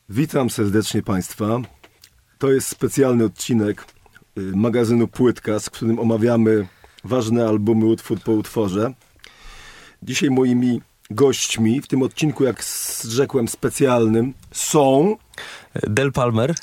Witam serdecznie Państwa. To jest specjalny odcinek magazynu Płytka, z którym omawiamy ważne albumy utwór po utworze. Dzisiaj moimi gośćmi w tym odcinku, jak rzekłem, specjalnym są... Del Palmer.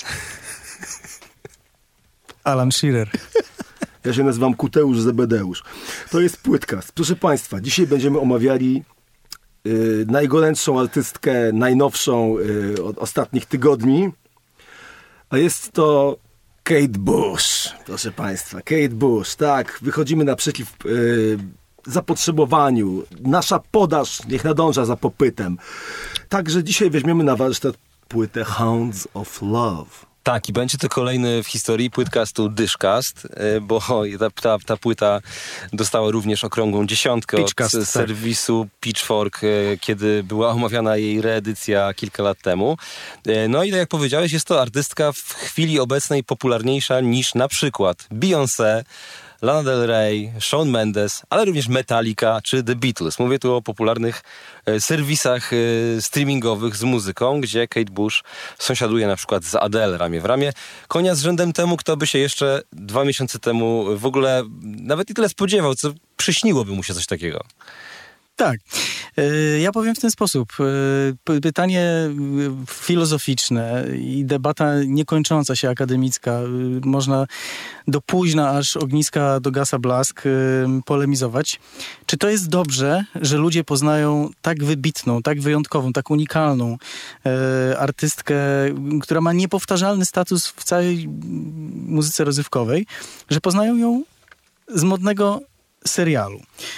Alan Shearer. Ja się nazywam Kuteusz Zebedeusz. To jest Płytkast. Proszę Państwa, dzisiaj będziemy omawiali najgorętszą artystkę, najnowszą od ostatnich tygodni. A jest to Kate Bush. Proszę Państwa, Kate Bush. Tak, wychodzimy naprzeciw zapotrzebowaniu. Nasza podaż niech nadąża za popytem. Także dzisiaj weźmiemy na warsztat płytę Hounds of Love. Tak, i będzie to kolejny w historii płytcastu Dyszcast, bo ta płyta dostała również okrągłą 10 Pitchcast, od serwisu Pitchfork, kiedy była omawiana jej reedycja kilka lat temu. No i tak jak powiedziałeś, jest to artystka w chwili obecnej popularniejsza niż na przykład Beyoncé, Lana Del Rey, Shawn Mendes, ale również Metallica czy The Beatles. Mówię tu o popularnych serwisach streamingowych z muzyką, gdzie Kate Bush sąsiaduje na przykład z Adele ramię w ramię. Konia z rzędem temu, kto by się jeszcze 2 miesiące temu w ogóle nawet nie tyle spodziewał, co przyśniłoby mu się coś takiego. Tak. Ja powiem w ten sposób. Pytanie filozoficzne i debata niekończąca się akademicka. Można do późna, aż ogniska dogasa blask, polemizować. Czy to jest dobrze, że ludzie poznają tak wybitną, tak wyjątkową, tak unikalną artystkę, która ma niepowtarzalny status w całej muzyce rozrywkowej, że poznają ją z modnego serialu.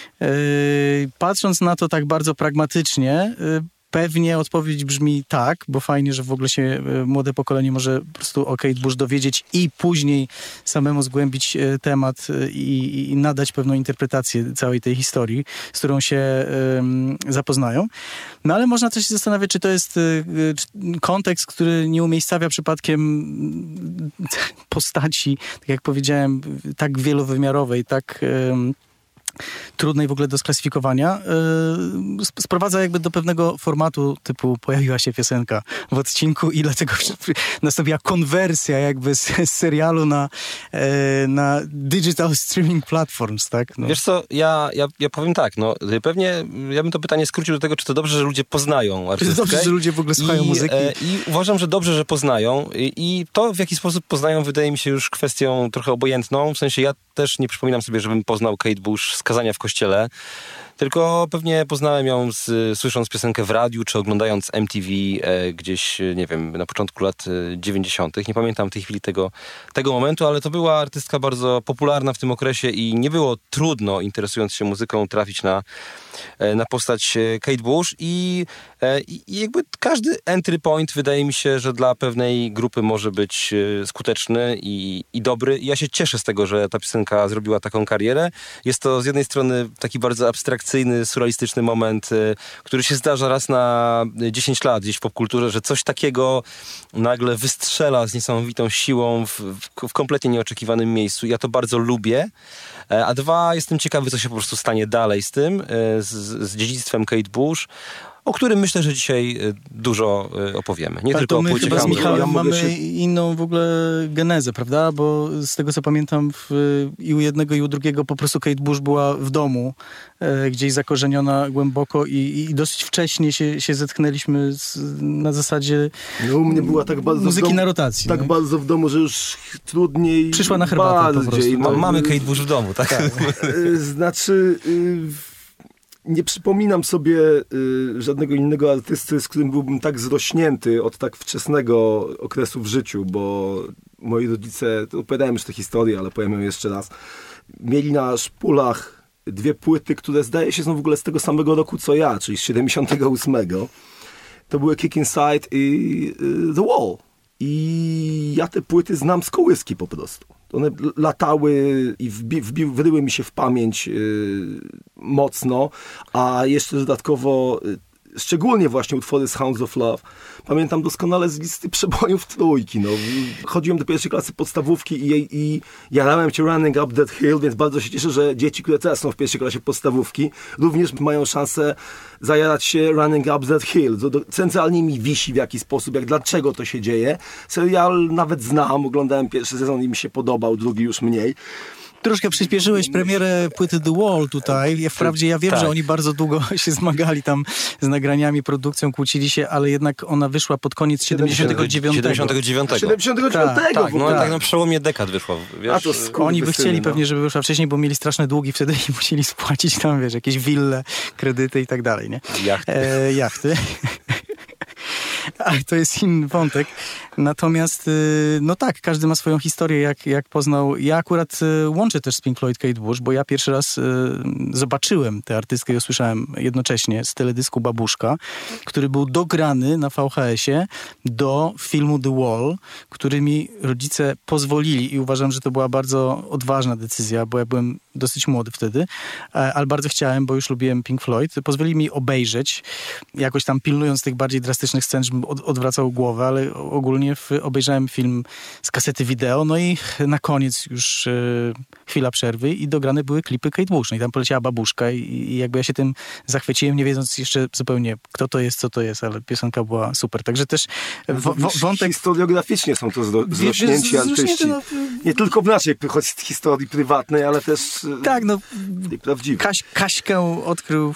Patrząc na to tak bardzo pragmatycznie, pewnie odpowiedź brzmi tak, bo fajnie, że w ogóle się młode pokolenie może po prostu o Kate Bush dowiedzieć i później samemu zgłębić temat i nadać pewną interpretację całej tej historii, z którą się zapoznają. No ale można też się zastanawiać, czy to jest kontekst, który nie umiejscawia przypadkiem postaci, tak jak powiedziałem, tak wielowymiarowej, tak trudnej w ogóle do sklasyfikowania, sprowadza jakby do pewnego formatu typu pojawiła się piosenka w odcinku i dlatego nastąpiła konwersja jakby z serialu na digital streaming platforms, tak? No. Wiesz co, ja powiem tak, no pewnie ja bym to pytanie skrócił do tego, czy to dobrze, że ludzie poznają artystkę. Czy to dobrze, że ludzie w ogóle słuchają muzyki? I uważam, że dobrze, że poznają i to, w jaki sposób poznają, wydaje mi się już kwestią trochę obojętną, w sensie ja też nie przypominam sobie, żebym poznał Kate Bush z kazania w kościele, tylko pewnie poznałem ją słysząc piosenkę w radiu, czy oglądając MTV gdzieś, nie wiem, na początku lat 90. Nie pamiętam w tej chwili tego momentu, ale to była artystka bardzo popularna w tym okresie i nie było trudno, interesując się muzyką, trafić na postać Kate Bush i jakby każdy entry point wydaje mi się, że dla pewnej grupy może być skuteczny i dobry. I ja się cieszę z tego, że ta piosenka zrobiła taką karierę. Jest to z jednej strony taki bardzo abstrakcyjny, surrealistyczny moment, który się zdarza raz na 10 lat gdzieś w popkulturze, że coś takiego nagle wystrzela z niesamowitą siłą w kompletnie nieoczekiwanym miejscu. Ja to bardzo lubię. A dwa, jestem ciekawy, co się po prostu stanie dalej z tym, z dziedzictwem Kate Bush, o którym myślę, że dzisiaj dużo opowiemy. Nie tylko o płycie. Chyba z Michałem mamy się... inną w ogóle genezę, prawda? Bo z tego, co pamiętam, i u jednego, i u drugiego po prostu Kate Bush była w domu, gdzieś zakorzeniona głęboko i dosyć wcześnie się zetknęliśmy na zasadzie no, u mnie była tak bardzo muzyki na rotacji. Tak bardzo w domu, że już trudniej. Przyszła na herbatę po prostu. Mamy Kate Bush w domu, tak? Znaczy... Nie przypominam sobie żadnego innego artysty, z którym byłbym tak zrośnięty od tak wczesnego okresu w życiu, bo moi rodzice, to opowiadałem już tę historię, ale powiem ją jeszcze raz, mieli na szpulach 2 płyty, które zdaje się są w ogóle z tego samego roku co ja, czyli z 78. To były Kick Inside i The Wall. I ja te płyty znam z kołyski po prostu. One latały i wryły mi się w pamięć mocno, a jeszcze dodatkowo szczególnie właśnie utwory z Hounds of Love, pamiętam doskonale z listy przebojów trójki. No. Chodziłem do pierwszej klasy podstawówki i jarałem się Running Up That Hill, więc bardzo się cieszę, że dzieci, które teraz są w pierwszej klasie podstawówki, również mają szansę zajarać się Running Up That Hill. Centralnie mi wisi w jaki sposób, dlaczego to się dzieje. Serial nawet znam, oglądałem pierwszy sezon i mi się podobał, drugi już mniej. Troszkę przyspieszyłeś premierę płyty The Wall tutaj. Wprawdzie ja wiem, że oni bardzo długo się zmagali tam z nagraniami, produkcją, kłócili się, ale jednak ona wyszła pod koniec 79. 79. 79. Tak, no tak na przełomie dekad wyszła. Wiesz? Oni by chcieli pewnie, żeby wyszła wcześniej, bo mieli straszne długi wtedy i musieli spłacić tam, wiesz, jakieś wille, kredyty i tak dalej, nie? Jachty. Ale to jest inny wątek. Natomiast, no tak, każdy ma swoją historię, jak poznał. Ja akurat łączę też z Pink Floyd Kate Bush, bo ja pierwszy raz zobaczyłem tę artystkę i usłyszałem jednocześnie z teledysku Babuszka, który był dograny na VHS-ie do filmu The Wall, który mi rodzice pozwolili i uważam, że to była bardzo odważna decyzja, bo ja byłem dosyć młody wtedy, ale bardzo chciałem, bo już lubiłem Pink Floyd. Pozwolili mi obejrzeć, jakoś tam pilnując tych bardziej drastycznych scen, żebym odwracał głowę, ale ogólnie obejrzałem film z kasety wideo, no i na koniec już chwila przerwy i dograne były klipy Kate Bush. No i tam poleciała Babuszka i jakby ja się tym zachwyciłem, nie wiedząc jeszcze zupełnie kto to jest, co to jest, ale piosenka była super. Także też wątek... Historiograficznie są to zrośnięci artyści. No, nie tylko w naszej historii prywatnej, ale też tak, no, tej prawdziwej. Kaśkę odkrył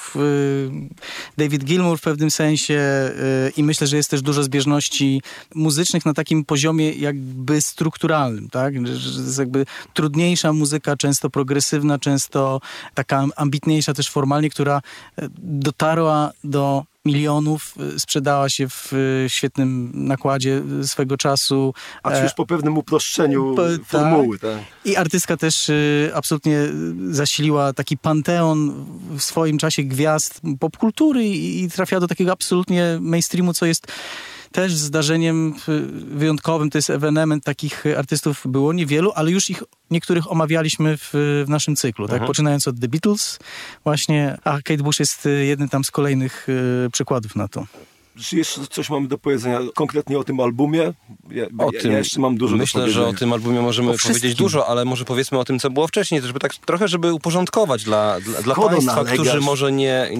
David Gilmour w pewnym sensie i myślę, że jest też dużo zbieżności muzycznych na takim poziomie jakby strukturalnym, tak? Że jest jakby trudniejsza muzyka, często progresywna, często taka ambitniejsza też formalnie, która dotarła do milionów, sprzedała się w świetnym nakładzie swego czasu. A już po pewnym uproszczeniu formuły. Tak. I artystka też absolutnie zasiliła taki panteon w swoim czasie gwiazd popkultury i trafiała do takiego absolutnie mainstreamu, co jest też zdarzeniem wyjątkowym. To jest ewenement, takich artystów było niewielu, ale już ich niektórych omawialiśmy w naszym cyklu, tak? Poczynając od The Beatles właśnie, a Kate Bush jest jednym tam z kolejnych przykładów na to. Czy jeszcze coś mamy do powiedzenia konkretnie o tym albumie? Ja jeszcze mam dużo Myślę, do powiedzenia. że o tym albumie możemy powiedzieć dużo, ale może powiedzmy o tym, co było wcześniej, żeby tak trochę, żeby uporządkować dla państwa, którzy może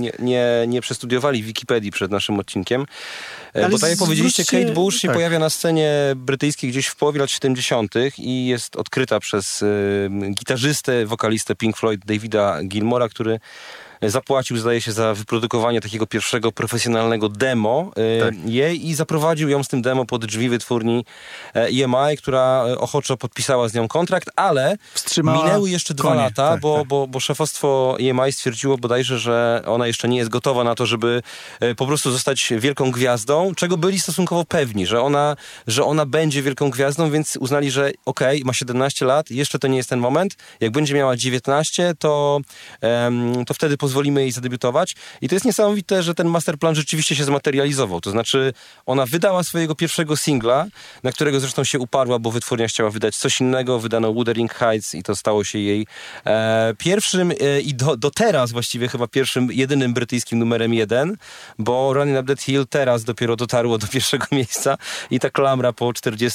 nie przestudiowali Wikipedii przed naszym odcinkiem. Ale bo tak jak powiedzieliście, Kate Bush się pojawia na scenie brytyjskiej gdzieś w połowie lat 70. i jest odkryta przez gitarzystę, wokalistę Pink Floyd Davida Gilmoura, który zapłacił, zdaje się, za wyprodukowanie takiego pierwszego profesjonalnego demo jej i zaprowadził ją z tym demo pod drzwi wytwórni EMI, która ochoczo podpisała z nią kontrakt, ale minęły jeszcze 2 lata, bo szefostwo EMI stwierdziło bodajże, że ona jeszcze nie jest gotowa na to, żeby po prostu zostać wielką gwiazdą, czego byli stosunkowo pewni, że ona będzie wielką gwiazdą, więc uznali, że okej, ma 17 lat, jeszcze to nie jest ten moment. Jak będzie miała 19, to wtedy pozwolimy jej zadebiutować. I to jest niesamowite, że ten masterplan rzeczywiście się zmaterializował. To znaczy, ona wydała swojego pierwszego singla, na którego zresztą się uparła, bo wytwórnia chciała wydać coś innego. Wydano Wuthering Heights i to stało się jej pierwszym i do teraz właściwie chyba pierwszym, jedynym brytyjskim numerem 1, bo Running Up That Hill teraz dopiero dotarło do pierwszego miejsca i ta klamra po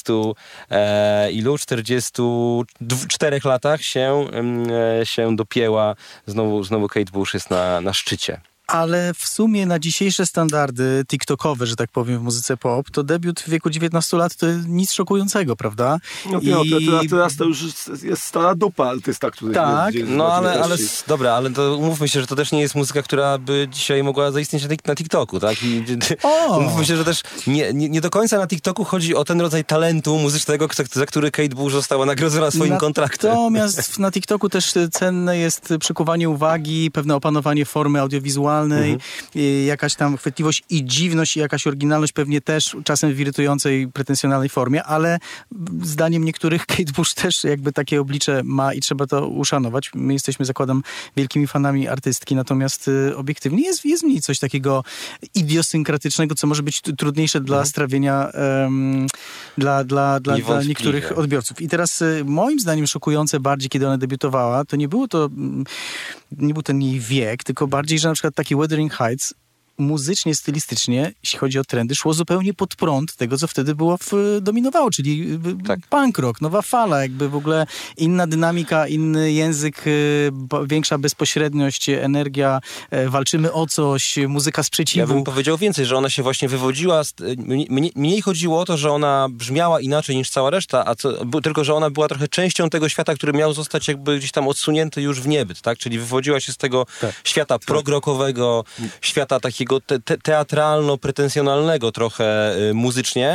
44 latach się dopięła. Znowu Kate Bush jest na szczycie. Ale w sumie na dzisiejsze standardy tiktokowe, że tak powiem, w muzyce pop, to debiut w wieku 19 lat to nic szokującego, prawda? No teraz to już jest stara dupa artysta, który... Tak. Dobra, ale to umówmy się, że to też nie jest muzyka, która by dzisiaj mogła zaistnieć na TikToku, tak? Umówmy się, że też nie do końca na TikToku chodzi o ten rodzaj talentu muzycznego, za który Kate Bush została nagrodzona swoim kontraktem. Natomiast na TikToku też cenne jest przykuwanie uwagi, pewne opanowanie formy audiowizualnej, jakaś tam chwytliwość i dziwność i jakaś oryginalność pewnie też czasem w irytującej, pretensjonalnej formie, ale zdaniem niektórych Kate Bush też jakby takie oblicze ma i trzeba to uszanować. My jesteśmy, zakładam, wielkimi fanami artystki, natomiast obiektywnie jest w niej coś takiego idiosynkratycznego, co może być trudniejsze dla strawienia dla niektórych odbiorców. I teraz moim zdaniem szokujące bardziej, kiedy ona debiutowała, to nie był ten jej wiek, tylko bardziej, że na przykład taki Wuthering Heights muzycznie, stylistycznie, jeśli chodzi o trendy, szło zupełnie pod prąd tego, co wtedy było dominowało, czyli punk rock, nowa fala, jakby w ogóle inna dynamika, inny język, większa bezpośredniość, energia, walczymy o coś, muzyka sprzeciwu. Ja bym powiedział więcej, że ona się właśnie wywodziła, mniej chodziło o to, że ona brzmiała inaczej niż cała reszta, tylko, że ona była trochę częścią tego świata, który miał zostać jakby gdzieś tam odsunięty już w niebyt, tak? Czyli wywodziła się z tego świata prog-rockowego, świata takiego teatralno-pretensjonalnego trochę muzycznie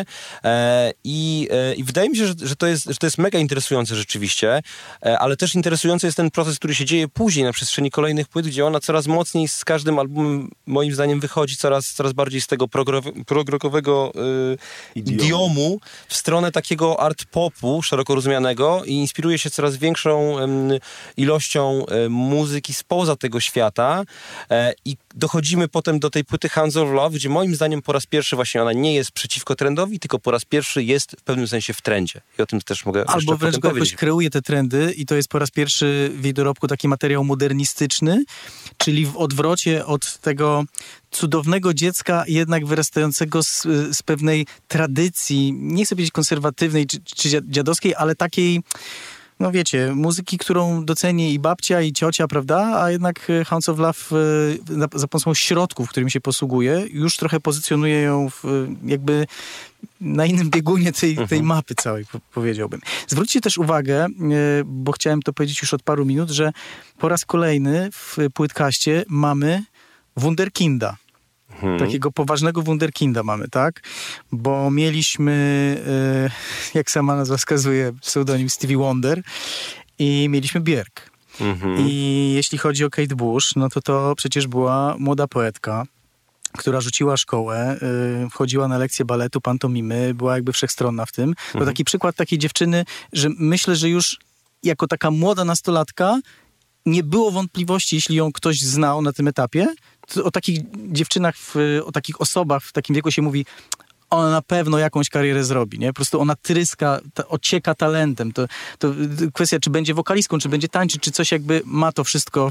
i wydaje mi się, że to jest mega interesujące rzeczywiście, ale też interesujący jest ten proces, który się dzieje później na przestrzeni kolejnych płyt, gdzie ona coraz mocniej z każdym albumem moim zdaniem wychodzi coraz bardziej z tego prog-rockowego idiomu w stronę takiego art popu szeroko rozumianego i inspiruje się coraz większą ilością muzyki spoza tego świata i dochodzimy potem do tej płyty Hounds of Love, gdzie moim zdaniem po raz pierwszy właśnie ona nie jest przeciwko trendowi, tylko po raz pierwszy jest w pewnym sensie w trendzie. I o tym też mogę albo wręcz jakoś kreuje te trendy i to jest po raz pierwszy w jej dorobku taki materiał modernistyczny, czyli w odwrocie od tego cudownego dziecka, jednak wyrastającego z pewnej tradycji, nie chcę powiedzieć konserwatywnej czy dziadowskiej, ale takiej, no wiecie, muzyki, którą doceni i babcia, i ciocia, prawda? A jednak Hounds of Love za pomocą środków, którymi się posługuje, już trochę pozycjonuje ją jakby na innym biegunie tej mapy całej, powiedziałbym. Zwróćcie też uwagę, bo chciałem to powiedzieć już od paru minut, że po raz kolejny w Płytkaście mamy wunderkinda. Takiego poważnego wunderkinda mamy, tak? Bo mieliśmy, jak sama nazwa wskazuje, pseudonim Stevie Wonder i mieliśmy Björk. I jeśli chodzi o Kate Bush, no to przecież była młoda poetka, która rzuciła szkołę, wchodziła na lekcje baletu, pantomimy, była jakby wszechstronna w tym. To taki przykład takiej dziewczyny, że myślę, że już jako taka młoda nastolatka nie było wątpliwości, jeśli ją ktoś znał na tym etapie. O takich dziewczynach, o takich osobach w takim wieku się mówi, ona na pewno jakąś karierę zrobi, nie? Po prostu ona tryska, ocieka talentem. To kwestia, czy będzie wokalistką, czy będzie tańczyć, czy coś jakby ma to wszystko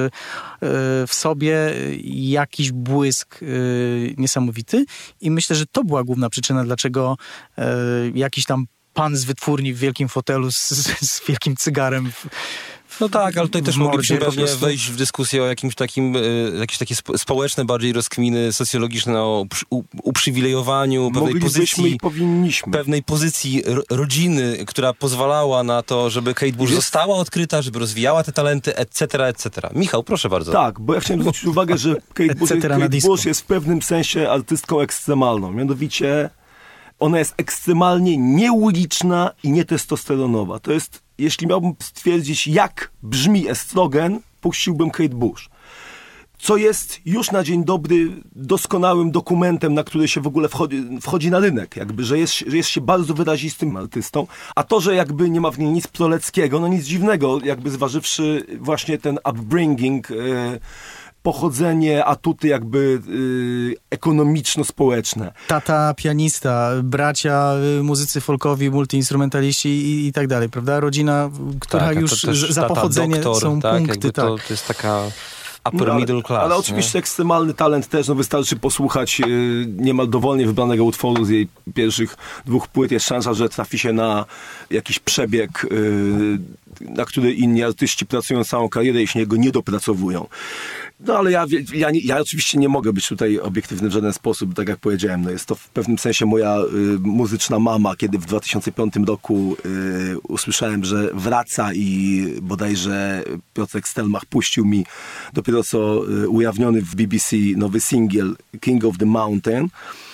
w sobie, jakiś błysk niesamowity. I myślę, że to była główna przyczyna, dlaczego jakiś tam pan z wytwórni w wielkim fotelu z wielkim cygarem no tak, ale tutaj też moglibyśmy pewnie wejść w dyskusję o jakimś takim, jakieś takie społeczne bardziej rozkminy socjologiczne o uprzywilejowaniu pewnej pozycji rodziny, która pozwalała na to, żeby Kate Bush została odkryta, żeby rozwijała te talenty, etc. Michał, proszę bardzo. Tak, bo ja chciałem zwrócić uwagę, że Kate Bush jest w pewnym sensie artystką ekstremalną. Mianowicie ona jest ekstremalnie nieuliczna i nietestosteronowa. To jest, jeśli miałbym stwierdzić, jak brzmi estrogen, puściłbym Kate Bush. Co jest już na dzień dobry doskonałym dokumentem, na który się w ogóle wchodzi na rynek. Jakby, że jest się bardzo wyrazistym artystą. A to, że jakby nie ma w niej nic proleckiego, no nic dziwnego, jakby zważywszy właśnie ten upbringing, pochodzenie, atuty jakby ekonomiczno-społeczne. Tata pianista, bracia muzycy folkowi, multiinstrumentaliści i tak dalej, prawda? Rodzina, która tak, już za pochodzenie doktor, są tak, punkty. To jest taka upper middle class. Ale oczywiście ekstremalny talent też, no wystarczy posłuchać niemal dowolnie wybranego utworu z jej pierwszych 2 płyt. Jest szansa, że trafi się na jakiś przebieg, na który inni artyści pracują całą karierę, jeśli go nie dopracowują. No ale ja oczywiście nie mogę być tutaj obiektywny w żaden sposób, tak jak powiedziałem. No jest to w pewnym sensie moja muzyczna mama, kiedy w 2005 roku usłyszałem, że wraca i bodajże Piotrek Stelmach puścił mi dopiero co ujawniony w BBC nowy singiel King of the Mountain,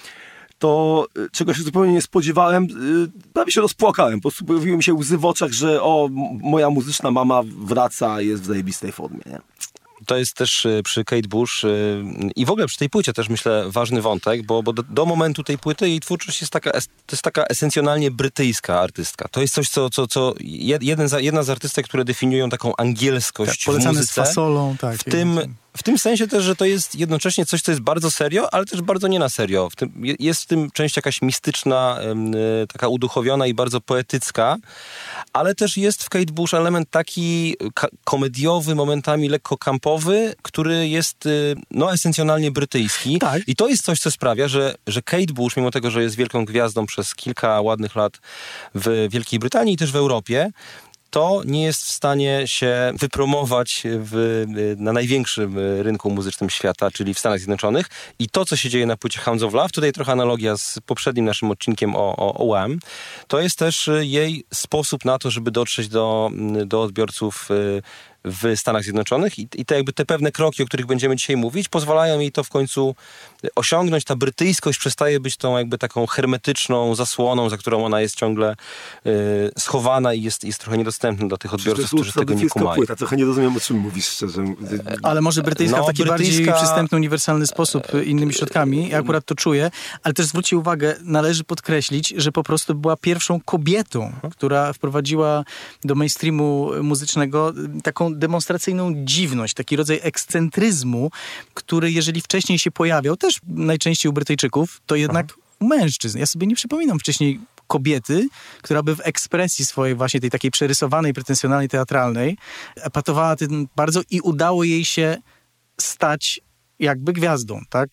to czego się zupełnie nie spodziewałem, prawie się rozpłakałem. Po prostu pojawiły mi się łzy w oczach, że moja muzyczna mama wraca i jest w zajebistej formie, nie? To jest też przy Kate Bush i w ogóle przy tej płycie też myślę ważny wątek, bo do momentu tej płyty jej twórczość jest taka esencjonalnie brytyjska artystka. To jest coś, co jedna z artystek, które definiują taką angielskość w muzyce. Z fasolą, tak. w tym sensie też, że to jest jednocześnie coś, co jest bardzo serio, ale też bardzo nie na serio. Jest w tym część jakaś mistyczna, taka uduchowiona i bardzo poetycka, ale też jest w Kate Bush element taki komediowy, momentami lekko kampowy, który jest esencjonalnie brytyjski. Tak. I to jest coś, co sprawia, że Kate Bush, mimo tego, że jest wielką gwiazdą przez kilka ładnych lat w Wielkiej Brytanii i też w Europie, to nie jest w stanie się wypromować na największym rynku muzycznym świata, czyli w Stanach Zjednoczonych. I to, co się dzieje na płycie Hounds of Love, tutaj trochę analogia z poprzednim naszym odcinkiem o Wham, to jest też jej sposób na to, żeby dotrzeć do odbiorców w Stanach Zjednoczonych i te pewne kroki, o których będziemy dzisiaj mówić, pozwalają jej to w końcu osiągnąć. Ta brytyjskość przestaje być tą jakby taką hermetyczną zasłoną, za którą ona jest ciągle schowana i jest trochę niedostępna dla tych odbiorców, którzy tego nie kumają. Płyta. Trochę nie rozumiem, o czym mówisz, szczerze. Ale może brytyjska w taki bardziej przystępny, uniwersalny sposób, innymi środkami. Ja akurat to czuję, ale też zwróćcie uwagę, należy podkreślić, że po prostu była pierwszą kobietą, która wprowadziła do mainstreamu muzycznego taką demonstracyjną dziwność, taki rodzaj ekscentryzmu, który jeżeli wcześniej się pojawiał, też najczęściej u Brytyjczyków, to jednak u mężczyzn. Ja sobie nie przypominam wcześniej kobiety, która by w ekspresji swojej właśnie tej takiej przerysowanej, pretensjonalnej, teatralnej epatowała tym bardzo i udało jej się stać jakby gwiazdą, tak?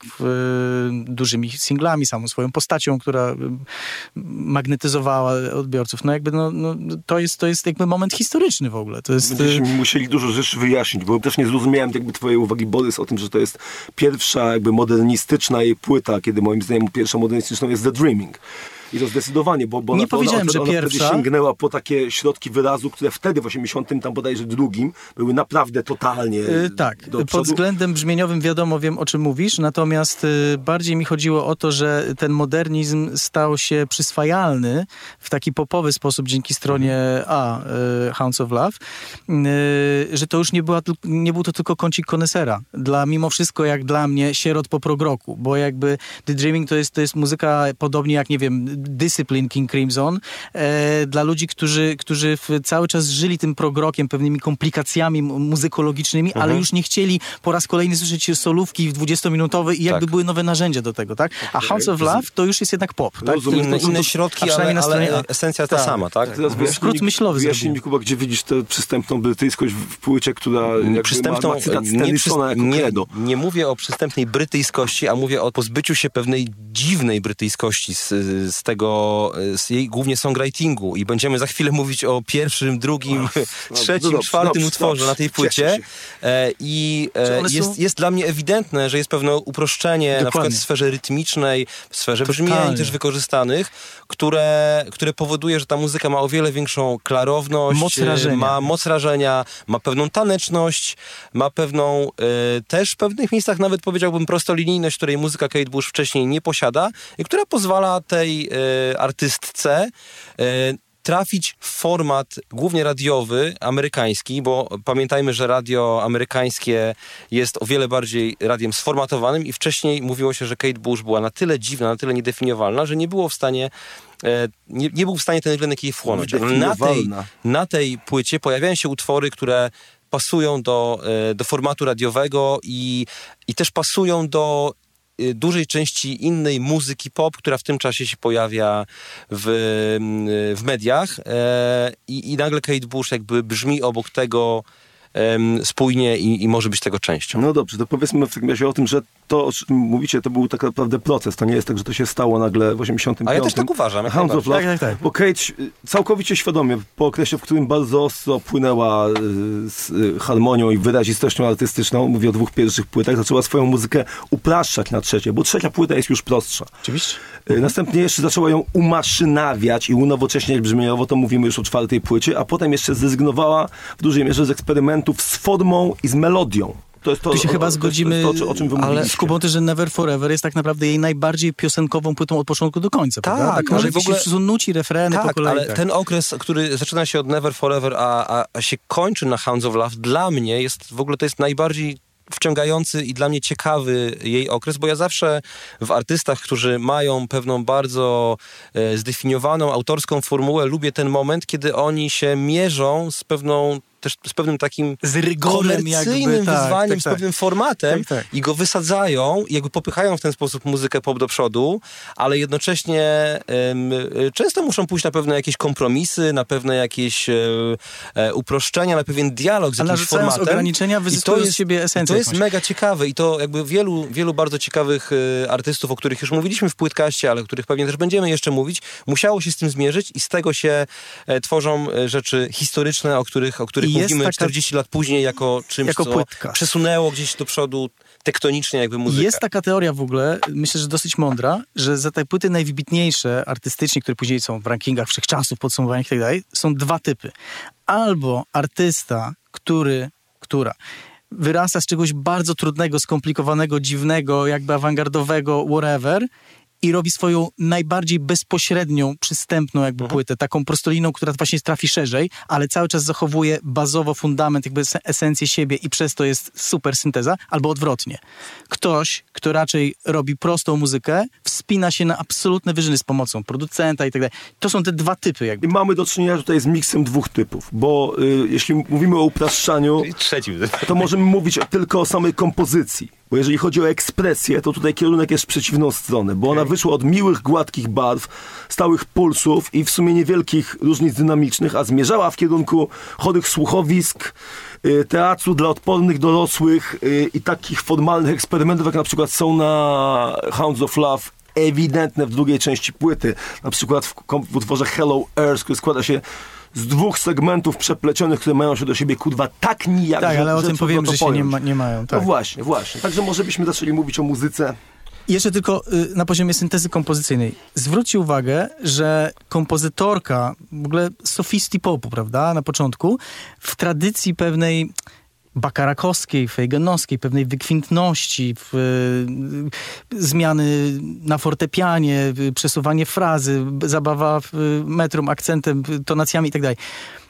Dużymi singlami, samą swoją postacią, która magnetyzowała odbiorców. To jest jakby moment historyczny w ogóle. To jest... Będziemy musieli dużo rzeczy wyjaśnić, bo też nie zrozumiałem jakby twojej uwagi, Borys, o tym, że to jest pierwsza jakby modernistyczna jej płyta, kiedy moim zdaniem pierwszą modernistyczną jest The Dreaming. I to zdecydowanie, bo nie powiedziałem, że pierwsza sięgnęła po takie środki wyrazu, które wtedy w 80 tam bodajże drugim były naprawdę totalnie tak, do pod przodu. względem brzmieniowym wiadomo, wiem o czym mówisz, natomiast bardziej mi chodziło o to, że ten modernizm stał się przyswajalny w taki popowy sposób dzięki stronie Hounds of Love, że to już nie był to tylko kącik konesera. Mimo wszystko, jak dla mnie, sierot po progroku, bo jakby The Dreaming to jest muzyka podobnie jak, nie wiem, Discipline King Crimson, dla ludzi, którzy cały czas żyli tym progrokiem, pewnymi komplikacjami muzykologicznymi, ale już nie chcieli po raz kolejny słyszeć solówki 20-minutowe i jakby były nowe narzędzia do tego, tak? A Hounds of Love to już jest jednak pop, tak? Inne środki, ale esencja ta sama, tak? Skrót myślowy. Wyjaśnij mi, Kuba, gdzie widzisz tę przystępną brytyjskość w płycie, która przystępną, ma cytat Tennysona jako credo. Nie mówię o przystępnej brytyjskości, a mówię o pozbyciu się pewnej dziwnej brytyjskości z jej głównie songwritingu i będziemy za chwilę mówić o pierwszym, drugim, trzecim, czwartym utworze na tej płycie. Jest dla mnie ewidentne, że jest pewne uproszczenie na przykład w sferze rytmicznej, w sferze brzmień też wykorzystanych, które powoduje, że ta muzyka ma o wiele większą klarowność, ma moc rażenia, ma pewną taneczność, ma pewną też w pewnych miejscach nawet powiedziałbym prostolinijność, której muzyka Kate Bush wcześniej nie posiada i która pozwala tej artystce trafić w format głównie radiowy, amerykański, bo pamiętajmy, że radio amerykańskie jest o wiele bardziej radiem sformatowanym i wcześniej mówiło się, że Kate Bush była na tyle dziwna, na tyle niedefiniowalna, że nie był w stanie ten rynek jej wchłonąć. Na tej płycie pojawiają się utwory, które pasują do formatu radiowego i też pasują do dużej części innej muzyki pop, która w tym czasie się pojawia w mediach i nagle Kate Bush jakby brzmi obok tego spójnie i może być tego częścią. No dobrze, to powiedzmy w takim razie o tym, że to, o czym mówicie, to był tak naprawdę proces. To nie jest tak, że to się stało nagle w 85. A ja też tak uważam. Hounds of Love, tak. Bo Kate całkowicie świadomie, po okresie, w którym bardzo ostro płynęła z harmonią i wyrazistością artystyczną, mówię o dwóch pierwszych płytach, zaczęła swoją muzykę upraszczać na trzecie, bo trzecia płyta jest już prostsza. Oczywiście. Następnie jeszcze zaczęła ją umaszynawiać i unowocześniać brzmieniowo, to mówimy już o czwartej płycie, a potem jeszcze zrezygnowała w dużej mierze z eksperymentów z formą i z melodią. Tu się chyba zgodzimy, o czym wy ale z Kubą też, że Never Forever jest tak naprawdę jej najbardziej piosenkową płytą od początku do końca. Tak, może w ogóle się nuci refreny po kolei. Ale ten okres, który zaczyna się od Never Forever, a się kończy na Hounds of Love, dla mnie to jest najbardziej wciągający i dla mnie ciekawy jej okres, bo ja zawsze w artystach, którzy mają pewną bardzo zdefiniowaną autorską formułę, lubię ten moment, kiedy oni się mierzą z pewną też z pewnym takim z rygorem komercyjnym wyzwaniem, z pewnym formatem Tak. i go wysadzają i jakby popychają w ten sposób muzykę pop do przodu, ale jednocześnie często muszą pójść na pewne jakieś kompromisy, na pewne jakieś uproszczenia, na pewien dialog z jakimś formatem. Ograniczenia wyzyskują z siebie esencję. To jest mega ciekawe i to jakby wielu bardzo ciekawych artystów, o których już mówiliśmy w Płytkaście, ale o których pewnie też będziemy jeszcze mówić, musiało się z tym zmierzyć i z tego się tworzą rzeczy historyczne, o których mówimy 40 lat później jako czymś, co przesunęło gdzieś do przodu tektonicznie jakby muzykę. Jest taka teoria w ogóle, myślę, że dosyć mądra, że za te płyty najwybitniejsze artystycznie, które później są w rankingach wszechczasów, podsumowaniach i tak dalej, są dwa typy. Albo artysta, która wyrasta z czegoś bardzo trudnego, skomplikowanego, dziwnego, jakby awangardowego, whatever, i robi swoją najbardziej bezpośrednią, przystępną jakby płytę, taką prostoliną, która właśnie trafi szerzej, ale cały czas zachowuje bazowo fundament, jakby esencję siebie i przez to jest super synteza, albo odwrotnie. Ktoś, kto raczej robi prostą muzykę, wspina się na absolutne wyżyny z pomocą producenta i tak dalej. To są te dwa typy jakby. I mamy do czynienia tutaj z miksem dwóch typów, bo jeśli mówimy o upraszczaniu, to możemy mówić tylko o samej kompozycji. Bo jeżeli chodzi o ekspresję, to tutaj kierunek jest w przeciwną stronę, bo ona wyszła od miłych, gładkich barw, stałych pulsów i w sumie niewielkich różnic dynamicznych, a zmierzała w kierunku chorych słuchowisk, teatru dla odpornych dorosłych i takich formalnych eksperymentów, jak na przykład są na Hounds of Love, ewidentne w drugiej części płyty. Na przykład w utworze Hello Earth, który składa się z dwóch segmentów przeplecionych, które mają się do siebie tak nijak. Tak, ale o tym powiem, że się nie mają. Tak. No właśnie. Także może byśmy zaczęli mówić o muzyce. Jeszcze tylko na poziomie syntezy kompozycyjnej. Zwróćcie uwagę, że kompozytorka, w ogóle sofisty popu, prawda, na początku, w tradycji pewnej bakarakowskiej, fejgenowskiej, pewnej wykwintności, zmiany na fortepianie, przesuwanie frazy, zabawa metrum, akcentem, tonacjami i tak dalej.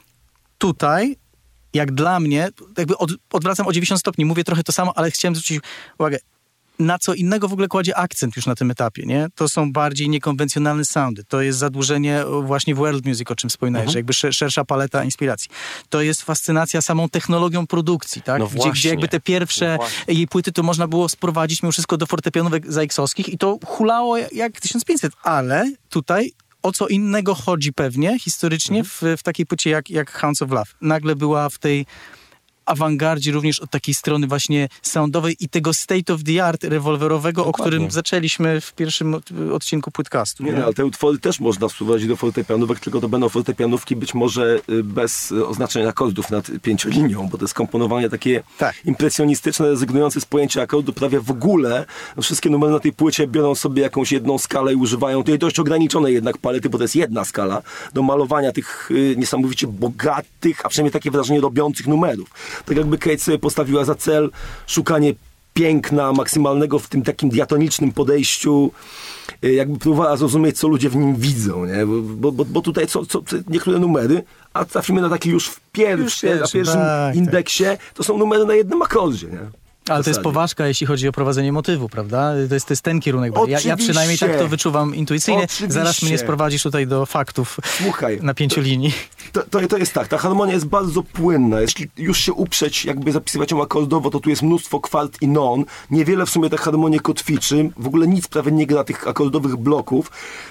Tutaj, jak dla mnie, jakby odwracam o 90 stopni, mówię trochę to samo, ale chciałem zwrócić uwagę, na co innego w ogóle kładzie akcent już na tym etapie, nie? To są bardziej niekonwencjonalne soundy. To jest zadłużenie właśnie w world music, o czym wspominałeś, że jakby szersza paleta inspiracji. To jest fascynacja samą technologią produkcji, tak? No gdzie jakby te pierwsze jej płyty to można było sprowadzić mimo wszystko do fortepianów ZX-owskich i to hulało jak 1500, ale tutaj o co innego chodzi pewnie historycznie w takiej płycie jak Hounds of Love. Nagle była w tej awangardzie również od takiej strony właśnie soundowej i tego state of the art rewolwerowego, dokładnie, o którym zaczęliśmy w pierwszym odcinku Płytkastu. Nie, ale te utwory też można sprowadzić do fortepianówek, tylko to będą fortepianówki być może bez oznaczenia akordów nad pięciolinią, bo to jest komponowanie takie impresjonistyczne, rezygnujące z pojęcia akordu prawie w ogóle. No, wszystkie numery na tej płycie biorą sobie jakąś jedną skalę i używają tej dość ograniczonej jednak palety, bo to jest jedna skala, do malowania tych niesamowicie bogatych, a przynajmniej takie wrażenie robiących numerów. Tak jakby Kate sobie postawiła za cel szukanie piękna maksymalnego w tym takim diatonicznym podejściu, jakby próbowała zrozumieć, co ludzie w nim widzą, nie? Bo tutaj niektóre numery, a trafimy na taki już na pierwszym indeksie, to są numery na jednym akordzie, nie? Ale to jest poważka, jeśli chodzi o prowadzenie motywu, prawda? To jest ten kierunek. Ja przynajmniej tak to wyczuwam intuicyjnie. Oczywiście. Zaraz mnie sprowadzisz tutaj do faktów. Słuchaj, na 5 linii. To jest tak, ta harmonia jest bardzo płynna. Jeśli już się uprzeć, jakby zapisywać ją akordowo, to tu jest mnóstwo kwart i non. Niewiele w sumie ta harmonia kotwiczy. W ogóle nic prawie nie gra tych akordowych bloków.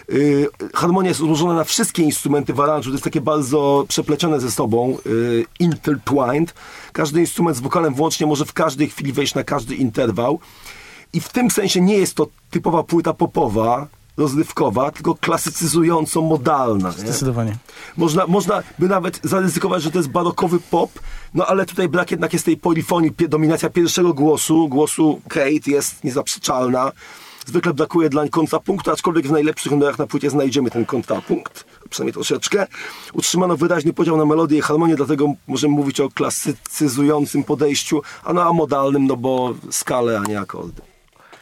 Harmonia jest ułożona na wszystkie instrumenty w aranżu. To jest takie bardzo przeplecione ze sobą. Intertwined. Każdy instrument z wokalem włącznie może w każdej chwili wejść na każdy interwał. I w tym sensie nie jest to typowa płyta popowa, rozrywkowa, tylko klasycyzująco modalna. Zdecydowanie. Można by nawet zaryzykować, że to jest barokowy pop, no ale tutaj brak jednak jest tej polifonii, dominacja pierwszego głosu Kate jest niezaprzeczalna. Zwykle brakuje dla kontrapunktu, aczkolwiek w najlepszych numerach na płycie znajdziemy ten kontrapunkt, przynajmniej troszeczkę. Utrzymano wyraźny podział na melodię i harmonię, dlatego możemy mówić o klasycyzującym podejściu, a modalnym, no bo skale, a nie akordy.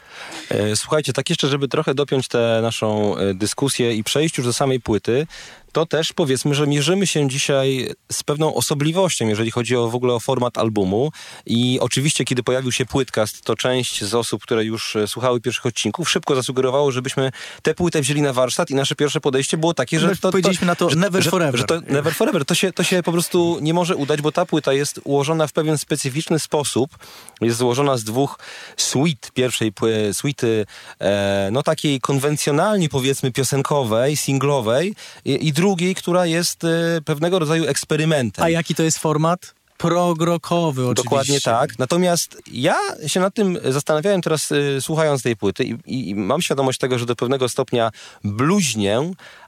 Słuchajcie, tak jeszcze, żeby trochę dopiąć tę naszą dyskusję i przejść już do samej płyty, to też powiedzmy, że mierzymy się dzisiaj z pewną osobliwością, jeżeli chodzi w ogóle o format albumu. I oczywiście, kiedy pojawił się Płytkast, to część z osób, które już słuchały pierwszych odcinków, szybko zasugerowało, żebyśmy tę płytę wzięli na warsztat i nasze pierwsze podejście było takie, że powiedzieliśmy na to never forever. Że to never forever. To się po prostu nie może udać, bo ta płyta jest ułożona w pewien specyficzny sposób. Jest złożona z 2 suite. Pierwszej suity, no takiej konwencjonalnie powiedzmy piosenkowej, singlowej i drugiej, która jest pewnego rodzaju eksperymentem. A jaki to jest format? Prog-rockowy oczywiście. Dokładnie tak. Natomiast ja się nad tym zastanawiałem teraz, słuchając tej płyty i mam świadomość tego, że do pewnego stopnia bluźnię,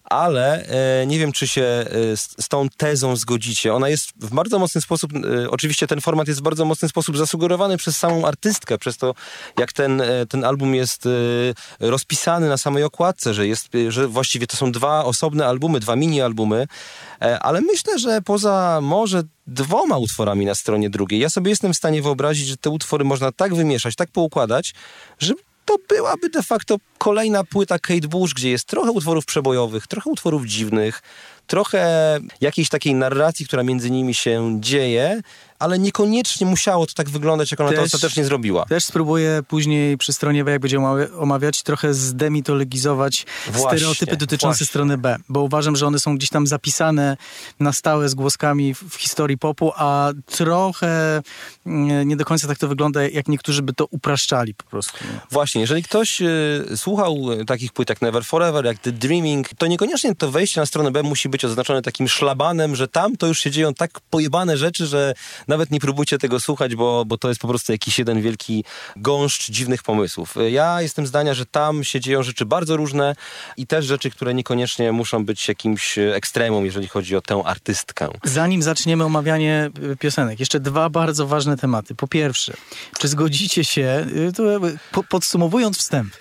ale nie wiem, czy się z tą tezą zgodzicie. Ona jest w bardzo mocny sposób, oczywiście ten format jest w bardzo mocny sposób zasugerowany przez samą artystkę, przez to, jak ten album jest rozpisany na samej okładce, że właściwie to są 2 osobne albumy, 2 mini-albumy, ale myślę, że poza może 2 utworami na stronie drugiej, ja sobie jestem w stanie wyobrazić, że te utwory można tak wymieszać, tak poukładać, że to byłaby de facto kolejna płyta Kate Bush, gdzie jest trochę utworów przebojowych, trochę utworów dziwnych, trochę jakiejś takiej narracji, która między nimi się dzieje, ale niekoniecznie musiało to tak wyglądać, jak ona to ostatecznie zrobiła. Też spróbuję później przy stronie B, jak będziemy omawiać, trochę zdemitologizować stereotypy dotyczące strony B, bo uważam, że one są gdzieś tam zapisane na stałe z głoskami w historii popu, a trochę nie do końca tak to wygląda, jak niektórzy by to upraszczali po prostu. Właśnie, jeżeli ktoś słuchał takich płyt jak Never Forever, jak The Dreaming, to niekoniecznie to wejście na stronę B musi być oznaczone takim szlabanem, że tam to już się dzieją tak pojebane rzeczy, że nawet nie próbujcie tego słuchać, bo to jest po prostu jakiś jeden wielki gąszcz dziwnych pomysłów. Ja jestem zdania, że tam się dzieją rzeczy bardzo różne i też rzeczy, które niekoniecznie muszą być jakimś ekstremum, jeżeli chodzi o tę artystkę. Zanim zaczniemy omawianie piosenek, jeszcze 2 bardzo ważne tematy. Po pierwsze, czy zgodzicie się, podsumowując wstęp,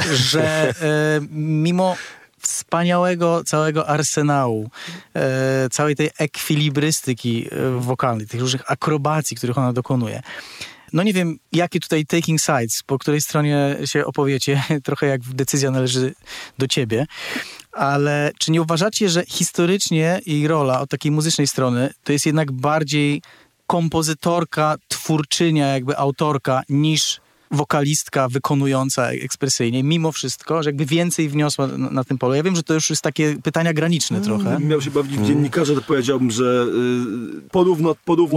że mimo wspaniałego całego arsenału, całej tej ekwilibrystyki wokalnej, tych różnych akrobacji, których ona dokonuje. No nie wiem, jakie tutaj taking sides, po której stronie się opowiecie, trochę jak decyzja należy do ciebie, ale czy nie uważacie, że historycznie jej rola od takiej muzycznej strony to jest jednak bardziej kompozytorka, twórczynia, jakby autorka, niż wokalistka wykonująca ekspresyjnie, mimo wszystko, że jakby więcej wniosła na tym polu. Ja wiem, że to już jest takie pytania graniczne trochę. Miał się bawić w dziennikarza, to powiedziałbym, że porówno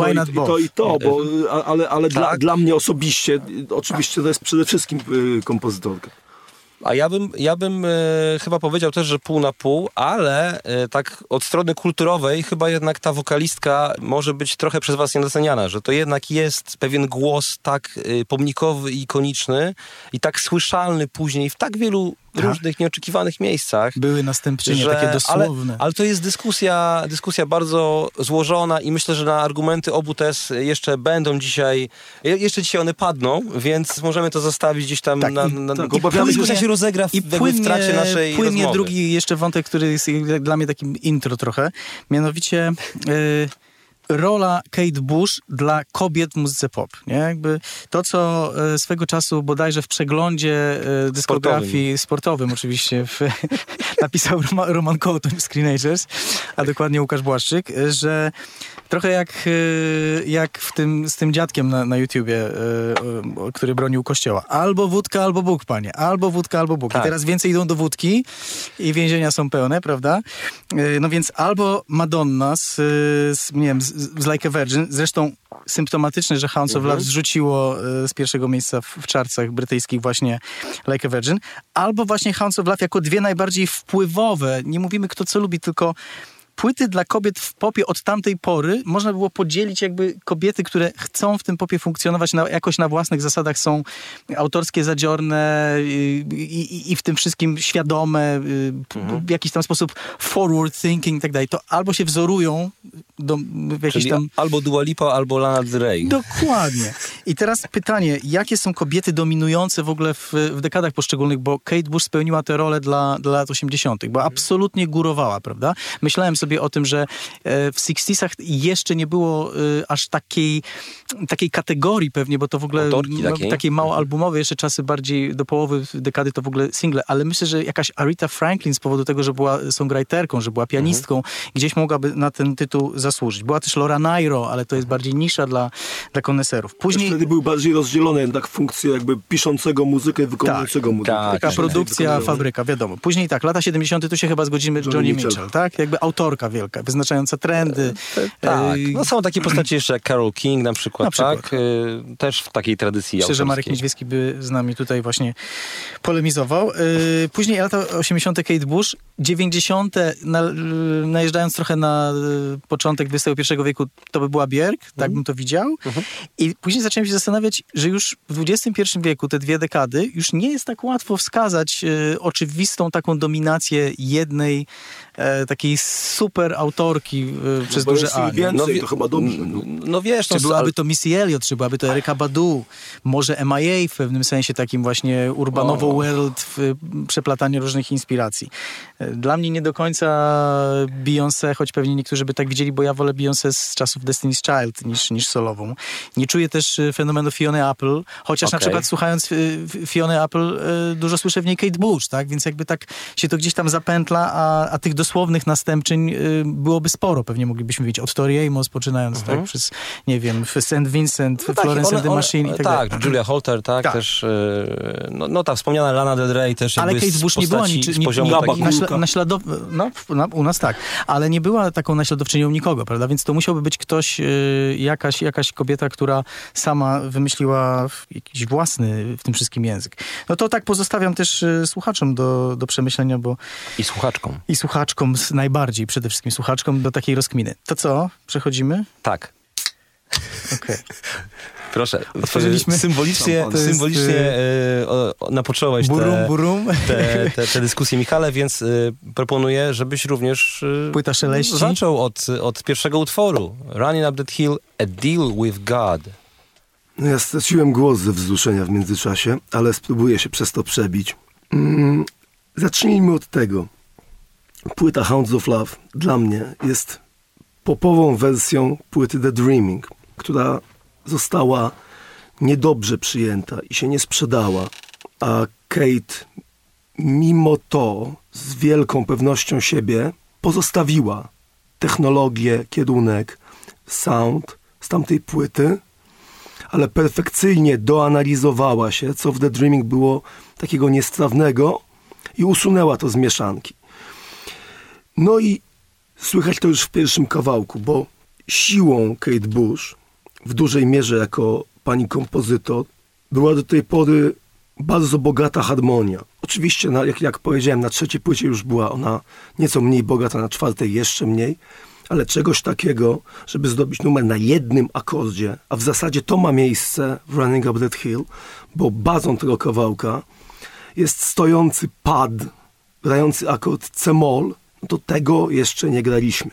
i to, bo, ale tak. dla mnie osobiście, oczywiście to jest przede wszystkim kompozytorka. A ja bym chyba powiedział też, że pół na pół, ale tak od strony kulturowej chyba jednak ta wokalistka może być trochę przez was niedoceniana, że to jednak jest pewien głos tak pomnikowy i ikoniczny i tak słyszalny później w tak wielu różnych nieoczekiwanych miejscach. Były następczynie takie dosłowne. Ale to jest dyskusja bardzo złożona i myślę, że na argumenty obu tez jeszcze będą dzisiaj one padną, więc możemy to zostawić gdzieś tam dyskusja się rozegra w trakcie naszej rozmowy. Drugi jeszcze wątek, który jest dla mnie takim intro trochę, mianowicie rola Kate Bush dla kobiet w muzyce pop. Nie? Jakby to, co swego czasu bodajże w przeglądzie dyskografii sportowym oczywiście napisał Roman Coulton w Screenagers, a dokładnie Łukasz Błaszczyk, że trochę jak z tym dziadkiem na YouTubie, który bronił kościoła. Albo wódka, albo Bóg, panie. Albo wódka, albo Bóg. Tak. I teraz więcej idą do wódki i więzienia są pełne, prawda? No więc albo Madonna z Like a Virgin, zresztą symptomatyczne, że Hounds of Love zrzuciło z pierwszego miejsca w chartsach brytyjskich właśnie Like a Virgin, albo właśnie Hounds of Love jako 2 najbardziej wpływowe, nie mówimy kto co lubi, tylko płyty dla kobiet w popie od tamtej pory można było podzielić jakby kobiety, które chcą w tym popie funkcjonować jakoś na własnych zasadach, są autorskie, zadziorne i w tym wszystkim świadome, w jakiś tam sposób forward thinking i tak dalej. To albo się wzorują w jakiś tam... Albo Dua Lipa, albo Lana Del Rey. Dokładnie. I teraz pytanie, jakie są kobiety dominujące w ogóle w dekadach poszczególnych, bo Kate Bush spełniła tę rolę dla lat 80., bo absolutnie górowała, prawda? Myślałem sobie sobie o tym, że w 60'sach jeszcze nie było aż takiej kategorii pewnie, bo to w ogóle takiej mało albumowej, jeszcze czasy bardziej do połowy dekady to w ogóle single, ale myślę, że jakaś Aretha Franklin z powodu tego, że była songwriterką, że była pianistką, gdzieś mogłaby na ten tytuł zasłużyć. Była też Laura Nyro, ale to jest bardziej nisza dla koneserów. Później wtedy były bardziej rozdzielone jednak funkcje jakby piszącego muzykę i wykonującego muzykę. Taka produkcja, fabryka, wiadomo. Później tak, lata 70. tu się chyba zgodzimy, Johnny Mitchell, tak? Jakby autorka wielka, wyznaczająca trendy. Tak, no są takie postacie jeszcze jak Carole King na przykład. Tak? Też w takiej tradycji myślę, autorskiej. że Marek Niedźwiecki by z nami tutaj właśnie polemizował. Później lata 80. Kate Bush, 90. najeżdżając trochę na początek XXI wieku, to by była Björk, tak bym to widział. I później zacząłem się zastanawiać, że już w XXI wieku, te 2 dekady, już nie jest tak łatwo wskazać oczywistą taką dominację jednej takiej super autorki przez duże A. Więcej, to chyba dobrze. No wiesz, czy byłaby to Missy Elliott, czy byłaby to Erykah Badu, może MIA w pewnym sensie takim właśnie urbanowo-world w przeplataniu różnych inspiracji. Dla mnie nie do końca Beyoncé, choć pewnie niektórzy by tak widzieli, bo ja wolę Beyoncé z czasów Destiny's Child niż solową. Nie czuję też fenomenu Fiony Apple, chociaż na przykład słuchając Fiony Apple dużo słyszę w niej Kate Bush, tak? Więc jakby tak się to gdzieś tam zapętla, a tych dosłownych następczyń byłoby sporo. Pewnie moglibyśmy mówić od Tori Amos, poczynając tak, przez, nie wiem, St. Vincent, Florence and the Machine i tak dalej. Tak, Julia Holter, tak, też ta wspomniana Lana Del Rey też ale jakby Kate Bush nie była u nas tak, ale nie była taką naśladowczynią nikogo, prawda? Więc to musiałby być ktoś, jakaś kobieta, która sama wymyśliła jakiś własny w tym wszystkim język. No to tak pozostawiam też słuchaczom do przemyślenia, bo... I słuchaczkom najbardziej, przede wszystkim słuchaczkom do takiej rozkminy. To co? Przechodzimy? Tak. Okej. Proszę, otworzyliśmy symbolicznie napocząłeś tę dyskusję, Michale, więc proponuję, żebyś również płyta szeleści zaczął od pierwszego utworu. Running Up That Hill, A Deal With God. No ja straciłem głos ze wzruszenia w międzyczasie, ale spróbuję się przez to przebić. Zacznijmy od tego. Płyta Hounds of Love dla mnie jest popową wersją płyty The Dreaming, która została niedobrze przyjęta i się nie sprzedała, a Kate mimo to z wielką pewnością siebie pozostawiła technologię, kierunek, sound z tamtej płyty, ale perfekcyjnie doanalizowała się, co w The Dreaming było takiego niestrawnego i usunęła to z mieszanki. No i słychać to już w pierwszym kawałku, bo siłą Kate Bush, w dużej mierze jako pani kompozytor, była do tej pory bardzo bogata harmonia. Oczywiście, jak powiedziałem, na 3. płycie już była ona nieco mniej bogata, na 4. jeszcze mniej, ale czegoś takiego, żeby zrobić numer na jednym akordzie, a w zasadzie to ma miejsce w Running Up That Hill, bo bazą tego kawałka jest stojący pad, grający akord C-moll, no to tego jeszcze nie graliśmy.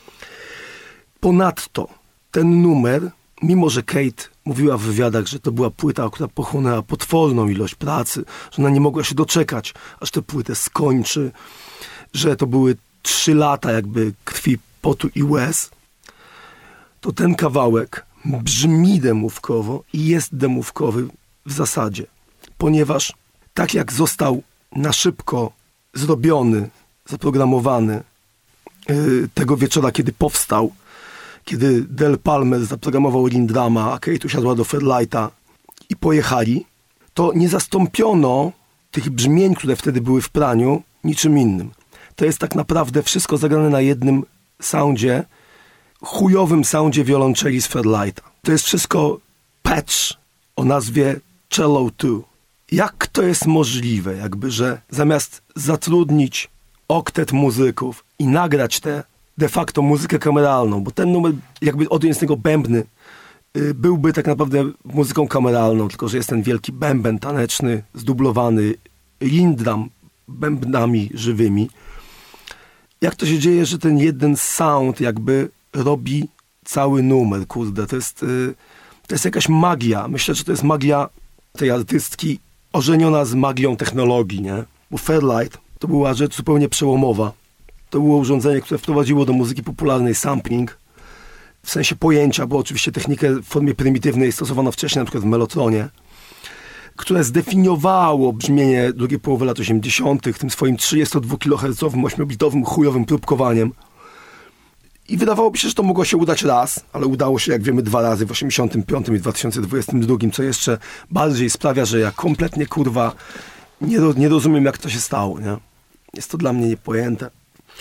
Ponadto ten numer, mimo że Kate mówiła w wywiadach, że to była płyta, która pochłonęła potworną ilość pracy, że ona nie mogła się doczekać, aż tę płytę skończy, że to były 3 lata jakby krwi, potu i łez, to ten kawałek brzmi demówkowo i jest demówkowy w zasadzie, ponieważ tak jak został na szybko zrobiony, zaprogramowany tego wieczora, kiedy powstał, kiedy Del Palmer zaprogramował Lindrama, a Kate usiadła do Fairlighta i pojechali, to nie zastąpiono tych brzmień, które wtedy były w praniu, niczym innym. To jest tak naprawdę wszystko zagrane na jednym soundzie, chujowym soundzie wiolonczeli z Fairlighta. To jest wszystko patch o nazwie Cello 2. Jak to jest możliwe, jakby, że zamiast zatrudnić oktet muzyków i nagrać tę de facto muzykę kameralną, bo ten numer jakby odjąć z niego bębny byłby tak naprawdę muzyką kameralną, tylko że jest ten wielki bęben taneczny, zdublowany Lindram bębnami żywymi. Jak to się dzieje, że ten jeden sound jakby robi cały numer, kurde, to jest jakaś magia. Myślę, że to jest magia tej artystki ożeniona z magią technologii, nie? Bo Fairlight to była rzecz zupełnie przełomowa. To było urządzenie, które wprowadziło do muzyki popularnej sampling, w sensie pojęcia, bo oczywiście technikę w formie prymitywnej stosowano wcześniej, na przykład w Mellotronie, które zdefiniowało brzmienie drugiej połowy lat 80. tym swoim 32 kHz 8-bitowym chujowym próbkowaniem. I wydawałoby się, że to mogło się udać raz, ale udało się, jak wiemy, 2 razy w 85 i 2022, co jeszcze bardziej sprawia, że ja kompletnie, kurwa, nie rozumiem, jak to się stało, nie? Jest to dla mnie niepojęte.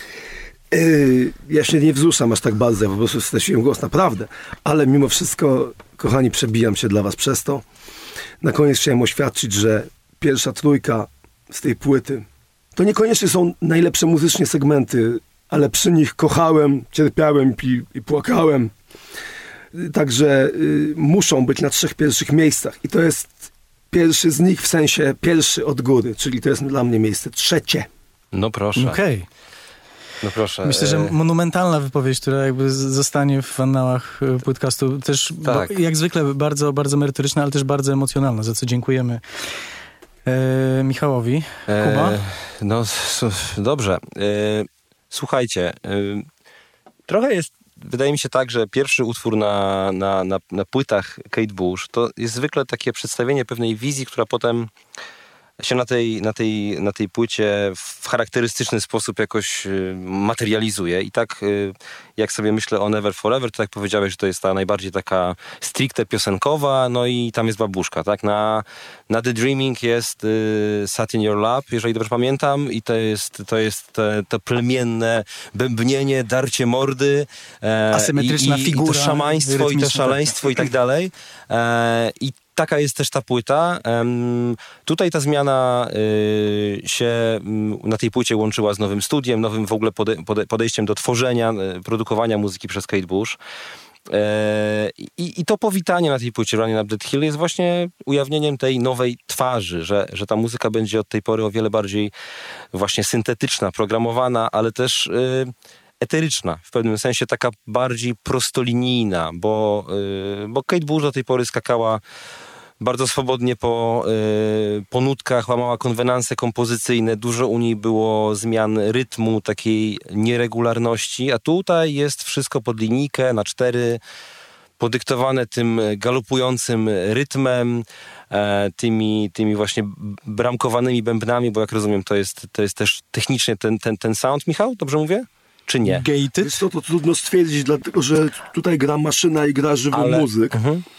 Ja się nie wzruszam aż tak bardzo, ja po prostu straciłem głos, naprawdę. Ale mimo wszystko, kochani, przebijam się dla was przez to. Na koniec chciałem oświadczyć, że pierwsza trójka z tej płyty to niekoniecznie są najlepsze muzycznie segmenty, ale przy nich kochałem, cierpiałem i płakałem. Także muszą być na 3 pierwszych miejscach. I to jest pierwszy z nich, w sensie pierwszy od góry, czyli to jest dla mnie miejsce 3. No proszę. Okej. No proszę. Myślę, że monumentalna wypowiedź, która jakby zostanie w annałach podcastu. Też tak. Jak zwykle bardzo, bardzo merytoryczna, ale też bardzo emocjonalna, za co dziękujemy Michałowi. Kuba? No dobrze. Słuchajcie, trochę jest, wydaje mi się tak, że pierwszy utwór na płytach Kate Bush to jest zwykle takie przedstawienie pewnej wizji, która potem się na tej płycie w charakterystyczny sposób jakoś materializuje. I tak jak sobie myślę o Never Forever, to tak powiedziałeś, że to jest ta najbardziej taka stricte piosenkowa, no i tam jest babuszka, tak? Na The Dreaming jest Sat in Your Lap, jeżeli dobrze pamiętam, i to jest to plemienne bębnienie, darcie mordy, asymetryczna figura, i to szamaństwo, i to szaleństwo i tak dalej. I taka jest też ta płyta. Tutaj ta zmiana się na tej płycie łączyła z nowym studiem, nowym w ogóle podejściem do tworzenia, produkowania muzyki przez Kate Bush. I to powitanie na tej płycie Running Up That Hill jest właśnie ujawnieniem tej nowej twarzy, że ta muzyka będzie od tej pory o wiele bardziej właśnie syntetyczna, programowana, ale też eteryczna, w pewnym sensie taka bardziej prostolinijna, bo Kate Bush do tej pory skakała bardzo swobodnie po nutkach, łamała konwenanse kompozycyjne, dużo u niej było zmian rytmu, takiej nieregularności, a tutaj jest wszystko pod linijkę, na 4, podyktowane tym galopującym rytmem, tymi właśnie bramkowanymi bębnami, bo jak rozumiem, to jest też technicznie ten sound, Michał, dobrze mówię? Czy nie? Gated? Wiesz co, to trudno stwierdzić, dlatego że tutaj gra maszyna i gra żywą muzyk.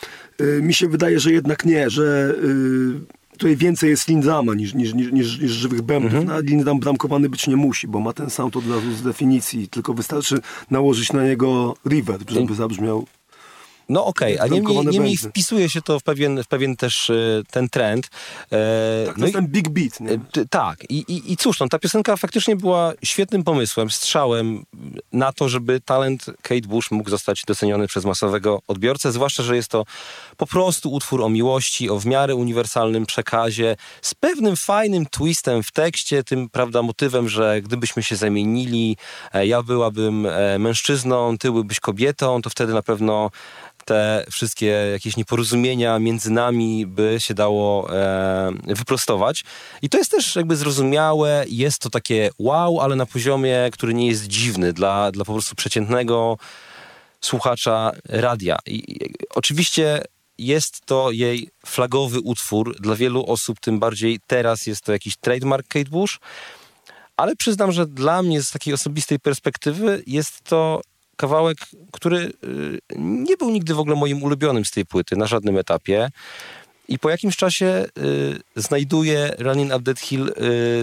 Mi się wydaje, że jednak nie, że tutaj więcej jest Lindzama niż żywych bębnów. No, Lindzam bramkowany być nie musi, bo ma ten sound od razu z definicji, tylko wystarczy nałożyć na niego reverb, żeby zabrzmiał. No okej, a niemniej wpisuje się to w pewien też ten trend. Tak, to jest ten big beat, nie? Tak. I cóż, no, ta piosenka faktycznie była świetnym pomysłem, strzałem na to, żeby talent Kate Bush mógł zostać doceniony przez masowego odbiorcę, zwłaszcza, że jest to po prostu utwór o miłości, o w miarę uniwersalnym przekazie, z pewnym fajnym twistem w tekście, tym, prawda, motywem, że gdybyśmy się zamienili, ja byłabym mężczyzną, ty byłbyś kobietą, to wtedy na pewno te wszystkie jakieś nieporozumienia między nami by się dało wyprostować. I to jest też jakby zrozumiałe, jest to takie wow, ale na poziomie, który nie jest dziwny dla po prostu przeciętnego słuchacza radia. I oczywiście jest to jej flagowy utwór. Dla wielu osób, tym bardziej teraz, jest to jakiś trademark Kate Bush, ale przyznam, że dla mnie z takiej osobistej perspektywy jest to kawałek, który nie był nigdy w ogóle moim ulubionym z tej płyty, na żadnym etapie. I po jakimś czasie znajduję Running Up That Hill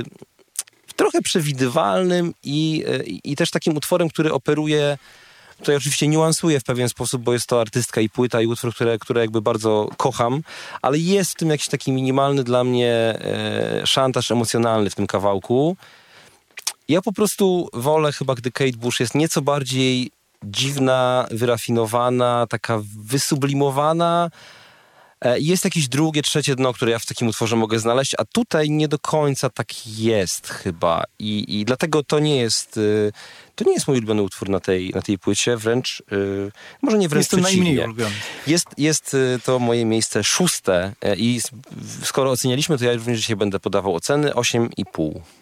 trochę przewidywalnym i też takim utworem, który operuje, tutaj oczywiście niuansuje w pewien sposób, bo jest to artystka i płyta i utwór, które jakby bardzo kocham, ale jest w tym jakiś taki minimalny dla mnie szantaż emocjonalny w tym kawałku. Ja po prostu wolę chyba, gdy Kate Bush jest nieco bardziej dziwna, wyrafinowana, taka wysublimowana. Jest jakieś drugie, trzecie dno, które ja w takim utworze mogę znaleźć, a tutaj nie do końca tak jest chyba. I dlatego to nie jest mój ulubiony utwór na tej płycie, wręcz, może nie wręcz jest to przeciwnie. najmniej ulubiony. Jest to moje miejsce 6 i skoro ocenialiśmy, to ja również dzisiaj będę podawał oceny 8,5.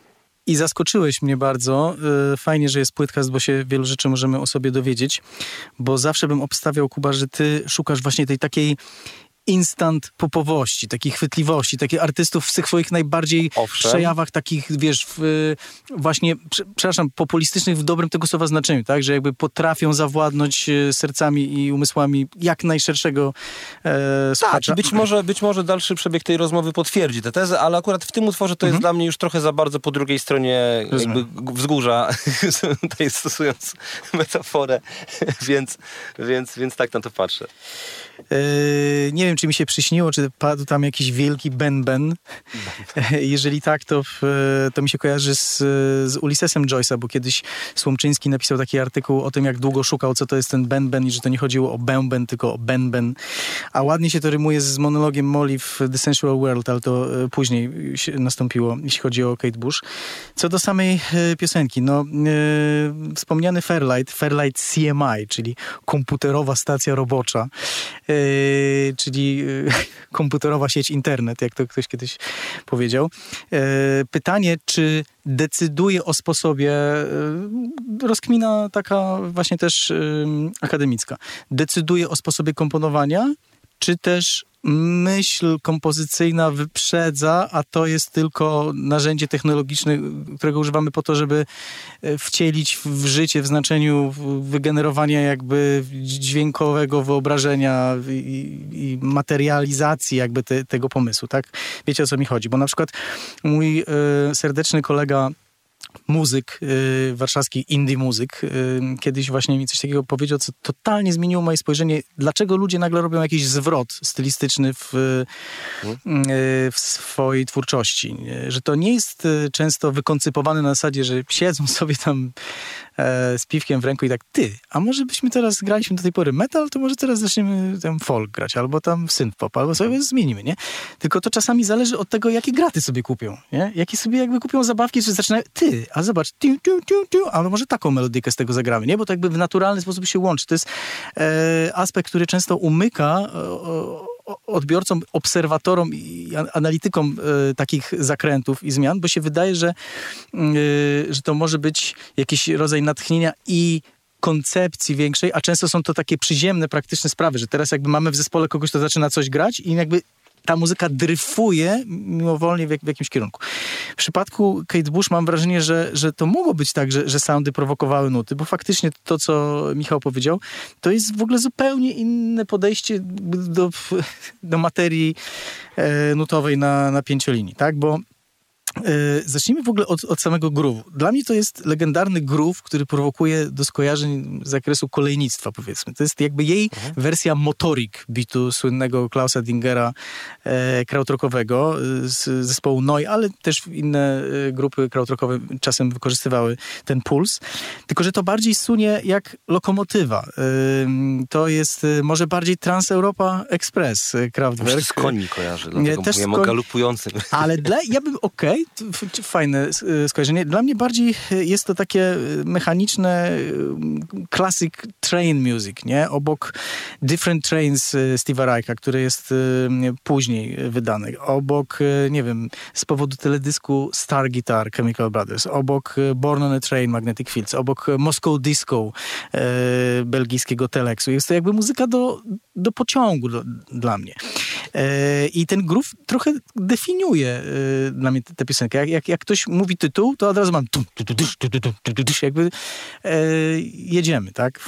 I zaskoczyłeś mnie bardzo. Fajnie, że jest płytkast, bo się wielu rzeczy możemy o sobie dowiedzieć, bo zawsze bym obstawiał, Kuba, że ty szukasz właśnie tej takiej instant popowości, takiej chwytliwości, takich artystów w tych swoich najbardziej przejawach, takich, wiesz, właśnie, przepraszam, populistycznych w dobrym tego słowa znaczeniu, tak? Że jakby potrafią zawładnąć sercami i umysłami jak najszerszego słuchacza. Tak, być może dalszy przebieg tej rozmowy potwierdzi tę tezę, ale akurat w tym utworze to jest dla mnie już trochę za bardzo po drugiej stronie jakby wzgórza, tutaj stosując metaforę, więc tak na to patrzę. Nie wiem, czy mi się przyśniło, czy padł tam jakiś wielki Ben. Jeżeli tak, to mi się kojarzy z Ulyssesem Joyce'a, bo kiedyś Słomczyński napisał taki artykuł o tym, jak długo szukał, co to jest ten Ben i że to nie chodziło o bęben, tylko o Ben. A ładnie się to rymuje z monologiem Molly w The Sensual World, ale to później nastąpiło, jeśli chodzi o Kate Bush. Co do samej piosenki, wspomniany Fairlight CMI, czyli komputerowa stacja robocza, czyli komputerowa sieć internet, jak to ktoś kiedyś powiedział. Pytanie, czy decyduje o sposobie, rozkmina taka właśnie też akademicka, decyduje o sposobie komponowania, czy też myśl kompozycyjna wyprzedza, a to jest tylko narzędzie technologiczne, którego używamy po to, żeby wcielić w życie w znaczeniu wygenerowania jakby dźwiękowego wyobrażenia i materializacji jakby tego pomysłu, tak? Wiecie, o co mi chodzi? Bo na przykład mój serdeczny kolega muzyk, warszawski indie muzyk, kiedyś właśnie mi coś takiego powiedział, co totalnie zmieniło moje spojrzenie, dlaczego ludzie nagle robią jakiś zwrot stylistyczny w swojej twórczości. Że to nie jest często wykoncypowane na zasadzie, że siedzą sobie tam z piwkiem w ręku i tak, a może byśmy teraz graliśmy do tej pory metal, to może teraz zaczniemy tam folk grać, albo tam synth-pop, albo sobie zmienimy, nie? Tylko to czasami zależy od tego, jakie graty sobie kupią, nie? Jakie sobie jakby kupią zabawki, że zaczynają, a zobacz, ale może taką melodykę z tego zagramy, nie? Bo to jakby w naturalny sposób się łączy. To jest aspekt, który często umyka odbiorcom, obserwatorom i analitykom takich zakrętów i zmian, bo się wydaje, że to może być jakiś rodzaj natchnienia i koncepcji większej, a często są to takie przyziemne, praktyczne sprawy, że teraz jakby mamy w zespole kogoś, kto zaczyna coś grać i jakby ta muzyka dryfuje mimowolnie w jakimś kierunku. W przypadku Kate Bush mam wrażenie, że to mogło być tak, że soundy prowokowały nuty, bo faktycznie to, co Michał powiedział, to jest w ogóle zupełnie inne podejście do materii nutowej na pięciolinii, tak? Bo zacznijmy w ogóle od samego groove'u. Dla mnie to jest legendarny groove, który prowokuje do skojarzeń z zakresu kolejnictwa, powiedzmy. To jest jakby jej wersja motorik bitu słynnego Klausa Dingera krautrockowego z zespołu Noi, ale też inne grupy krautrockowe czasem wykorzystywały ten puls. Tylko że to bardziej sunie jak lokomotywa. To jest może bardziej Trans-Europa Express Kraftwerk. Z końmi kojarzy, dlatego też mówiłem o galopującym. Ale ja bym fajne skojarzenie. Dla mnie bardziej jest to takie mechaniczne classic train music, nie? Obok Different Trains Steve'a Reicha, który jest później wydany. Obok, nie wiem, z powodu teledysku Star Guitar Chemical Brothers. Obok Born on a Train Magnetic Fields. Obok Moscow Disco belgijskiego Telexu. Jest to jakby muzyka do pociągu dla mnie. I ten groove trochę definiuje dla mnie tę piosenkę. Jak ktoś mówi tytuł, to od razu mam jakby jedziemy, tak?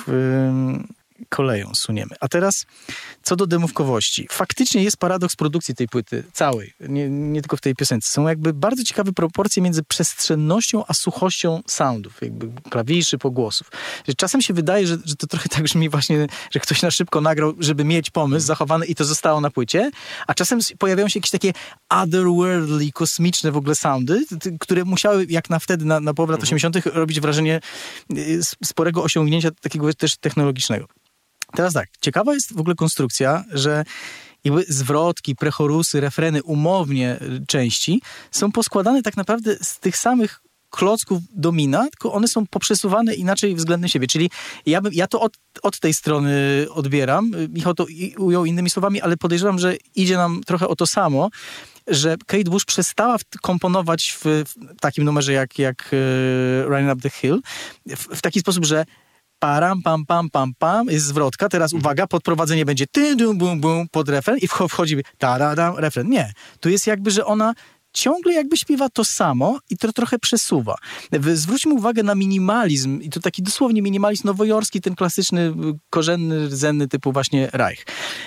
Koleją suniemy. A teraz co do demówkowości. Faktycznie jest paradoks produkcji tej płyty całej, nie tylko w tej piosence. Są jakby bardzo ciekawe proporcje między przestrzennością a suchością soundów, jakby klawiszy, pogłosów. Czasem się wydaje, że to trochę tak brzmi właśnie, że ktoś na szybko nagrał, żeby mieć pomysł zachowany i to zostało na płycie, a czasem pojawiają się jakieś takie otherworldly, kosmiczne w ogóle soundy, które musiały, jak wtedy, na połowę lat 80. robić wrażenie sporego osiągnięcia takiego też technologicznego. Teraz tak, ciekawa jest w ogóle konstrukcja, że jakby zwrotki, prechorusy, refreny, umownie części są poskładane tak naprawdę z tych samych klocków domina, tylko one są poprzesuwane inaczej względem siebie. Czyli ja to od tej strony odbieram. Michał to ujął innymi słowami, ale podejrzewam, że idzie nam trochę o to samo. że Kate Bush przestała komponować w takim numerze jak Running Up the Hill w taki sposób, że param, pam, pam, pam, pam, jest zwrotka, teraz uwaga, podprowadzenie będzie ty-dum, bum, bum, pod refren i wchodzi ta-da-dam, refren. Nie. Tu jest jakby, że ona ciągle jakby śpiewa to samo i to trochę przesuwa. Zwróćmy uwagę na minimalizm i to taki dosłownie minimalizm nowojorski, ten klasyczny, korzenny, rdzenny typu właśnie Reich.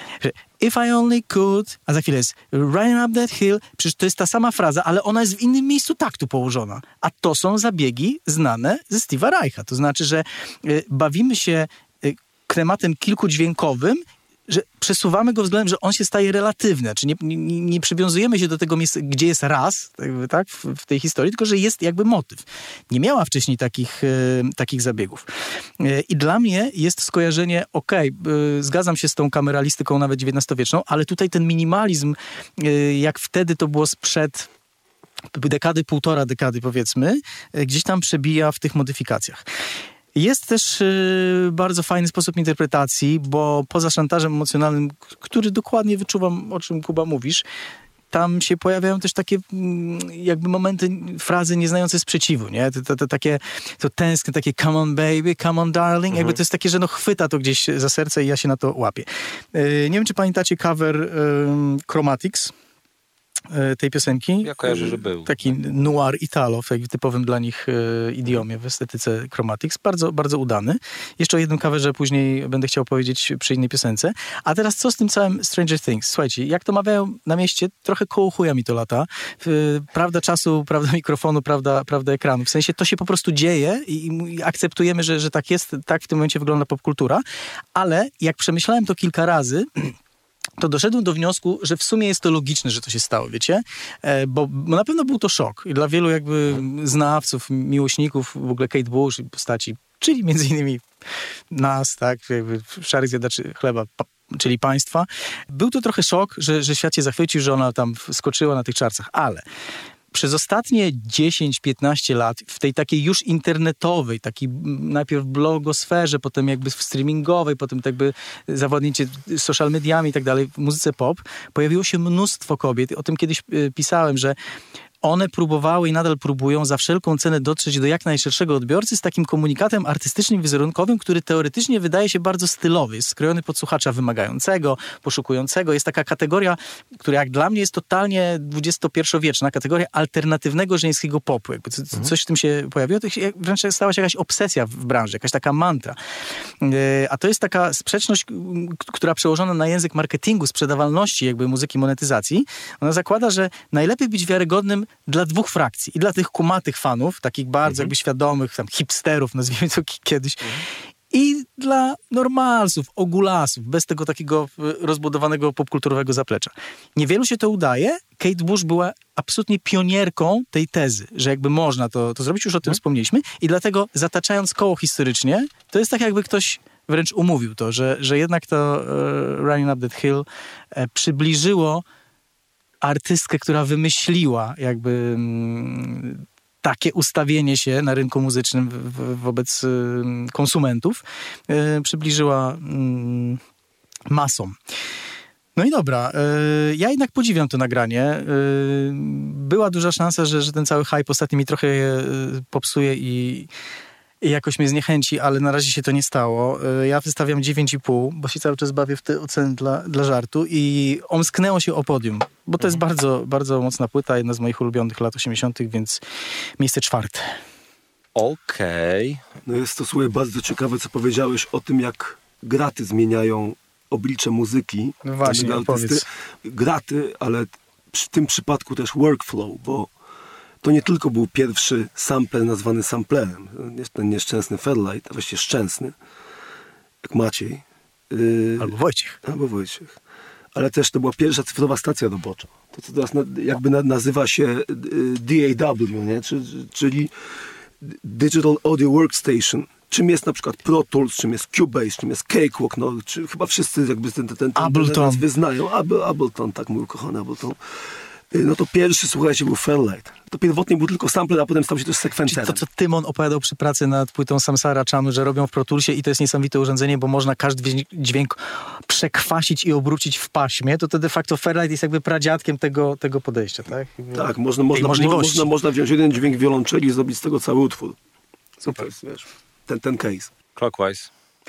If I only could, a za chwilę jest Running Up That Hill, przecież to jest ta sama fraza, ale ona jest w innym miejscu taktu położona. A to są zabiegi znane ze Steve'a Reicha. To znaczy, że bawimy się krematem kilkudźwiękowym, że przesuwamy go względem, że on się staje relatywny. Czy nie przywiązujemy się do tego miejsca, gdzie jest raz, tak, w tej historii, tylko że jest jakby motyw. Nie miała wcześniej takich zabiegów. I dla mnie jest skojarzenie, zgadzam się z tą kameralistyką nawet XIX-wieczną, ale tutaj ten minimalizm, jak wtedy to było sprzed półtora dekady powiedzmy, gdzieś tam przebija w tych modyfikacjach. Jest też bardzo fajny sposób interpretacji, bo poza szantażem emocjonalnym, który dokładnie wyczuwam, o czym Kuba mówisz, tam się pojawiają też takie jakby momenty, frazy nieznające sprzeciwu, nie? To tęskne, takie come on baby, come on darling, jakby to jest takie, że chwyta to gdzieś za serce i ja się na to łapię. Nie wiem, czy pamiętacie cover Chromatics tej piosenki. Ja kojarzę, że był. Taki noir italo, w typowym dla nich idiomie, w estetyce Chromatics. Bardzo, bardzo udany. Jeszcze o jednym coverze później będę chciał powiedzieć przy innej piosence. A teraz co z tym całym Stranger Things? Słuchajcie, jak to mawiają na mieście, trochę koło chuja mi to lata. Prawda czasu, prawda mikrofonu, prawda ekranu. W sensie to się po prostu dzieje i akceptujemy, że tak jest, tak w tym momencie wygląda popkultura. Ale jak przemyślałem to kilka razy, to doszedłem do wniosku, że w sumie jest to logiczne, że to się stało, wiecie? Bo na pewno był to szok. I dla wielu jakby znawców, miłośników w ogóle Kate Bush i postaci, czyli między innymi nas, tak, jakby szarych zjadaczy chleba, czyli państwa. Był to trochę szok, że świat się zachwycił, że ona tam skoczyła na tych czarcach, ale przez ostatnie 10-15 lat w tej takiej już internetowej, takiej najpierw blogosferze, potem jakby w streamingowej, potem jakby zawładnięcie social mediami i tak dalej, w muzyce pop, pojawiło się mnóstwo kobiet. O tym kiedyś pisałem, że one próbowały i nadal próbują za wszelką cenę dotrzeć do jak najszerszego odbiorcy z takim komunikatem artystycznym, wizerunkowym, który teoretycznie wydaje się bardzo stylowy. Jest skrojony pod słuchacza wymagającego, poszukującego. Jest taka kategoria, która jak dla mnie jest totalnie XXI-wieczna, kategoria alternatywnego żeńskiego popu. Jakby coś w tym się pojawiło, to się, wręcz stała się jakaś obsesja w branży, jakaś taka mantra. A to jest taka sprzeczność, która przełożona na język marketingu, sprzedawalności jakby muzyki, monetyzacji. Ona zakłada, że najlepiej być wiarygodnym dla dwóch frakcji. I dla tych kumatych fanów, takich bardzo jakby świadomych, tam hipsterów, nazwijmy to kiedyś, i dla normalsów, ogulasów, bez tego takiego rozbudowanego popkulturowego zaplecza. Niewielu się to udaje. Kate Bush była absolutnie pionierką tej tezy, że jakby można to zrobić, już o tym wspomnieliśmy, i dlatego zataczając koło historycznie, to jest tak jakby ktoś wręcz umówił to, że jednak to Running Up That Hill przybliżyło artystkę, która wymyśliła jakby takie ustawienie się na rynku muzycznym wobec konsumentów, przybliżyła masom. No i dobra, ja jednak podziwiam to nagranie. Była duża szansa, że ten cały hype ostatnio mi trochę popsuje i jakoś mnie zniechęci, ale na razie się to nie stało. Ja wystawiam 9,5, bo się cały czas bawię w te oceny dla żartu i omsknęło się o podium, bo to jest bardzo, bardzo mocna płyta, jedna z moich ulubionych lat 80., więc miejsce 4. Okej. No jest to, słuchaj, bardzo ciekawe, co powiedziałeś o tym, jak graty zmieniają oblicze muzyki. No właśnie, opowiedz. Graty, ale w tym przypadku też workflow, bo to nie tylko był pierwszy sampler nazwany samplerem. Ten nieszczęsny Fairlight, a właściwie szczęsny, jak Maciej. Albo Wojciech. Ale też to była pierwsza cyfrowa stacja robocza. To, co teraz jakby nazywa się DAW, nie? Czyli Digital Audio Workstation. Czym jest na przykład Pro Tools, czym jest Cubase, czym jest Cakewalk, no, czy chyba wszyscy jakby ten nazwy znają. Ableton, tak mój ukochany Ableton. No to pierwszy, słuchajcie, był Fairlight. To pierwotnie był tylko sampler, a potem stał się też sekwencerem. To, co Tymon opowiadał przy pracy nad płytą Samsara Chanu, że robią w Pro Toolsie i to jest niesamowite urządzenie, bo można każdy dźwięk przekwasić i obrócić w paśmie, to de facto Fairlight jest jakby pradziadkiem tego podejścia, tak? Tak, można wziąć jeden dźwięk wiolonczeli i zrobić z tego cały utwór. Super. Wiesz, ten case. Clockwise.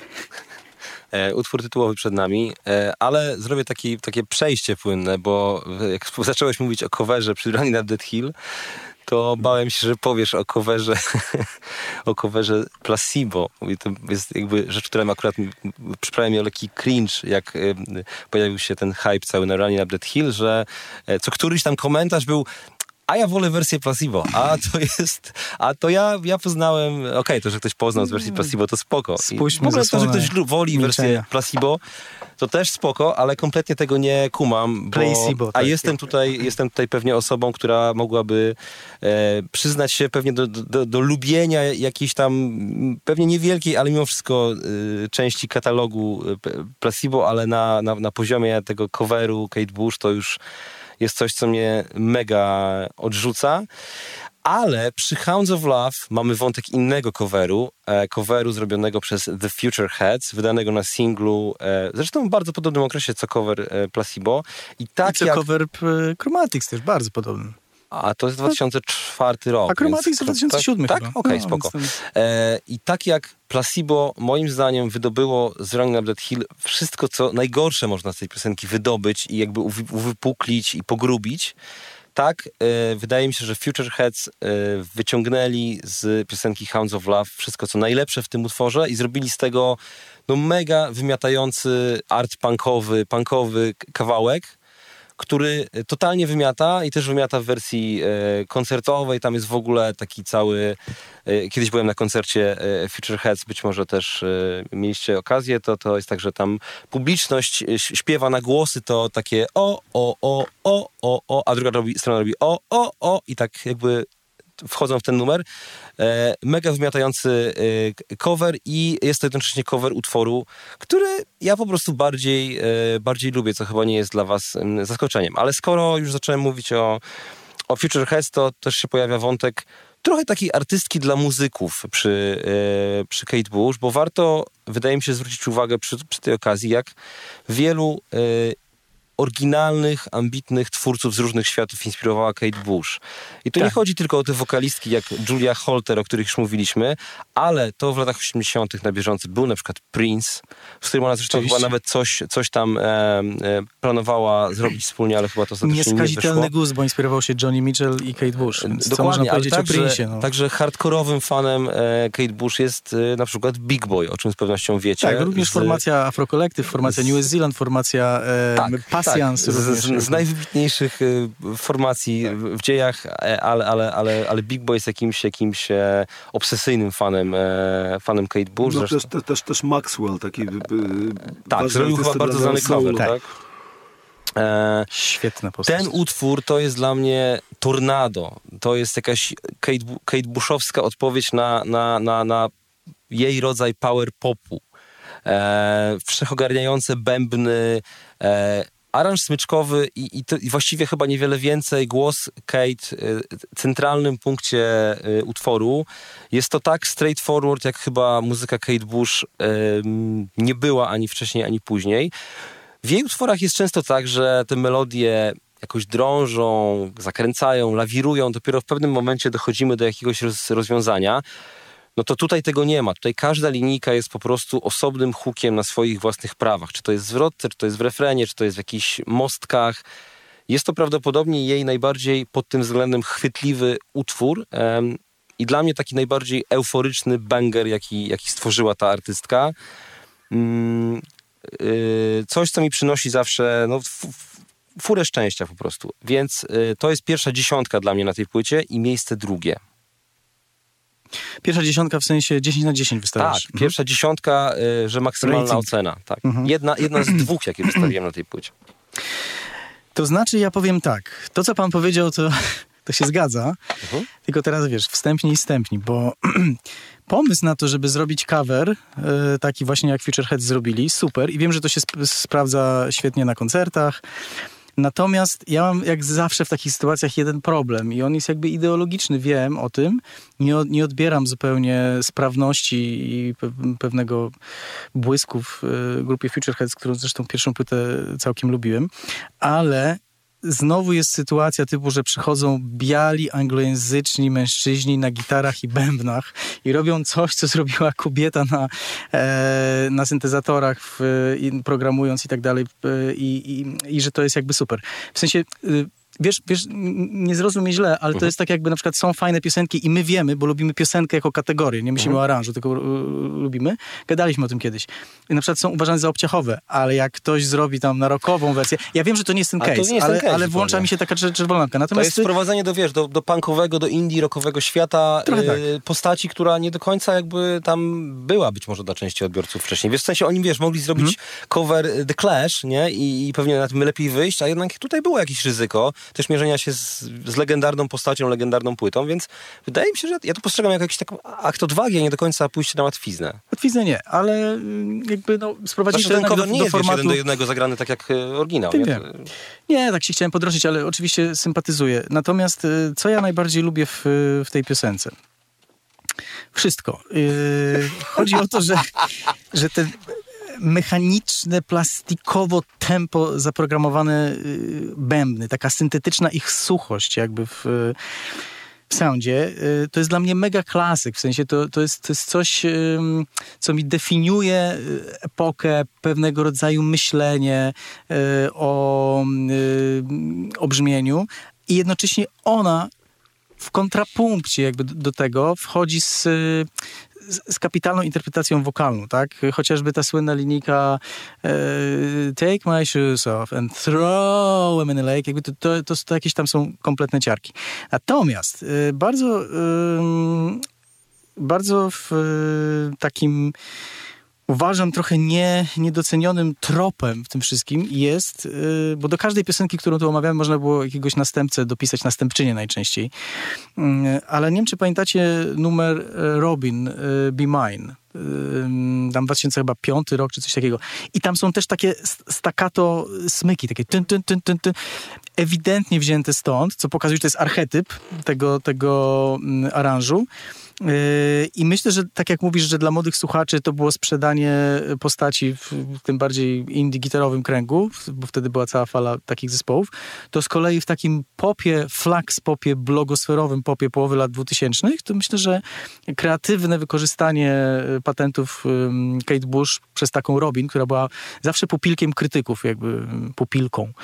Utwór tytułowy przed nami, ale zrobię takie przejście płynne, bo jak zacząłeś mówić o coverze przy Running Up That Hill, to bałem się, że powiesz o coverze Placebo. To jest jakby rzecz, która akurat przyprawia mi o lekki cringe, jak pojawił się ten hype cały na Running Up That Hill, że co któryś tam komentarz był: a ja wolę wersję Placebo, a to ja poznałem, to, że ktoś poznał z wersji Placebo, to spoko. Spójrzmy w ogóle to, że ktoś woli milczenia. wersję Placebo, to też spoko, ale kompletnie tego nie kumam, Placebo, tak. jestem tutaj pewnie osobą, która mogłaby przyznać się pewnie do lubienia jakiejś tam, pewnie niewielkiej, ale mimo wszystko części katalogu Placebo, ale na poziomie tego coveru Kate Bush to już jest coś, co mnie mega odrzuca. Ale przy Hounds of Love mamy wątek innego coveru zrobionego przez The Future Heads, wydanego na singlu, zresztą w bardzo podobnym okresie co cover Placebo. I cover Chromatics też bardzo podobny. A to jest 2004 rok. A Chromatics jest 2007 tak? chyba. Okej, spoko. I tak jak Placebo moim zdaniem wydobyło z Running Up That Hill wszystko, co najgorsze można z tej piosenki wydobyć i jakby uwypuklić i pogrubić, tak, wydaje mi się, że Future Heads wyciągnęli z piosenki Hounds of Love wszystko, co najlepsze w tym utworze i zrobili z tego mega wymiatający art punkowy kawałek, który totalnie wymiata i też wymiata w wersji koncertowej. Tam jest w ogóle taki cały... Kiedyś byłem na koncercie Future Heads, być może też mieliście okazję, to jest tak, że tam publiczność śpiewa na głosy, to takie a druga strona robi i tak jakby wchodzą w ten numer. Mega wymiatający cover i jest to jednocześnie cover utworu, który ja po prostu bardziej lubię, co chyba nie jest dla was zaskoczeniem. Ale skoro już zacząłem mówić o Future Heads, to też się pojawia wątek trochę takiej artystki dla muzyków przy Kate Bush, bo warto, wydaje mi się, zwrócić uwagę przy tej okazji, jak wielu oryginalnych, ambitnych twórców z różnych światów inspirowała Kate Bush. I to nie chodzi tylko o te wokalistki jak Julia Holter, o których już mówiliśmy, ale to w latach 80. na bieżąco był na przykład Prince, z którym ona zresztą chyba nawet coś tam planowała zrobić wspólnie, ale chyba to ostatecznie nie wyszło. Nieskazitelny gust, bo inspirował się Johnny Mitchell i Kate Bush. Więc dokładnie, co można powiedzieć o Prince'ie? No. Także hardkorowym fanem Kate Bush jest na przykład Big Boy, o czym z pewnością wiecie. Tak, również formacja Afro Collective, formacja New Zealand, formacja Pasjans. Z najwybitniejszych formacji w dziejach, ale Big Boy jest jakimś obsesyjnym fanem Kate Bush. No też Maxwell, taki tak, zrobił chyba bardzo znany cover, tak? Świetna postać. Ten utwór to jest dla mnie tornado. To jest jakaś Kate Bushowska odpowiedź na jej rodzaj power popu. Wszechogarniające bębny, aranż smyczkowy i właściwie chyba niewiele więcej. Głos Kate w centralnym punkcie utworu. Jest to tak straightforward, jak chyba muzyka Kate Bush nie była ani wcześniej, ani później. W jej utworach jest często tak, że te melodie jakoś drążą, zakręcają, lawirują. Dopiero w pewnym momencie dochodzimy do jakiegoś rozwiązania. No to tutaj tego nie ma. Tutaj każda linijka jest po prostu osobnym hookiem na swoich własnych prawach. Czy to jest zwrotce, czy to jest w refrenie, czy to jest w jakichś mostkach. Jest to prawdopodobnie jej najbardziej pod tym względem chwytliwy utwór i dla mnie taki najbardziej euforyczny banger, jaki stworzyła ta artystka. Coś, co mi przynosi zawsze furę szczęścia po prostu. Więc to jest pierwsza dziesiątka dla mnie na tej płycie i miejsce drugie. Pierwsza dziesiątka w sensie 10 na 10 wystawiasz. Tak, pierwsza dziesiątka, że maksymalna rating. Ocena. Tak. Jedna z dwóch, jakie wystawiłem na tej płycie. To znaczy, ja powiem tak. To, co pan powiedział, to się zgadza. Tylko teraz, wiesz, wstępni, bo pomysł na to, żeby zrobić cover, taki właśnie jak Future Heads zrobili, super. I wiem, że to się sprawdza świetnie na koncertach. Natomiast ja mam jak zawsze w takich sytuacjach jeden problem i on jest jakby ideologiczny, wiem o tym. Nie odbieram zupełnie sprawności i pewnego błysku w grupie Futureheads, którą zresztą pierwszą płytę całkiem lubiłem, ale znowu jest sytuacja typu, że przychodzą biali, anglojęzyczni mężczyźni na gitarach i bębnach i robią coś, co zrobiła kobieta na syntezatorach, programując i tak dalej, i że to jest jakby super. W sensie... Wiesz, nie zrozum mnie źle, ale to jest tak jakby na przykład są fajne piosenki i my wiemy, bo lubimy piosenkę jako kategorię, nie myślimy o aranżu, tylko lubimy. Gadaliśmy o tym kiedyś. I na przykład są uważane za obciachowe, ale jak ktoś zrobi tam na rockową wersję, ja wiem, że to nie jest ten case, ale włącza mi się taka czerwona lampka. Natomiast to jest wprowadzenie do punkowego, do indie rockowego świata tak. Postaci, która nie do końca jakby tam była być może dla części odbiorców wcześniej. Wiesz, w sensie oni, mogli zrobić cover The Clash, nie? I pewnie na tym lepiej wyjść, a jednak tutaj było jakieś ryzyko też mierzenia się z legendarną postacią, legendarną płytą, więc wydaje mi się, że ja to postrzegam jako jakiś taki akt odwagi, a nie do końca pójście na łatwiznę. Łatwiznę nie, ale jakby sprowadzić ten cover nie jest formatu... 1:1 zagrany tak jak oryginał. Nie, tak się chciałem podrążyć, ale oczywiście sympatyzuję. Natomiast co ja najbardziej lubię w tej piosence? Wszystko. Chodzi o to, że ten mechaniczne, plastikowo tempo zaprogramowane bębny, taka syntetyczna ich suchość jakby w soundzie, to jest dla mnie mega klasyk, w sensie to jest coś, co mi definiuje epokę, pewnego rodzaju myślenie o brzmieniu i jednocześnie ona w kontrapunkcie jakby do tego wchodzi z kapitalną interpretacją wokalną, tak? Chociażby ta słynna linijka take my shoes off and throw them in the lake, jakby to jakieś tam są kompletne ciarki. Natomiast bardzo w takim uważam trochę niedocenionym tropem w tym wszystkim jest, bo do każdej piosenki, którą tu omawiamy, można było jakiegoś następcę dopisać, następczynię najczęściej. Ale nie wiem, czy pamiętacie numer Robin, Be Mine. Tam 2005 rok, czy coś takiego. I tam są też takie staccato smyki, takie tyn, tyn, tyn, tyn, tyn. Ewidentnie wzięte stąd, co pokazuje, że to jest archetyp tego aranżu. I myślę, że tak jak mówisz, że dla młodych słuchaczy to było sprzedanie postaci w tym bardziej indie gitarowym kręgu, bo wtedy była cała fala takich zespołów, to z kolei w takim popie, flax popie, blogosferowym popie połowy lat 2000, to myślę, że kreatywne wykorzystanie patentów Kate Bush przez taką Robin, która była zawsze pupilkiem krytyków, jakby pupilką.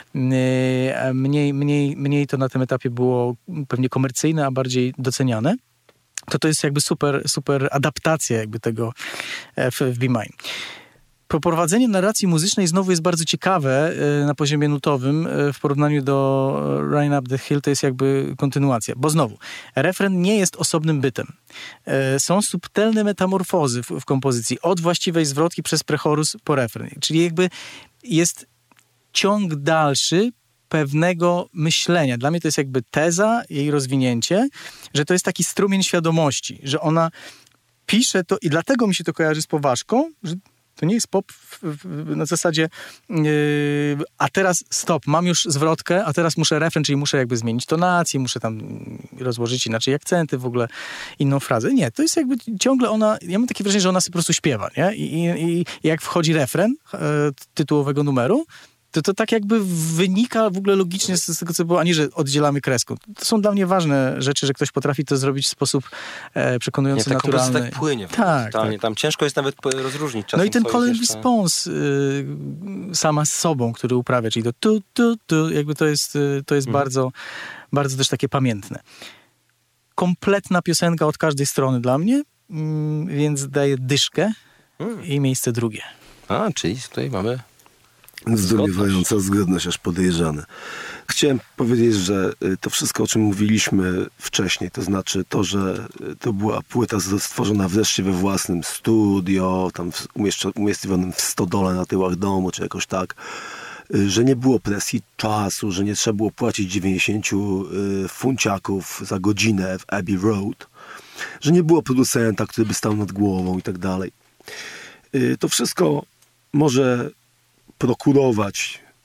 Mniej to na tym etapie było pewnie komercyjne, a bardziej doceniane. To jest jakby super adaptacja jakby tego w Be Mine. Poprowadzenie narracji muzycznej znowu jest bardzo ciekawe na poziomie nutowym w porównaniu do Run Up the Hill, to jest jakby kontynuacja, bo znowu refren nie jest osobnym bytem. Są subtelne metamorfozy w kompozycji, od właściwej zwrotki przez prechorus po refren, czyli jakby jest ciąg dalszy pewnego myślenia. Dla mnie to jest jakby teza, jej rozwinięcie, że to jest taki strumień świadomości, że ona pisze to i dlatego mi się to kojarzy z poważką, że to nie jest pop na zasadzie a teraz stop, mam już zwrotkę, a teraz muszę refren, czyli muszę jakby zmienić tonację, muszę tam rozłożyć inaczej akcenty, w ogóle inną frazę. Nie, to jest jakby ciągle ona, ja mam takie wrażenie, że ona sobie po prostu śpiewa, nie? I jak wchodzi refren tytułowego numeru, to tak jakby wynika w ogóle logicznie z tego, co było, a nie, że oddzielamy kreską. To są dla mnie ważne rzeczy, że ktoś potrafi to zrobić w sposób przekonujący, naturalny. Tak płynie. Tak. Tam ciężko jest nawet rozróżnić czasem. No i ten call and response sama z sobą, który uprawia, czyli to tu, jakby to jest bardzo, bardzo też takie pamiętne. Kompletna piosenka od każdej strony dla mnie, więc daję dyszkę i miejsce drugie. Czyli tutaj mamy zdumiewająca zgodność, aż podejrzane. Chciałem powiedzieć, że to wszystko, o czym mówiliśmy wcześniej, to znaczy to, że to była płyta stworzona wreszcie we własnym studio, tam umiejscowionym w stodole na tyłach domu, czy jakoś tak, że nie było presji czasu, że nie trzeba było płacić 90 funciaków za godzinę w Abbey Road, że nie było producenta, który by stał nad głową i tak dalej. To wszystko może prokurować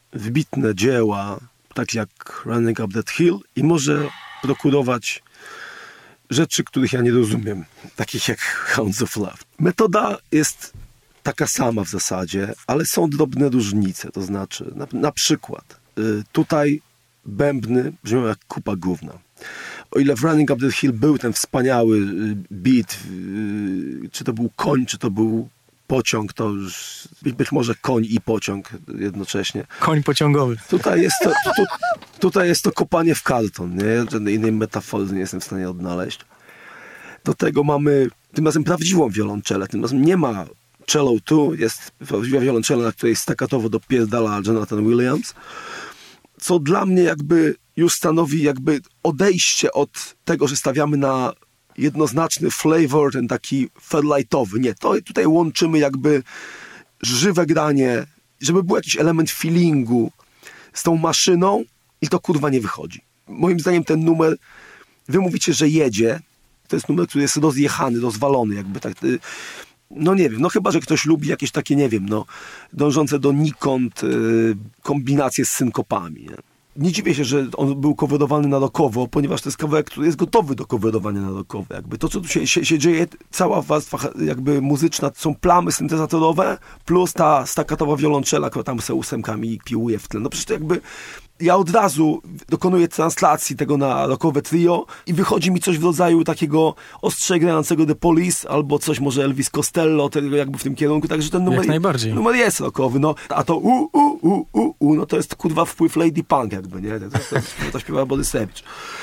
wybitne dzieła, takie jak Running Up That Hill i może prokurować rzeczy, których ja nie rozumiem, takich jak Hounds of Love. Metoda jest taka sama w zasadzie, ale są drobne różnice, to znaczy na przykład tutaj bębny brzmią jak kupa gówna. O ile w Running Up That Hill był ten wspaniały beat, czy to był koń, czy to był pociąg, to już być może koń i pociąg jednocześnie. Koń pociągowy. Tutaj jest to kopanie w karton, nie? Żadnej innej metafory nie jestem w stanie odnaleźć. Do tego mamy tym razem prawdziwą wiolonczelę. Tym razem nie ma cello tu, jest prawdziwa wiolonczela, na której staccatowo dopierdala Jonathan Williams, co dla mnie jakby już stanowi jakby odejście od tego, że stawiamy na jednoznaczny flavor, ten taki fairlightowy. Nie, to tutaj łączymy jakby żywe granie, żeby był jakiś element feelingu z tą maszyną i to kurwa nie wychodzi. Moim zdaniem ten numer, wy mówicie, że jedzie, to jest numer, który jest rozjechany, rozwalony jakby tak. No nie wiem, no chyba, że ktoś lubi jakieś takie, nie wiem, no dążące donikąd kombinacje z synkopami, nie? Nie dziwię się, że on był coverowany na rockowo, ponieważ to jest kawałek, który jest gotowy do coverowania na rockowo. Jakby to, co tu się dzieje, cała warstwa jakby muzyczna, to są plamy syntezatorowe, plus ta staccatowa wiolonczela, która tam se ósemkami piłuje w tle. No przecież to jakby ja od razu dokonuję translacji tego na rockowe trio i wychodzi mi coś w rodzaju takiego ostrze grającego The Police, albo coś może Elvis Costello, tego jakby w tym kierunku, także ten numer jest rockowy, no, a to no to jest kurwa wpływ Lady Punk jakby, nie? To śpiewa Borysewicz.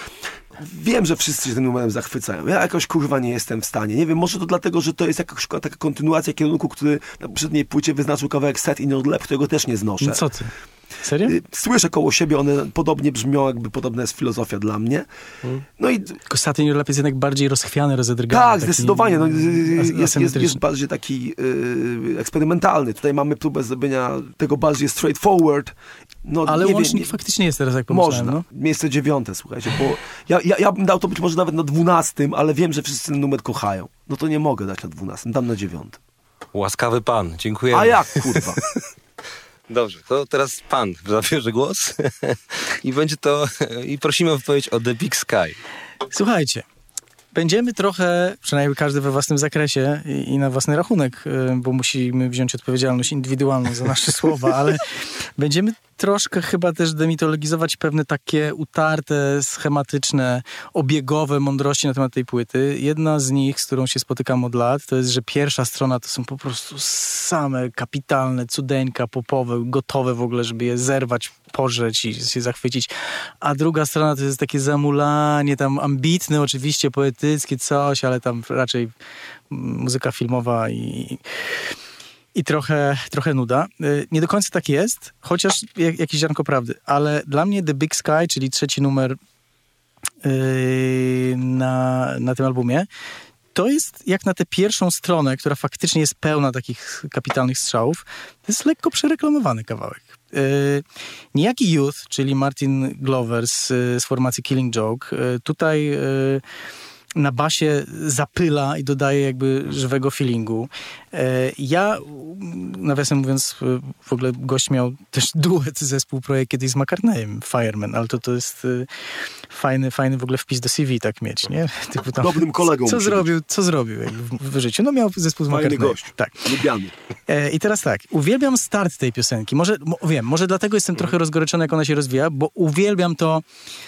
Wiem, że wszyscy się tym numerem zachwycają. Ja jakoś kurwa nie jestem w stanie. Nie wiem, może to dlatego, że to jest jakaś taka kontynuacja kierunku, który na poprzedniej płycie wyznaczył kawałek Set in Your Lap, którego też nie znoszę. No co ty? Serio? Słyszę koło siebie, one podobnie brzmią, jakby podobna jest filozofia dla mnie. No i tylko Set in Your Lap jest jednak bardziej rozchwiany, rozedrgany. Tak, zdecydowanie. No, jest bardziej taki eksperymentalny. Tutaj mamy próbę zrobienia tego bardziej straightforward. No, ale łącznik faktycznie jest teraz, jak pomyślałem. Można. No? Miejsce 9, słuchajcie, bo ja bym dał to być może nawet na 12, ale wiem, że wszyscy ten numer kochają. No to nie mogę dać na 12, dam na 9. Łaskawy pan, dziękuję. A jak, kurwa? Dobrze, to teraz pan zabierze głos i będzie to, i prosimy o wypowiedź o The Big Sky. Słuchajcie, będziemy trochę, przynajmniej każdy we własnym zakresie i na własny rachunek, bo musimy wziąć odpowiedzialność indywidualną za nasze słowa, ale będziemy troszkę chyba też demitologizować pewne takie utarte, schematyczne, obiegowe mądrości na temat tej płyty. Jedna z nich, z którą się spotykam od lat, to jest, że pierwsza strona to są po prostu same kapitalne cudeńka popowe, gotowe w ogóle, żeby je zerwać, pożreć i się zachwycić. A druga strona to jest takie zamulanie, tam ambitne oczywiście, poetyckie coś, ale tam raczej muzyka filmowa i trochę nuda. Nie do końca tak jest, chociaż jakieś ziarnko prawdy. Ale dla mnie The Big Sky, czyli trzeci numer na tym albumie, to jest jak na tę pierwszą stronę, która faktycznie jest pełna takich kapitalnych strzałów, to jest lekko przereklamowany kawałek. Niejaki Youth, czyli Martin Glover z formacji Killing Joke, tutaj na basie zapyla i dodaje jakby żywego feelingu. Ja, nawiasem mówiąc, w ogóle gość miał też duet zespół projekt kiedyś z McCartneyem, Fireman, ale to jest fajny w ogóle wpis do CV tak mieć, nie? Typu tam, dobrym kolegą. Co zrobił w życiu? No miał zespół z McCartneyem. Fajny gość. Tak. Lubiany. I teraz tak, uwielbiam start tej piosenki. Może dlatego jestem trochę rozgoryczony, jak ona się rozwija, bo uwielbiam to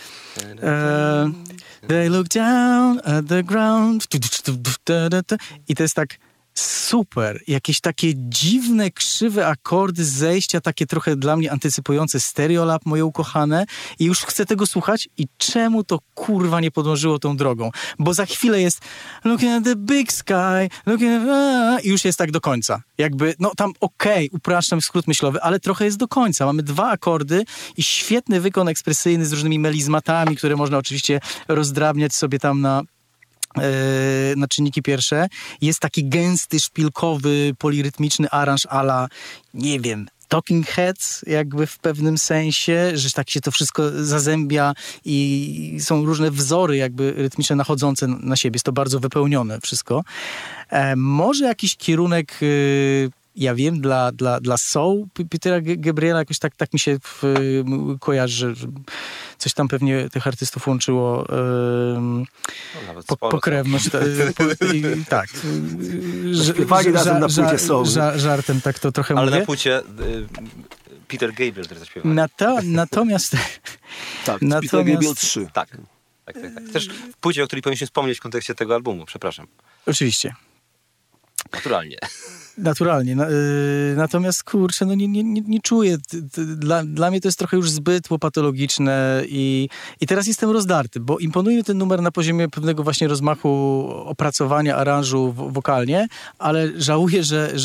they look down at the ground i to jest tak super. Jakieś takie dziwne, krzywe akordy z zejścia, takie trochę dla mnie antycypujące Stereolab, moje ukochane, i już chcę tego słuchać i czemu to kurwa nie podążyło tą drogą? Bo za chwilę jest looking at the big sky, looking at... i już jest tak do końca. Jakby, no tam upraszczam skrót myślowy, ale trochę jest do końca. Mamy 2 akordy i świetny wykon ekspresyjny z różnymi melizmatami, które można oczywiście rozdrabniać sobie tam na czynniki pierwsze. Jest taki gęsty, szpilkowy, polirytmiczny aranż a la, nie wiem, Talking Heads jakby w pewnym sensie, że tak się to wszystko zazębia i są różne wzory jakby rytmiczne nachodzące na siebie. Jest to bardzo wypełnione wszystko. Może jakiś kierunek ja wiem, dla soul Petera Gabriela jakoś tak mi się kojarzy, że coś tam pewnie tych artystów łączyło pokrewność. Tak. Śpiewali razem na płycie soul. Żartem tak to trochę ale mówię. Ale na płycie Peter Gabriel też zaśpiewał. Natomiast... Tak, Peter Gabriel 3. Tak. Też w płycie, o której powinniśmy wspomnieć w kontekście tego albumu, przepraszam. Oczywiście. Naturalnie. Natomiast kurczę, no nie czuję. Dla mnie to jest trochę już zbyt łopatologiczne i teraz jestem rozdarty, bo imponuje ten numer na poziomie pewnego właśnie rozmachu opracowania aranżu wokalnie, ale żałuję,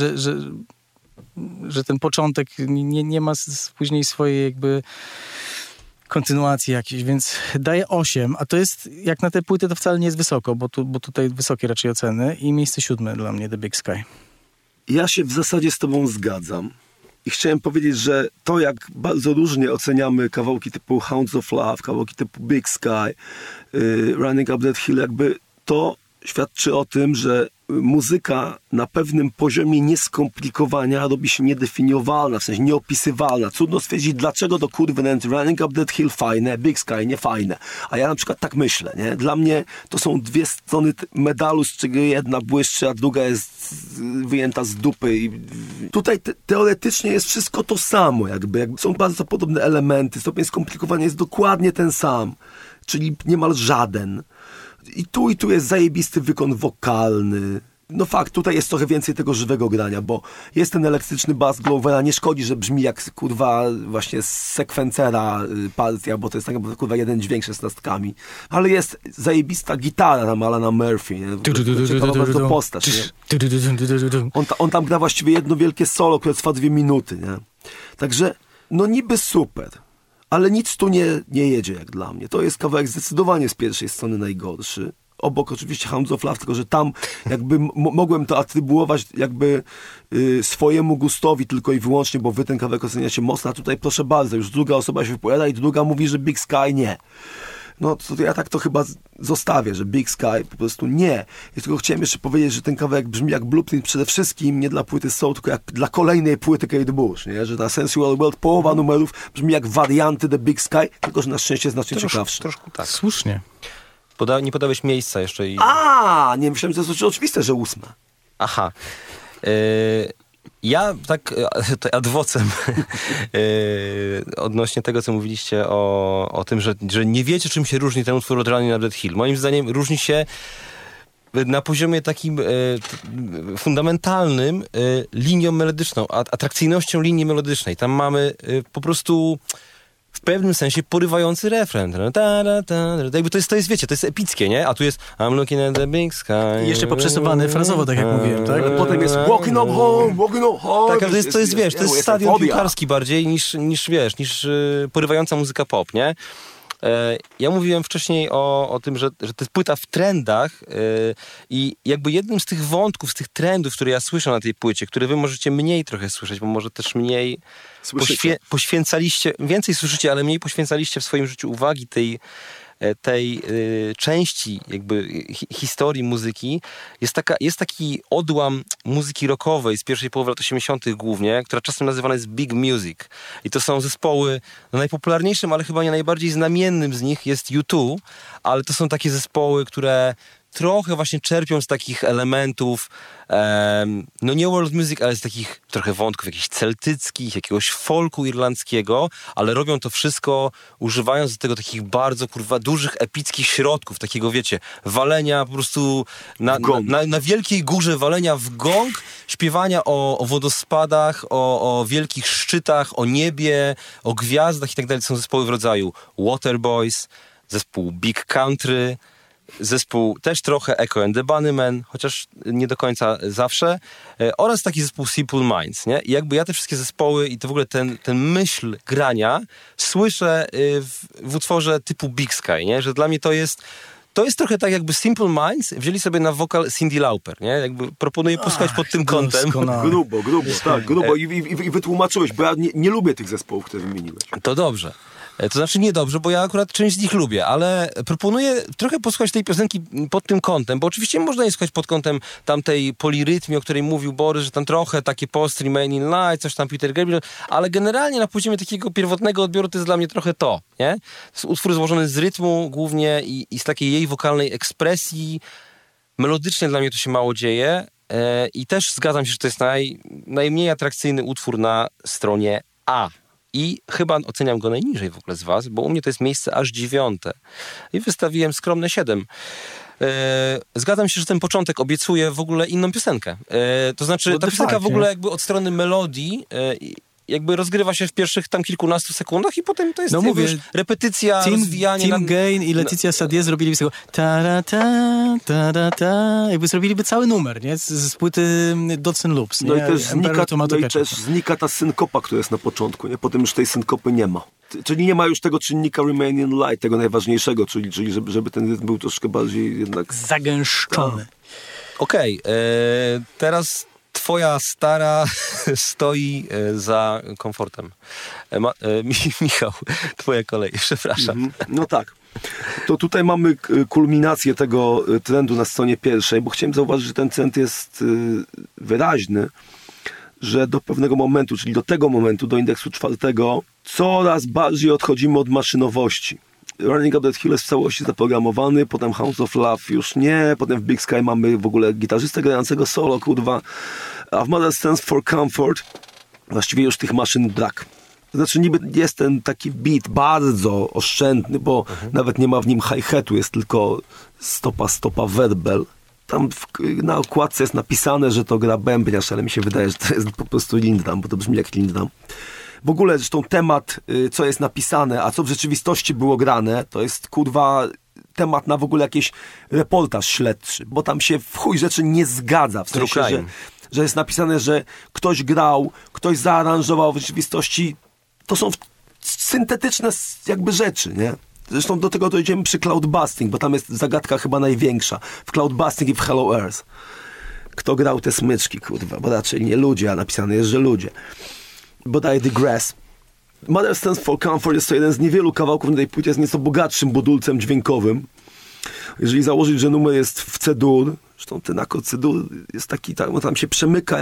że ten początek nie ma później swojej jakby kontynuacji jakiejś, więc daję 8, a to jest, jak na tę płytę to wcale nie jest wysoko, bo tutaj wysokie raczej oceny i miejsce 7 dla mnie, The Big Sky. Ja się w zasadzie z tobą zgadzam i chciałem powiedzieć, że to jak bardzo różnie oceniamy kawałki typu Hounds of Love, kawałki typu Big Sky, Running Up That Hill, jakby to świadczy o tym, że muzyka na pewnym poziomie nieskomplikowania robi się niedefiniowalna, w sensie nieopisywalna. Trudno stwierdzić, dlaczego do kurwy nęty Running Up That Hill fajne, Big Sky nie fajne. A ja na przykład tak myślę, nie? Dla mnie to są dwie strony medalu, z czego jedna błyszczy, a druga jest wyjęta z dupy. I tutaj teoretycznie jest wszystko to samo, jakby są bardzo podobne elementy, stopień skomplikowania jest dokładnie ten sam, czyli niemal żaden. I tu jest zajebisty wykon wokalny. No fakt, tutaj jest trochę więcej tego żywego grania, bo jest ten elektryczny bass Glovera, nie szkodzi, że brzmi jak kurwa właśnie z sekwencera partia, bo to jest tak kurwa jeden dźwięk 16, ale jest zajebista gitara tam Alana Murphy, nie? Ciekawa bardzo postać, nie? On tam gra właściwie jedno wielkie solo, które trwa 2 minuty, nie? Także, no niby super. Ale nic tu nie jedzie jak dla mnie. To jest kawałek zdecydowanie z pierwszej strony najgorszy. Obok oczywiście Hounds of Love, tylko że tam jakby mogłem to atrybuować jakby swojemu gustowi tylko i wyłącznie, bo wy ten kawałek oceniacie mocno, a tutaj proszę bardzo, już druga osoba się wypowiada i druga mówi, że Big Sky nie. No to ja tak to chyba zostawię, że Big Sky po prostu nie. I tylko chciałem jeszcze powiedzieć, że ten kawałek brzmi jak blueprint przede wszystkim nie dla płyty soul, tylko jak dla kolejnej płyty Kate Bush, nie? Że ta Sensual World, połowa numerów brzmi jak warianty The Big Sky, tylko że na szczęście znacznie ciekawsze. Troszkę tak. Słusznie. Nie podałeś miejsca jeszcze i... Nie myślałem, że to jest oczywiste, że 8. Aha. Ja tak ad vocem odnośnie tego, co mówiliście o tym, że nie wiecie, czym się różni ten utwór od Running Up That Hill. Moim zdaniem różni się na poziomie takim fundamentalnym linią melodyczną, atrakcyjnością linii melodycznej. Tam mamy po prostu w pewnym sensie porywający refren. Jakby to jest, wiecie, to jest epickie, nie? A tu jest I'm looking at the big sky. I jeszcze poprzesuwany frazowo, tak jak mówiłem, tak? Ale potem jest walking up home. Tak, ale to jest wiesz, to jest stadion piłkarski bardziej niż porywająca muzyka pop, nie? Ja mówiłem wcześniej o tym, że to jest płyta w trendach i jakby jednym z tych wątków, z tych trendów, które ja słyszę na tej płycie, które wy możecie mniej trochę słyszeć, bo może też mniej poświęcaliście, więcej słyszycie, ale mniej poświęcaliście w swoim życiu uwagi tej części jakby historii muzyki. Jest taki odłam muzyki rockowej z pierwszej połowy lat 80. głównie, która czasem nazywana jest big music. I to są zespoły, najpopularniejszym, ale chyba nie najbardziej znamiennym z nich jest U2, ale to są takie zespoły, które trochę właśnie czerpią z takich elementów, no nie world music, ale z takich trochę wątków jakichś celtyckich, jakiegoś folku irlandzkiego, ale robią to wszystko używając do tego takich bardzo dużych, epickich środków, takiego wiecie, walenia po prostu na wielkiej górze, walenia w gong, śpiewania o wodospadach, o wielkich szczytach, o niebie, o gwiazdach i tak dalej. To są zespoły w rodzaju Waterboys, zespół Big Country, zespół też trochę Echo and the Bunnymen, chociaż nie do końca zawsze, oraz taki zespół Simple Minds, nie? I jakby ja te wszystkie zespoły i to w ogóle ten myśl grania słyszę w utworze typu Big Sky, nie? Że dla mnie to jest trochę tak, jakby Simple Minds wzięli sobie na wokal Cyndi Lauper, nie? Jakby proponuję posłuchać pod tym kątem. Grubo. I wytłumaczyłeś, bo ja nie lubię tych zespołów, które wymieniłeś. To dobrze. To znaczy niedobrze, bo ja akurat część z nich lubię, ale proponuję trochę posłuchać tej piosenki pod tym kątem, bo oczywiście można jej słuchać pod kątem tamtej polirytmii, o której mówił Borys, że tam trochę takie post-Remain in Light, coś tam Peter Gabriel, ale generalnie na poziomie takiego pierwotnego odbioru to jest dla mnie trochę to, nie? To jest utwór złożony z rytmu głównie i z takiej jej wokalnej ekspresji. Melodycznie dla mnie to się mało dzieje i też zgadzam się, że to jest najmniej atrakcyjny utwór na stronie A. I chyba oceniam go najniżej w ogóle z was, bo u mnie to jest miejsce aż 9. I wystawiłem skromne 7. Zgadzam się, że ten początek obiecuje w ogóle inną piosenkę. To znaczy, ta piosenka w ogóle jakby od strony melodii jakby rozgrywa się w pierwszych tam kilkunastu sekundach i potem to jest już repetycja, rozwijanie. Tim Gain i Leticia Sadier zrobiliby tego ta, jakby zrobiliby cały numer, nie? Z płyty Dots and Loops. No i też znika ta synkopa, która jest na początku, nie? Potem już tej synkopy nie ma. Czyli nie ma już tego czynnika Remain in Light, tego najważniejszego, czyli żeby ten rytm był troszkę bardziej jednak zagęszczony. Okej, teraz twoja stara stoi za komfortem. Michał, twoja kolej, przepraszam. No tak. To tutaj mamy kulminację tego trendu na stronie pierwszej, bo chciałem zauważyć, że ten trend jest wyraźny, że do pewnego momentu, czyli do tego momentu, do indeksu 4, coraz bardziej odchodzimy od maszynowości. Running Up That Hill jest w całości zaprogramowany, potem Hounds of Love już nie, potem w Big Sky mamy w ogóle gitarzystę grającego solo, kurwa, a w Mother Stands for Comfort właściwie już tych maszyn brak. To znaczy niby jest ten taki beat bardzo oszczędny, bo nawet nie ma w nim hi-hatu, jest tylko stopa werbel. Tam na okładce jest napisane, że to gra bębniarz, ale mi się wydaje, że to jest po prostu Lindam, bo to brzmi jak Lindam. W ogóle zresztą temat, co jest napisane, a co w rzeczywistości było grane, to jest kurwa temat na w ogóle jakiś reportaż śledczy, bo tam się w chuj rzeczy nie zgadza. W sensie, że jest napisane, że ktoś grał, ktoś zaaranżował, w rzeczywistości to są syntetyczne jakby rzeczy, nie? Zresztą do tego dojdziemy przy Cloudbusting, bo tam jest zagadka chyba największa. W Cloudbusting i w Hello Earth. Kto grał te smyczki, kurwa? Bo raczej nie ludzie, a napisane jest, że ludzie. But I digress. Mother Stands for Comfort jest to jeden z niewielu kawałków na tej płycie z nieco bogatszym budulcem dźwiękowym. Jeżeli założyć, że numer jest w C-dur, zresztą ten akord C-dur jest taki, tam się przemyka,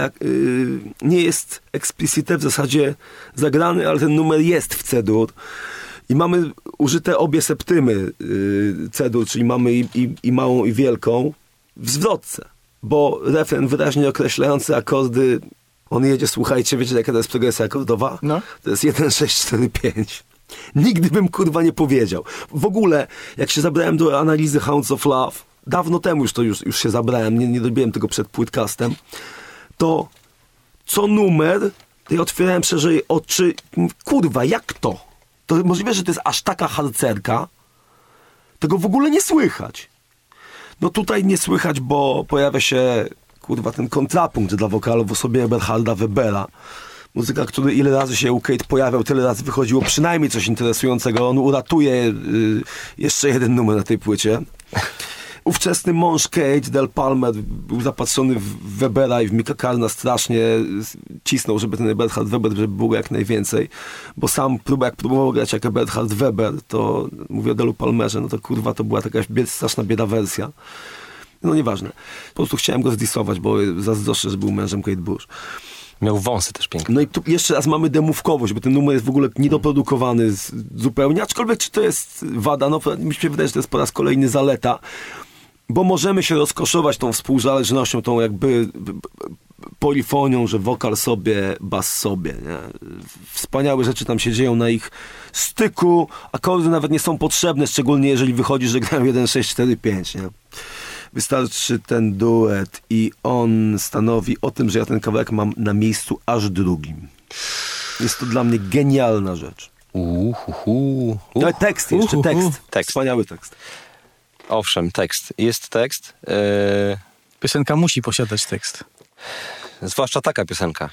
nie jest explicite w zasadzie zagrany, ale ten numer jest w C-dur. I mamy użyte obie septymy C-dur, czyli mamy i małą, i wielką w zwrotce, bo refren wyraźnie określający akordy, on jedzie, słuchajcie, wiecie jaka to jest progresja akordowa? No. To jest 1, 6, 4, 5. Nigdy bym kurwa nie powiedział. W ogóle, jak się zabrałem do analizy Hounds of Love, dawno temu już się zabrałem, nie robiłem tego przed płytcastem, to co numer, to ja otwierałem szerzej oczy, kurwa, jak to? To możliwe, że to jest aż taka harcerka, tego w ogóle nie słychać. No tutaj nie słychać, bo pojawia się kurwa ten kontrapunkt dla wokalu w osobie Eberharda Webera. Muzyka, który ile razy się u Kate pojawiał, tyle razy wychodziło przynajmniej coś interesującego. On uratuje jeszcze jeden numer na tej płycie. Ówczesny mąż Kate, Del Palmer, był zapatrzony w Webera i w Micka Karna, strasznie cisnął, żeby ten Eberhard Weber, żeby było jak najwięcej, bo sam jak próbował grać jak Eberhard Weber, to mówię o Delu Palmerze, no to kurwa to była taka straszna bieda wersja. No nieważne. Po prostu chciałem go zdisować, bo zazdroszczę, że był mężem Kate Bush. Miał wąsy też piękne. No i tu jeszcze raz mamy demówkowość, bo ten numer jest w ogóle niedoprodukowany zupełnie, aczkolwiek czy to jest wada? No mi się wydaje, że to jest po raz kolejny zaleta, bo możemy się rozkoszować tą współzależnością, tą jakby polifonią, że wokal sobie, bas sobie. Nie? Wspaniałe rzeczy tam się dzieją na ich styku, akordy nawet nie są potrzebne, szczególnie jeżeli wychodzi, że grają 1, 6, 4, 5. Nie? Wystarczy ten duet i on stanowi o tym, że ja ten kawałek mam na miejscu aż 2. Jest to dla mnie genialna rzecz. No tekst, jeszcze tekst. Wspaniały tekst. Owszem, tekst. Jest tekst. Piosenka musi posiadać tekst. Zwłaszcza taka piosenka.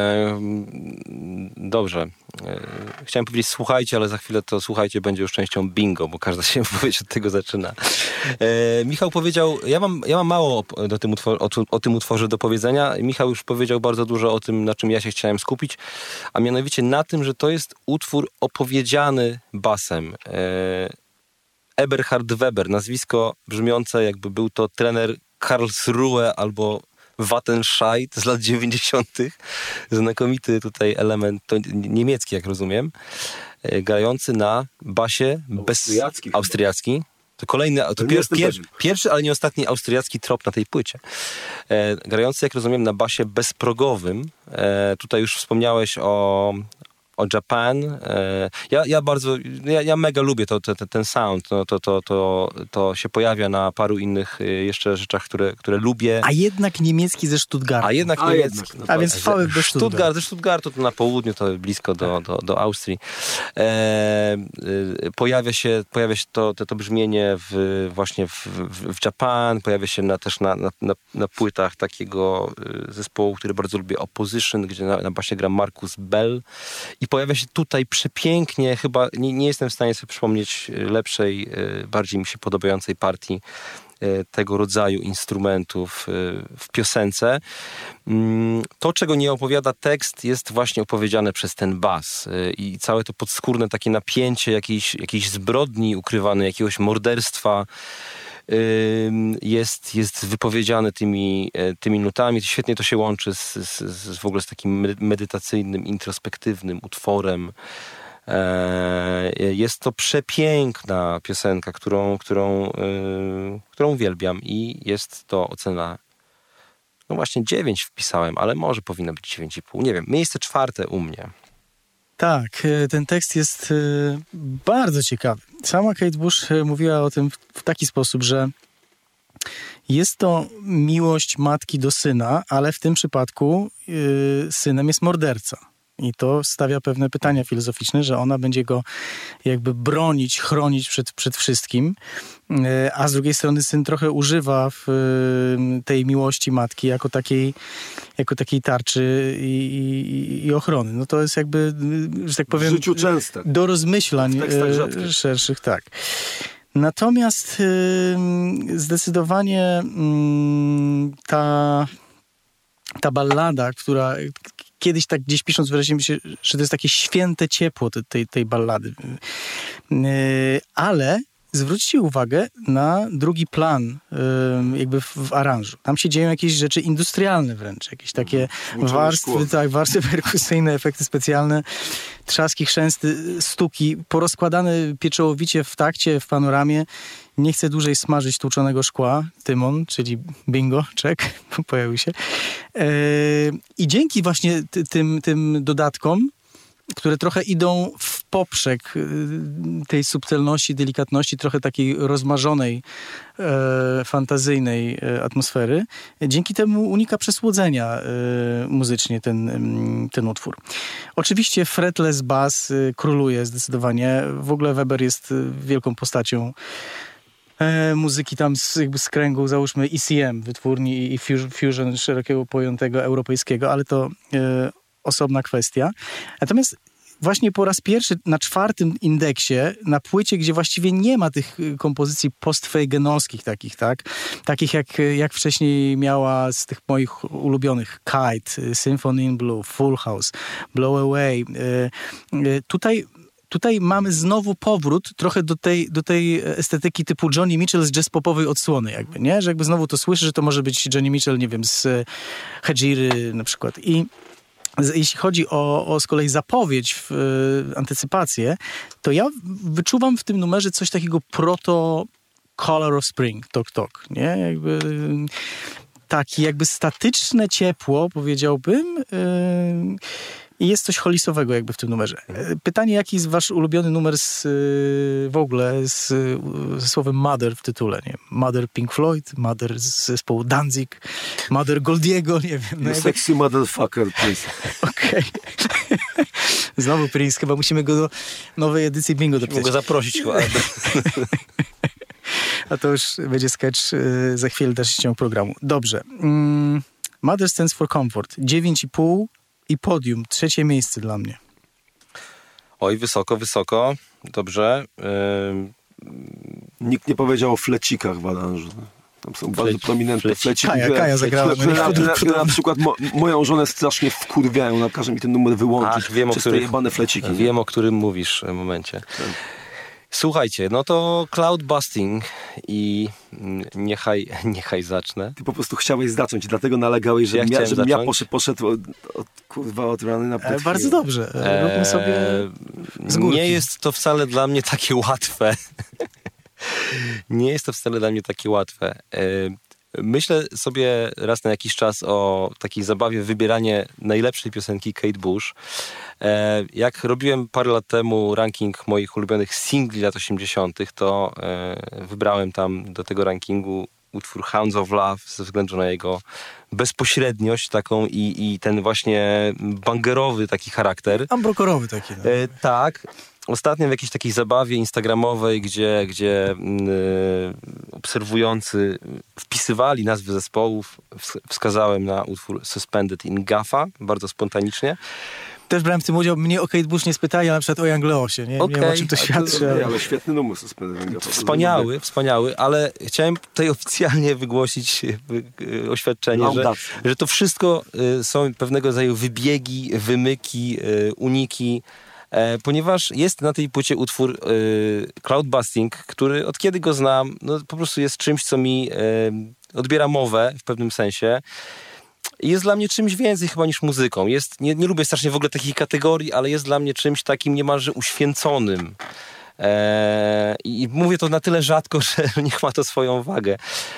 Dobrze. Chciałem powiedzieć słuchajcie, ale za chwilę to słuchajcie będzie już częścią bingo, bo każda się wypowiedź od tego zaczyna. Michał powiedział, ja mam mało o tym utworze do powiedzenia. Michał już powiedział bardzo dużo o tym, na czym ja się chciałem skupić, a mianowicie na tym, że to jest utwór opowiedziany basem. Eberhard Weber, nazwisko brzmiące jakby był to trener Karlsruhe albo Wattenscheid z lat 90. Znakomity tutaj element, to niemiecki jak rozumiem, grający na basie austriacki. To kolejny, to pierwszy, ale nie ostatni austriacki trop na tej płycie. Grający, jak rozumiem, na basie bezprogowym. Tutaj już wspomniałeś o Japan. Ja mega lubię ten sound. No, to się pojawia na paru innych jeszcze rzeczach, które lubię. A jednak niemiecki ze Stuttgartu. A więc VfB Stuttgart. Ze Stuttgartu to na południu, to blisko do Austrii. Pojawia się to brzmienie właśnie w Japan. Pojawia się też na płytach takiego zespołu, który bardzo lubię, Opposition, gdzie na basie gra Markus Bell. I pojawia się tutaj przepięknie, chyba nie jestem w stanie sobie przypomnieć lepszej, bardziej mi się podobającej partii tego rodzaju instrumentów w piosence. To, czego nie opowiada tekst, jest właśnie opowiedziane przez ten bas. I całe to podskórne takie napięcie jakiejś zbrodni ukrywanej, jakiegoś morderstwa jest wypowiedziane tymi nutami. Świetnie to się łączy w ogóle z takim medytacyjnym, introspektywnym utworem. Jest to przepiękna piosenka, którą uwielbiam i jest to ocena, no właśnie 9 wpisałem, ale może powinno być 9,5. Nie wiem, miejsce 4 u mnie. Tak, ten tekst jest bardzo ciekawy. Sama Kate Bush mówiła o tym w taki sposób, że jest to miłość matki do syna, ale w tym przypadku synem jest morderca. I to stawia pewne pytania filozoficzne, że ona będzie go jakby bronić, chronić przed wszystkim, a z drugiej strony syn trochę używa tej miłości matki jako takiej tarczy i ochrony. No to jest jakby, że tak powiem, w życiu częste. Do rozmyślań szerszych, tak. Natomiast zdecydowanie ta ballada, która kiedyś tak gdzieś pisząc wyraźnie mi się, że to jest takie święte ciepło tej ballady. Ale zwróćcie uwagę na drugi plan jakby w aranżu. Tam się dzieją jakieś rzeczy industrialne wręcz. Jakieś takie warstwy perkusyjne, efekty specjalne, trzaski, chrzęsty, stuki, porozkładane pieczołowicie w takcie, w panoramie. Nie chcę dłużej smażyć tłuczonego szkła. Tymon, czyli bingo, czek, pojawił się. I dzięki właśnie tym dodatkom, które trochę idą w poprzek tej subtelności, delikatności, trochę takiej rozmarzonej, fantazyjnej atmosfery. Dzięki temu unika przesłodzenia muzycznie ten utwór. Oczywiście fretless bass króluje zdecydowanie. W ogóle Weber jest wielką postacią muzyki tam z kręgu, załóżmy ECM, wytwórni i fusion szerokiego pojętego europejskiego, ale to osobna kwestia. Natomiast właśnie po raz pierwszy na 4. indeksie, na płycie, gdzie właściwie nie ma tych kompozycji postfejgenowskich takich, tak? Takich jak wcześniej miała z tych moich ulubionych Kite, Symphony in Blue, Full House, Blow Away. Tutaj mamy znowu powrót trochę do tej estetyki typu Johnny Mitchell z jazz popowej odsłony jakby, nie? Że jakby znowu to słyszę, że to może być Johnny Mitchell, nie wiem, z Hedziry na przykład. I jeśli chodzi o z kolei zapowiedź, antycypację, to ja wyczuwam w tym numerze coś takiego proto Color of Spring, Tok Tok, nie? Jakby takie jakby statyczne ciepło, powiedziałbym, i jest coś holisowego jakby w tym numerze. Pytanie, jaki jest wasz ulubiony numer w ogóle ze słowem Mother w tytule, nie? Mother Pink Floyd, Mother z zespołu Danzig, Mother Goldiego, nie wiem. No sexy motherfucker, please. Okej. Znowu Prince, chyba musimy go do nowej edycji bingo dopisać. Mogę go zaprosić chyba. A to już będzie sketch za chwilę dalszy ciąg programu. Dobrze. Mother Stands for Comfort, 9,5 i podium, 3 miejsce dla mnie. Oj, wysoko. Dobrze. Nikt nie powiedział o flecikach w aranżu. Tam są bardzo prominentne fleciki. Kaja zagrała. Które na przykład moją żonę strasznie wkurwiają. Na każdym mi ten numer wyłączyć. Przez te jebane fleciki. Wiem, o którym mówisz w momencie. Tak. Słuchajcie, no to Cloudbusting i niechaj zacznę. Ty po prostu chciałeś zacząć, dlatego nalegałeś, żebym ja poszedł od rany na płetwie. Bardzo dobrze. Róbmy sobie z górki. Nie jest to wcale dla mnie takie łatwe. Nie jest to wcale dla mnie takie łatwe. Myślę sobie raz na jakiś czas o takiej zabawie wybieranie najlepszej piosenki Kate Bush. Jak robiłem parę lat temu ranking moich ulubionych singli lat 80., to wybrałem tam do tego rankingu utwór Hounds of Love ze względu na jego bezpośredniość taką i ten właśnie bangerowy taki charakter. Ambrokorowy taki. No. Tak. Ostatnio w jakiejś takiej zabawie instagramowej, gdzie obserwujący wpisywali nazwy zespołów, wskazałem na utwór Suspended in Gaffa, bardzo spontanicznie. Też brałem w tym udział, mnie o Kate Bush nie spytali, ale na przykład o Young Leosie, nie? Nie wiem, o czym to świadczy. Ale świetny numer Suspended in Gaffa. Wspaniały, ale chciałem tutaj oficjalnie wygłosić oświadczenie, że to wszystko są pewnego rodzaju wybiegi, wymyki, uniki, ponieważ jest na tej płycie utwór Cloudbusting, który od kiedy go znam, no po prostu jest czymś, co mi odbiera mowę w pewnym sensie. I jest dla mnie czymś więcej chyba niż muzyką. Nie lubię strasznie w ogóle takich kategorii, ale jest dla mnie czymś takim niemalże uświęconym. I mówię to na tyle rzadko, że niech ma to swoją wagę.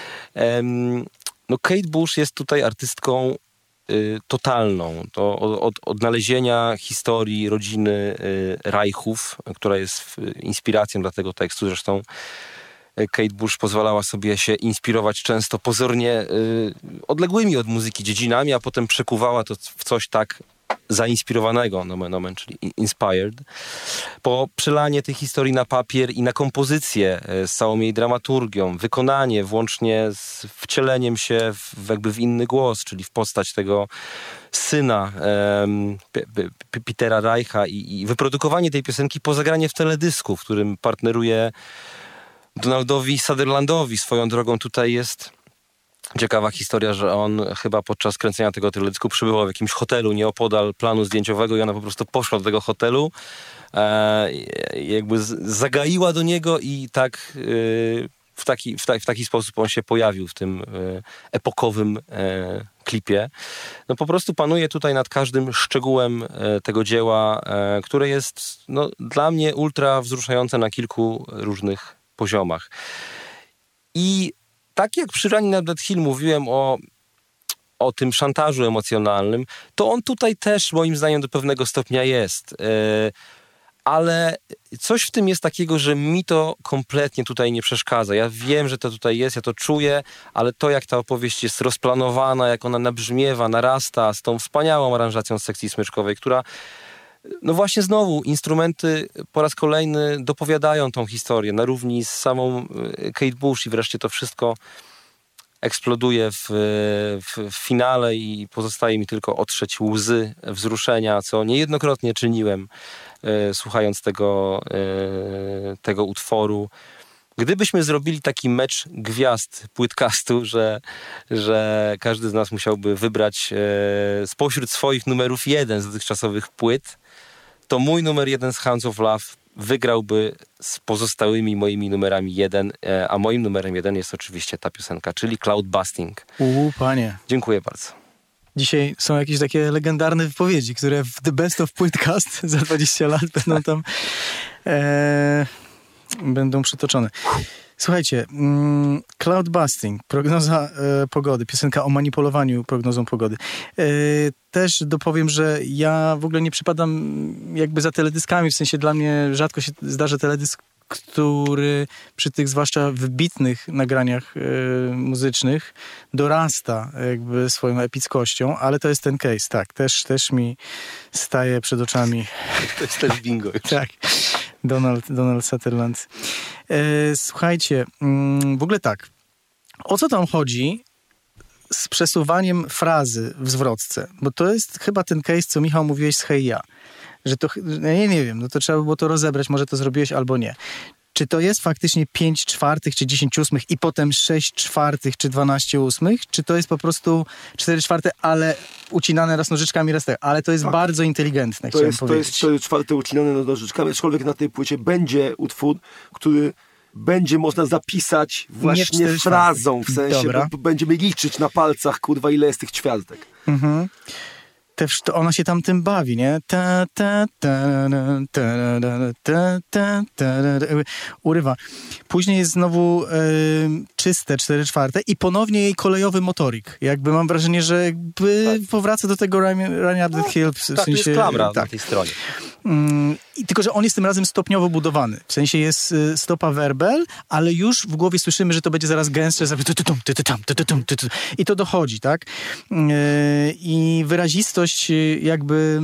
No Kate Bush jest tutaj artystką totalną. To od odnalezienia historii rodziny Reichów, która jest inspiracją dla tego tekstu. Zresztą Kate Bush pozwalała sobie się inspirować często pozornie odległymi od muzyki dziedzinami, a potem przekuwała to w coś tak zainspirowanego, nomen omen, czyli inspired. Po przelanie tej historii na papier i na kompozycję z całą jej dramaturgią, wykonanie włącznie z wcieleniem się w inny głos, czyli w postać tego syna Petera Reicha i wyprodukowanie tej piosenki po zagranie w teledysku, w którym partneruje Donaldowi Sutherlandowi. Swoją drogą tutaj jest ciekawa historia, że on chyba podczas kręcenia tego teledysku przebywał w jakimś hotelu nieopodal planu zdjęciowego i ona po prostu poszła do tego hotelu, jakby zagaiła do niego i tak w taki sposób on się pojawił w tym epokowym klipie. No po prostu panuje tutaj nad każdym szczegółem tego dzieła, które jest dla mnie ultra wzruszające na kilku różnych poziomach. I tak jak przy Running Up That Hill mówiłem o tym szantażu emocjonalnym, to on tutaj też moim zdaniem do pewnego stopnia jest. Ale coś w tym jest takiego, że mi to kompletnie tutaj nie przeszkadza. Ja wiem, że to tutaj jest, ja to czuję, ale to jak ta opowieść jest rozplanowana, jak ona nabrzmiewa, narasta z tą wspaniałą aranżacją sekcji smyczkowej, która no właśnie znowu instrumenty po raz kolejny dopowiadają tą historię na równi z samą Kate Bush i wreszcie to wszystko eksploduje w finale i pozostaje mi tylko otrzeć łzy wzruszenia, co niejednokrotnie czyniłem słuchając tego utworu. Gdybyśmy zrobili taki mecz gwiazd płytcastu, że każdy z nas musiałby wybrać spośród swoich numerów 1 z dotychczasowych płyt, to mój numer 1 z Hounds of Love wygrałby z pozostałymi moimi numerami 1, a moim numerem 1 jest oczywiście ta piosenka, czyli Cloudbusting. Panie. Dziękuję bardzo. Dzisiaj są jakieś takie legendarne wypowiedzi, które w The Best of Płytcast za 20 lat będą tam będą przytoczone. Słuchajcie, Cloudbusting, prognoza pogody, piosenka o manipulowaniu prognozą pogody. Też dopowiem, że ja w ogóle nie przypadam jakby za teledyskami, w sensie dla mnie rzadko się zdarza teledysk, który przy tych zwłaszcza wybitnych nagraniach muzycznych dorasta jakby swoją epickością, ale to jest ten case, tak, też mi staje przed oczami. To jest też bingo. Tak. Donald Sutherland. Słuchajcie, w ogóle tak. O co tam chodzi z przesuwaniem frazy w zwrotce, bo to jest chyba ten case, co Michał mówiłeś z Hej Ja, że to, ja nie wiem, no to trzeba było to rozebrać, może to zrobiłeś albo nie. Czy to jest faktycznie 5/4 czy 10/8 i potem 6/4 czy 12/8, czy to jest po prostu 4/4, ale ucinane raz nożyczkami, raz tak, ale to jest bardzo inteligentne, to jest 4/4 ucinane nożyczkami, aczkolwiek na tej płycie będzie utwór, który będzie można zapisać właśnie frazą, w sensie, bo będziemy liczyć na palcach, kurwa, ile jest tych ćwiartek. Mhm. Też to ona się tam tym bawi, nie? Urywa. Później jest znowu czyste 4/4 i ponownie jej kolejowy motorik. Jakby mam wrażenie, że jakby powraca do tego Run Up That Hill. W sensie, to jest klamra na tej stronie. Tylko, że on jest tym razem stopniowo budowany. W sensie jest stopa werbel, ale już w głowie słyszymy, że to będzie zaraz gęstsze. I to dochodzi, tak? I wyrazistość jakby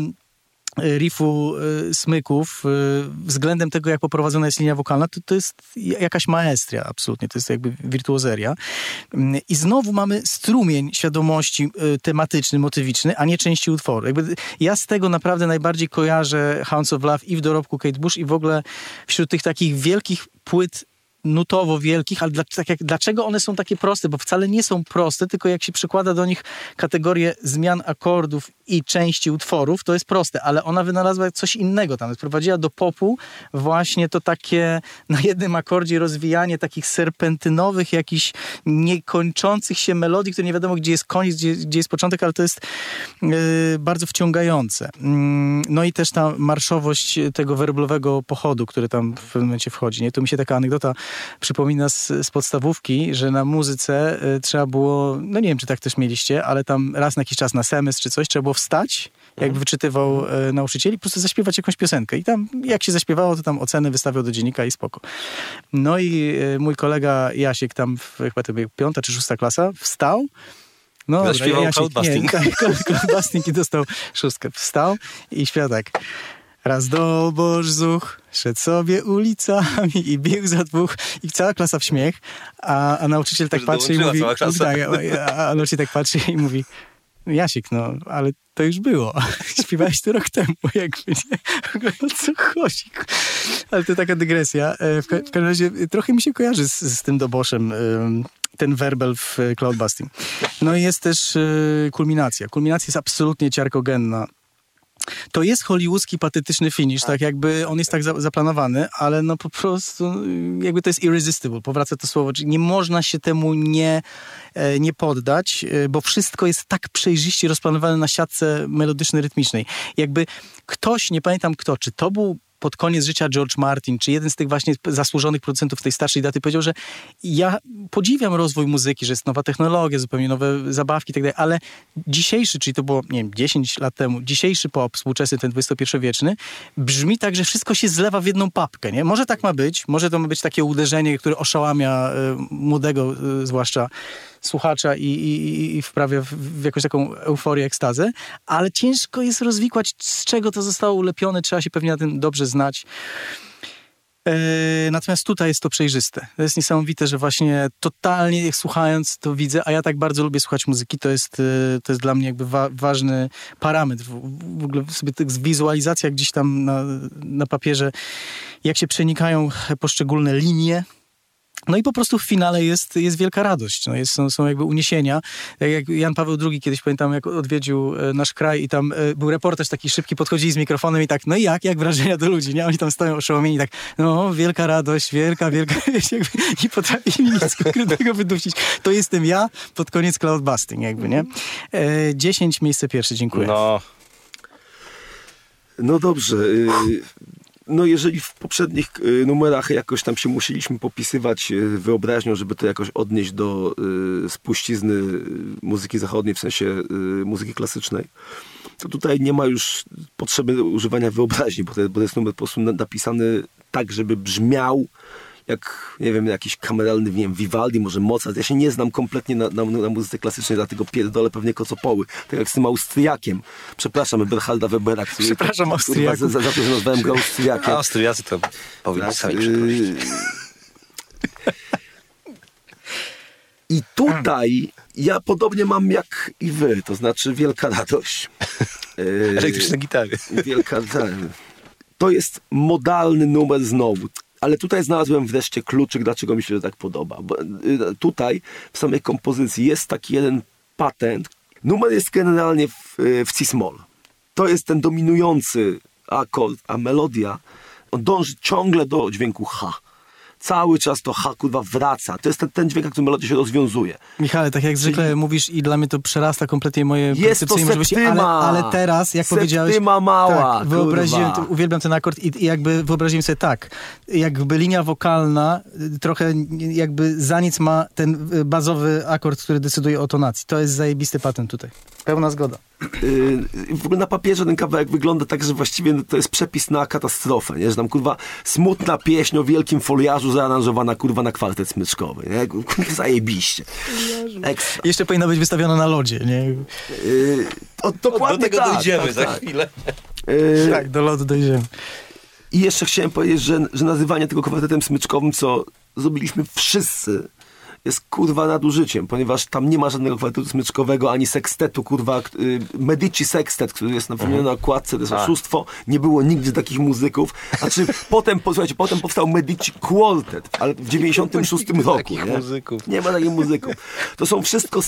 riffu smyków względem tego, jak poprowadzona jest linia wokalna, to jest jakaś maestria absolutnie, to jest jakby wirtuozeria. I znowu mamy strumień świadomości tematyczny, motywiczny, a nie części utworu. Jakby ja z tego naprawdę najbardziej kojarzę Hounds of Love i w dorobku Kate Bush i w ogóle wśród tych takich wielkich płyt nutowo wielkich, ale dlaczego one są takie proste? Bo wcale nie są proste, tylko jak się przykłada do nich kategorię zmian akordów i części utworów, to jest proste, ale ona wynalazła coś innego tam. Wprowadziła do popu właśnie to takie na jednym akordzie rozwijanie takich serpentynowych, jakichś niekończących się melodii, które nie wiadomo, gdzie jest koniec, gdzie jest początek, ale to jest bardzo wciągające. No i też ta marszowość tego werblowego pochodu, który tam w pewnym momencie wchodzi. Nie? Tu mi się taka anegdota przypomina z podstawówki, że na muzyce trzeba było, no nie wiem, czy tak też mieliście, ale tam raz na jakiś czas na semestr czy coś, trzeba było wstać, jakby wyczytywał nauczyciel i po prostu zaśpiewać jakąś piosenkę. I tam jak się zaśpiewało, to tam oceny wystawiał do dziennika i spoko. No i mój kolega Jasiek tam, chyba to była 5. czy 6. klasa, wstał. No, zaśpiewał Cloudbusting. Cloudbusting i dostał 6. Wstał i śpiewał tak. Raz doboż zuch, szedł sobie ulicami i biegł za dwóch i cała klasa w śmiech, a nauczyciel tak patrzy i mówi, a nauczyciel tak patrzy i mówi, Jasiek, no, ale to już było. Śpiewałeś to rok temu, jakby, nie? O co chodzi? Ale to taka dygresja. W każdym razie trochę mi się kojarzy z tym doboszem ten werbel w Cloudbusting. No i jest też kulminacja. Kulminacja jest absolutnie ciarkogenna. To jest hollywoodzki, patetyczny finish, tak jakby on jest tak zaplanowany, ale no po prostu jakby to jest irresistible, powraca to słowo, czyli nie można się temu nie poddać, bo wszystko jest tak przejrzyście rozplanowane na siatce melodyczno-rytmicznej. Jakby ktoś, nie pamiętam kto, czy to był pod koniec życia George Martin, czy jeden z tych właśnie zasłużonych producentów tej starszej daty powiedział, że ja podziwiam rozwój muzyki, że jest nowa technologia, zupełnie nowe zabawki i tak dalej, ale dzisiejszy, czyli to było, nie wiem, 10 lat temu, dzisiejszy pop, współczesny, ten XXI-wieczny, brzmi tak, że wszystko się zlewa w jedną papkę, nie? Może tak ma być, może to ma być takie uderzenie, które oszałamia młodego, zwłaszcza słuchacza i wprawia w jakąś taką euforię, ekstazę, ale ciężko jest rozwikłać, z czego to zostało ulepione, trzeba się pewnie na tym dobrze znać. Natomiast tutaj jest to przejrzyste. To jest niesamowite, że właśnie totalnie jak słuchając to widzę, a ja tak bardzo lubię słuchać muzyki, to jest dla mnie jakby ważny parametr. W ogóle sobie tak wizualizacja gdzieś tam na papierze, jak się przenikają poszczególne linie. No i po prostu w finale jest wielka radość. No są jakby uniesienia. Tak jak Jan Paweł II kiedyś, pamiętam, jak odwiedził nasz kraj i tam był reportaż taki szybki, podchodzili z mikrofonem i tak, no i jak wrażenia do ludzi, nie? Oni tam stoją oszołomieni tak, no wielka radość, wielka, i potrafi mi nic konkretnego wydusić. To jestem ja pod koniec Cloudbusting jakby, nie? 10, miejsce pierwsze, dziękuję. No dobrze. No jeżeli w poprzednich numerach jakoś tam się musieliśmy popisywać wyobraźnią, żeby to jakoś odnieść do spuścizny muzyki zachodniej, w sensie muzyki klasycznej, to tutaj nie ma już potrzeby używania wyobraźni, bo to jest numer po prostu napisany tak, żeby brzmiał jak, nie wiem, jakiś kameralny, nie wiem, Vivaldi, może Mozart. Ja się nie znam kompletnie na muzyce klasycznej, dlatego pierdolę pewnie kocopoły. Tak jak z tym Austriakiem. Przepraszam Eberharda Webera, który... Przepraszam Austriaków. Za to, że nazwałem go Austriakiem. Austriacy to powinni sami przeprosić. I I tutaj ja podobnie mam jak i wy, to znaczy wielka radość. Elektryczne gitary. Wielka To jest modalny numer znowu. Ale tutaj znalazłem wreszcie kluczyk, dlaczego mi się to tak podoba. Bo tutaj w samej kompozycji jest taki jeden patent. Numer jest generalnie w C-moll. To jest ten dominujący akord, a melodia, on dąży ciągle do dźwięku H. Cały czas to H, kurwa, wraca. To jest ten dźwięk, na którym melodia się rozwiązuje. Michale, tak jak zwykle mówisz i dla mnie to przerasta kompletnie moje jest percepcje i możliwości, ale teraz, jak powiedziałeś... Septyma mała, tak, wyobraziłem, uwielbiam ten akord i jakby wyobraziłem sobie tak, jakby linia wokalna trochę jakby za nic ma ten bazowy akord, który decyduje o tonacji. To jest zajebisty patent tutaj. Pełna zgoda. W ogóle na papierze ten kawałek wygląda tak, że właściwie to jest przepis na katastrofę, nie? Że tam, kurwa, smutna pieśń o wielkim foliarzu zaaranżowana, kurwa, na kwartet smyczkowy, nie? Kurwa, zajebiście. Ekstra. Jeszcze powinna być wystawiona na lodzie, nie? Dokładnie do tego tak, dojdziemy za chwilę. Tak, do lodu dojdziemy. I jeszcze chciałem powiedzieć, że nazywanie tego kwartetem smyczkowym, co zrobiliśmy wszyscy, jest kurwa nadużyciem, ponieważ tam nie ma żadnego kwartetu smyczkowego, ani sekstetu, kurwa, Medici Sextet, który jest na wymienionej okładce, to jest oszustwo, nie było nigdy takich muzyków. Znaczy, potem powstał Medici Quartet, ale w 96 roku, nie? Muzyków. Nie ma takich muzyków. To są wszystko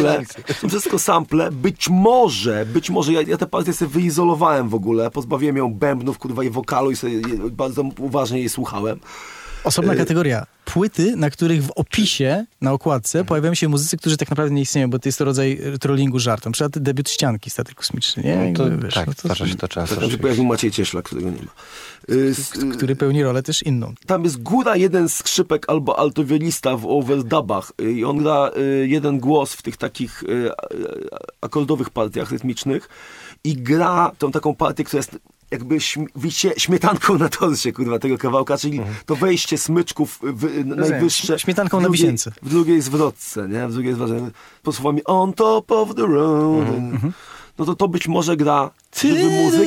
sample, być może, ja tę partię sobie wyizolowałem w ogóle, pozbawiłem ją bębnów, kurwa, i wokalu i sobie bardzo uważnie jej słuchałem. Osobna kategoria. Płyty, na których w opisie, na okładce pojawiają się muzycy, którzy tak naprawdę nie istnieją, bo to jest to rodzaj trollingu żartem. Na przykład debiut Ścianki, Statek Kosmiczny, nie? No to, wiesz, tak, no zdarza się to często. To się pojawił Maciej Cieśla, którego nie ma. Który pełni rolę też inną. Tam jest góra jeden skrzypek albo altowiolista w overdubach i on gra jeden głos w tych takich akordowych partiach rytmicznych i gra tą taką partię, która jest jakby śmietanką na torcie, kurwa, tego kawałka, czyli to wejście smyczków najwyższe. Śmietanką na wisience. W drugiej zwrotce, nie? W drugiej zwrotce. Pod słowami on top of the road. No to być może gra żywy muzyk,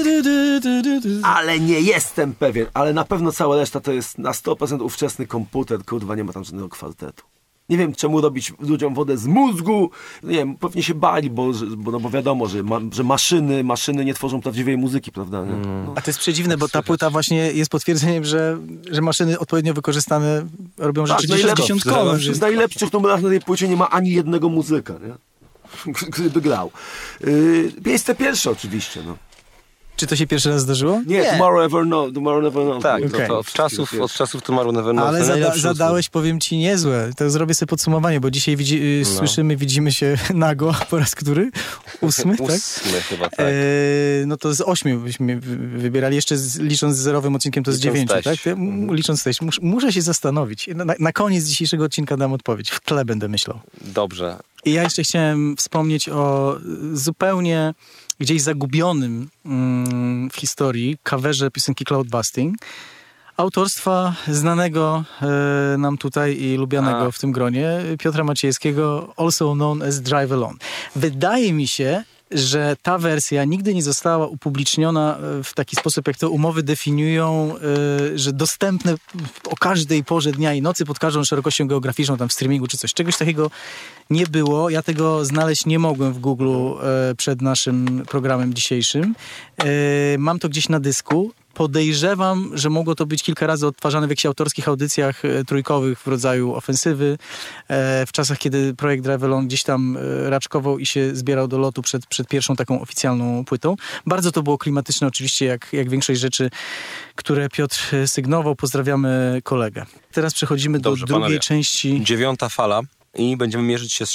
ale nie jestem pewien. Ale na pewno cała reszta to jest na 100% ówczesny komputer, kurwa, nie ma tam żadnego kwartetu. Nie wiem, czemu robić ludziom wodę z mózgu. Nie wiem, pewnie się bali, bo wiadomo, że maszyny nie tworzą prawdziwej muzyki, prawda? Nie? No. A to jest przedziwne, bo ta płyta właśnie jest potwierdzeniem, że maszyny odpowiednio wykorzystane robią rzeczy dziesiątkowe. Z najlepszych numerach na tej płycie nie ma ani jednego muzyka, nie? Który by grał. Miejsce pierwsze oczywiście, no. Czy to się pierwszy raz zdarzyło? Nie. Tomorrow Never Knows. Tak, okay. to od czasów Tomorrow Never Knows. Ale zadałeś, powiem ci, niezłe. To zrobię sobie podsumowanie, bo dzisiaj widzimy się nago po raz który? 8, tak? 8 chyba, tak. No to z 8 byśmy wybierali. Jeszcze licząc z zerowym odcinkiem to z 9, tak? Licząc też. Muszę się zastanowić. Na koniec dzisiejszego odcinka dam odpowiedź. W tle będę myślał. Dobrze. I ja jeszcze chciałem wspomnieć o zupełnie gdzieś zagubionym w historii coverze piosenki Cloudbusting, autorstwa znanego nam tutaj i lubianego w tym gronie Piotra Maciejewskiego, also known as Drive Alone. Wydaje mi się, że ta wersja nigdy nie została upubliczniona w taki sposób, jak to umowy definiują, że dostępne o każdej porze dnia i nocy pod każdą szerokością geograficzną, tam w streamingu czy coś. Czegoś takiego nie było. Ja tego znaleźć nie mogłem w Google przed naszym programem dzisiejszym. Mam to gdzieś na dysku. Podejrzewam, że mogło to być kilka razy odtwarzane w jakichś autorskich audycjach trójkowych w rodzaju Ofensywy, w czasach, kiedy projekt Drive Alone gdzieś tam raczkował i się zbierał do lotu przed pierwszą taką oficjalną płytą. Bardzo to było klimatyczne oczywiście, jak większość rzeczy, które Piotr sygnował. Pozdrawiamy kolegę. Teraz przechodzimy do drugiej części. 9. fala i będziemy mierzyć się z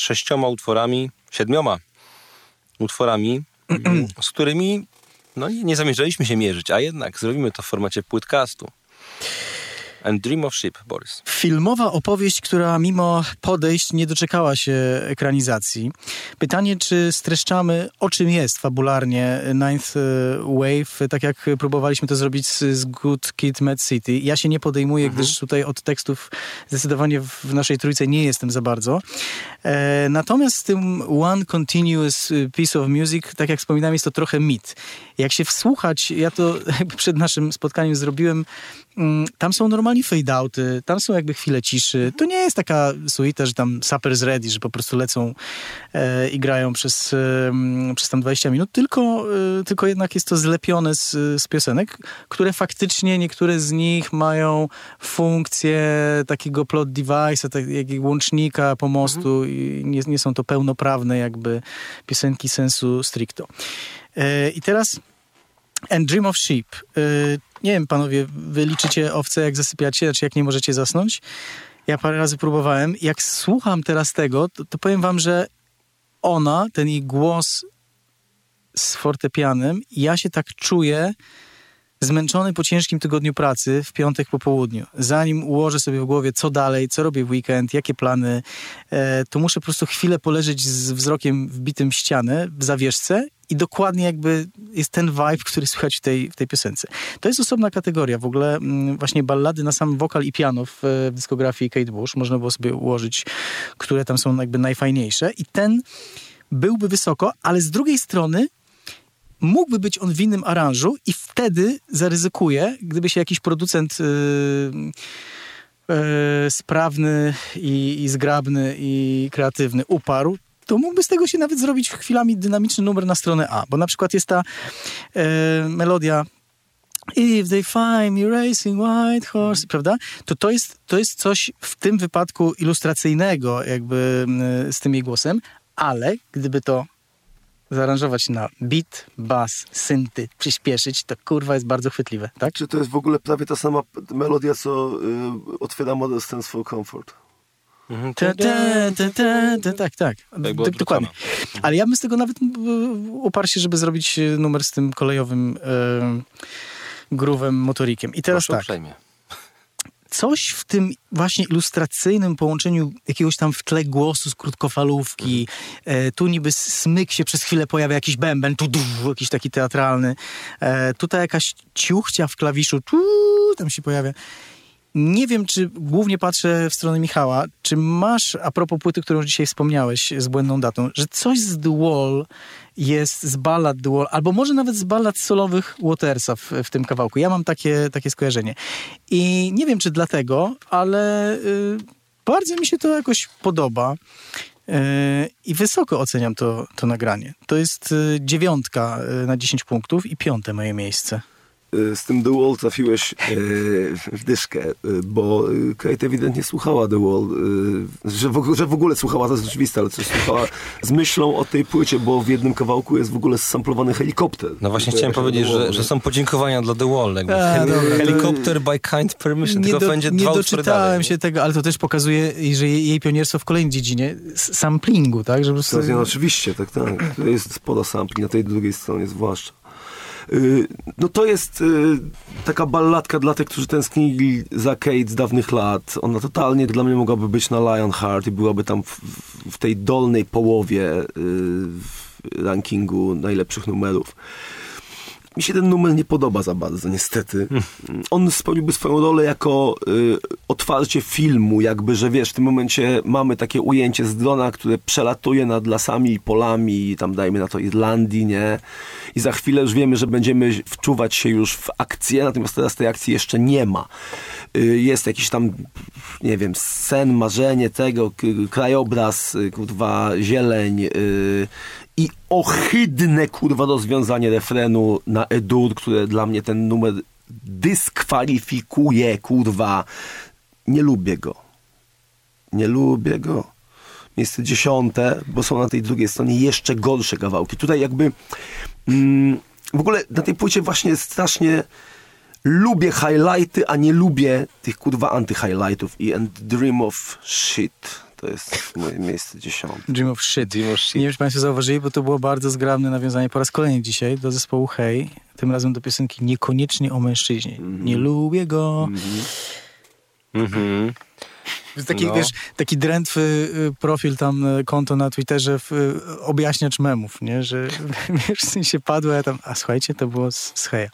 7 utworami, z którymi nie zamierzaliśmy się mierzyć, a jednak zrobimy to w formacie płytcastu. And Dream of Ship, Borys. Filmowa opowieść, która mimo podejść nie doczekała się ekranizacji. Pytanie, czy streszczamy, o czym jest fabularnie Ninth Wave, tak jak próbowaliśmy to zrobić z Good Kid, Mad City. Ja się nie podejmuję, gdyż tutaj od tekstów zdecydowanie w naszej trójce nie jestem za bardzo. Natomiast z tym One Continuous Piece of Music, tak jak wspominałem, jest to trochę mit. Jak się wsłuchać, ja to przed naszym spotkaniem zrobiłem tam są normalnie fade-outy, tam są jakby chwile ciszy. To nie jest taka suita, że tam supper's ready, że po prostu lecą i grają przez tam 20 minut, tylko jednak jest to zlepione z piosenek, które faktycznie niektóre z nich mają funkcję takiego plot device'a, takiego łącznika, pomostu i nie są to pełnoprawne jakby piosenki sensu stricto. I teraz And Dream of Sheep. Nie wiem, panowie, wy liczycie owce, jak zasypiacie, znaczy jak nie możecie zasnąć? Ja parę razy próbowałem. Jak słucham teraz tego, to powiem wam, że ona, ten jej głos z fortepianem, ja się tak czuję zmęczony po ciężkim tygodniu pracy w piątek po południu. Zanim ułożę sobie w głowie, co dalej, co robię w weekend, jakie plany, to muszę po prostu chwilę poleżeć z wzrokiem wbitym w ścianę, w zawieszce i dokładnie jakby jest ten vibe, który słychać w tej piosence. To jest osobna kategoria. W ogóle właśnie ballady na sam wokal i piano w dyskografii Kate Bush. Można było sobie ułożyć, które tam są jakby najfajniejsze. I ten byłby wysoko, ale z drugiej strony mógłby być on w innym aranżu i wtedy zaryzykuję, gdyby się jakiś producent sprawny i zgrabny i kreatywny uparł, to mógłby z tego się nawet zrobić chwilami dynamiczny numer na stronę A. Bo na przykład jest ta melodia If they find me racing white horse, prawda? To jest coś w tym wypadku ilustracyjnego jakby z tym jej głosem, ale gdyby to zaaranżować na beat, bass, synty, przyspieszyć, to kurwa jest bardzo chwytliwe, tak? Czy to jest w ogóle prawie ta sama melodia, co otwiera Model Stands for Comfort? Tak. Dokładnie. Ale ja bym z tego nawet uparł się, żeby zrobić numer z tym kolejowym groove'em, motorikiem. I teraz tak. Uprzejmie. Coś w tym właśnie ilustracyjnym połączeniu jakiegoś tam w tle głosu z krótkofalówki, tu niby smyk się przez chwilę pojawia, jakiś bęben, jakiś taki teatralny, tutaj jakaś ciuchcia w klawiszu, tam się pojawia. Nie wiem, czy głównie patrzę w stronę Michała, czy masz, a propos płyty, którą dzisiaj wspomniałeś z błędną datą, że coś z The Wall jest z ballad The Wall, albo może nawet z ballad solowych Watersa w tym kawałku. Ja mam takie skojarzenie. I nie wiem, czy dlatego, ale bardzo mi się to jakoś podoba. I wysoko oceniam to nagranie. To jest 9 na 10 punktów i 5 moje miejsce. Z tym The Wall trafiłeś w dyszkę, bo Kate ewidentnie słuchała The Wall, że w ogóle słuchała, to jest oczywiste, ale coś słuchała z myślą o tej płycie, bo w jednym kawałku jest w ogóle zsamplowany helikopter. No właśnie chciałem powiedzieć, że są podziękowania dla The Wall. Helikopter by kind permission, tylko będzie dwa nie doczytałem się tego, ale to też pokazuje, że jej pionierstwo w kolejnej dziedzinie, samplingu, tak? Że po prostu... No, oczywiście, tak. Jest sporo sampli, na tej drugiej stronie zwłaszcza. No to jest taka balladka dla tych, którzy tęsknili za Kate z dawnych lat. Ona totalnie dla mnie mogłaby być na Lionheart i byłaby tam w tej dolnej połowie rankingu najlepszych numerów. Mi się ten numer nie podoba za bardzo, niestety. On spełniłby swoją rolę jako otwarcie filmu, jakby, że wiesz, w tym momencie mamy takie ujęcie z drona, które przelatuje nad lasami i polami, tam dajmy na to Irlandii, nie? I za chwilę już wiemy, że będziemy wczuwać się już w akcję, natomiast teraz tej akcji jeszcze nie ma. Jest jakiś tam, nie wiem, sen, marzenie tego, krajobraz, kurwa, zieleń, i ohydne, kurwa, rozwiązanie refrenu na E-dur, które dla mnie ten numer dyskwalifikuje, kurwa. Nie lubię go. Miejsce 10, bo są na tej drugiej stronie jeszcze gorsze kawałki. Tutaj jakby w ogóle na tej płycie właśnie strasznie lubię highlighty, a nie lubię tych, kurwa, anty-highlightów. I And Dream of Shit. To jest moje miejsce 10. Dream of Shit. Nie wiem, czy państwo zauważyli, bo to było bardzo zgrabne nawiązanie po raz kolejny dzisiaj do zespołu Hey. Tym razem do piosenki Niekoniecznie o mężczyźnie. Nie lubię go. Taki, wiesz, taki drętwy profil tam, konto na Twitterze, objaśniacz memów, nie? Że wiesz, w sensie padło, ja tam, a słuchajcie, to było z Heya.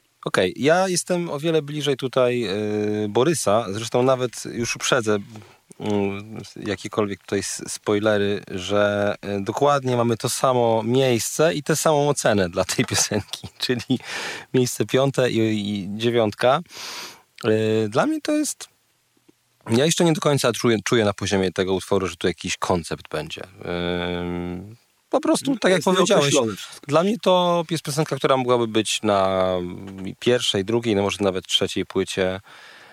Okej, ja jestem o wiele bliżej tutaj Borysa, zresztą nawet już uprzedzę, jakiekolwiek tutaj spoilery, że dokładnie mamy to samo miejsce i tę samą ocenę dla tej piosenki, czyli miejsce 5. i 9. Dla mnie to jest... Ja jeszcze nie do końca czuję na poziomie tego utworu, że tu jakiś koncept będzie. Po prostu, tak jak powiedziałeś, dla mnie to jest piosenka, która mogłaby być na 1., 2., no może nawet 3. płycie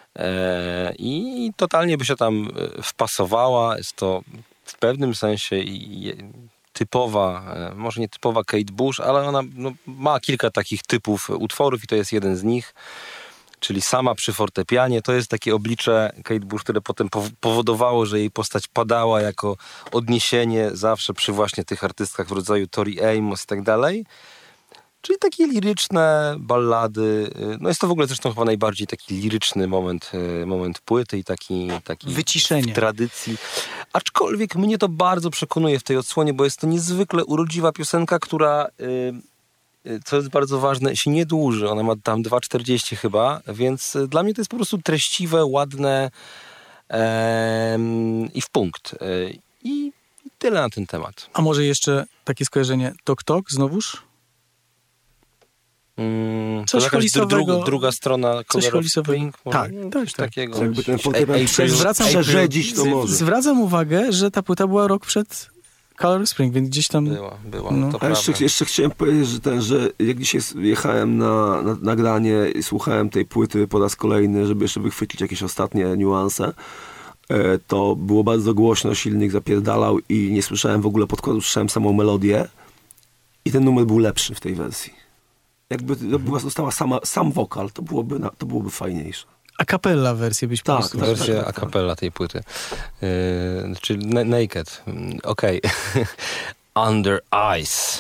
i totalnie by się tam wpasowała. Jest to w pewnym sensie typowa, może nie typowa Kate Bush, ale ona ma kilka takich typów utworów i to jest jeden z nich. Czyli sama przy fortepianie, to jest takie oblicze Kate Bush, które potem powodowało, że jej postać padała jako odniesienie zawsze przy właśnie tych artystkach w rodzaju Tori Amos i tak dalej. Czyli takie liryczne ballady. No jest to w ogóle zresztą chyba najbardziej taki liryczny moment płyty i taki wyciszenie w tradycji. Aczkolwiek mnie to bardzo przekonuje w tej odsłonie, bo jest to niezwykle urodziwa piosenka, która... co jest bardzo ważne, się nie dłuży. Ona ma tam 2,40 chyba, więc dla mnie to jest po prostu treściwe, ładne i w punkt. I tyle na ten temat. A może jeszcze takie skojarzenie Tok Tok znowuż? Coś holisowego. Druga strona Color of Spring? Tak. Takiego. Jakby ten fortepian przerzedzić to może. Zwracam uwagę, że ta płyta była rok przed Color Spring, więc gdzieś tam... Była. No. To a jeszcze chciałem powiedzieć, że jak dzisiaj jechałem na nagranie i słuchałem tej płyty po raz kolejny, żeby jeszcze wychwycić jakieś ostatnie niuanse, to było bardzo głośno, silnik zapierdalał i nie słyszałem w ogóle podkładu, słyszałem samą melodię i ten numer był lepszy w tej wersji. Jakby została sam wokal, to byłoby fajniejsze. A cappella wersję byś tak, wersja a cappella tej płyty. Czyli Naked. Okej. Under Ice.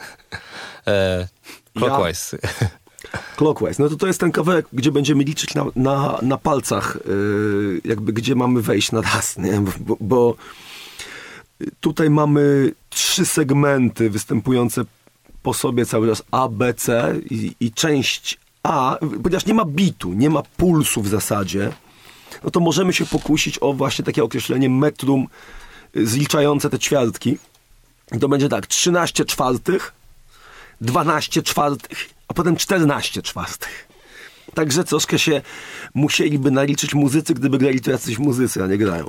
Clockwise. Clockwise. No to jest ten kawałek, gdzie będziemy liczyć na palcach, jakby gdzie mamy wejść na raz, nie? Bo tutaj mamy 3 segmenty występujące po sobie cały czas A, B, C i część A, ponieważ nie ma bitu, nie ma pulsu w zasadzie, no to możemy się pokusić o właśnie takie określenie metrum zliczające te ćwiartki. I to będzie tak, 13 czwartych, 12 czwartych, a potem 14 czwartych. Także troszkę się musieliby naliczyć muzycy, gdyby grali to jacyś muzycy, a nie grają.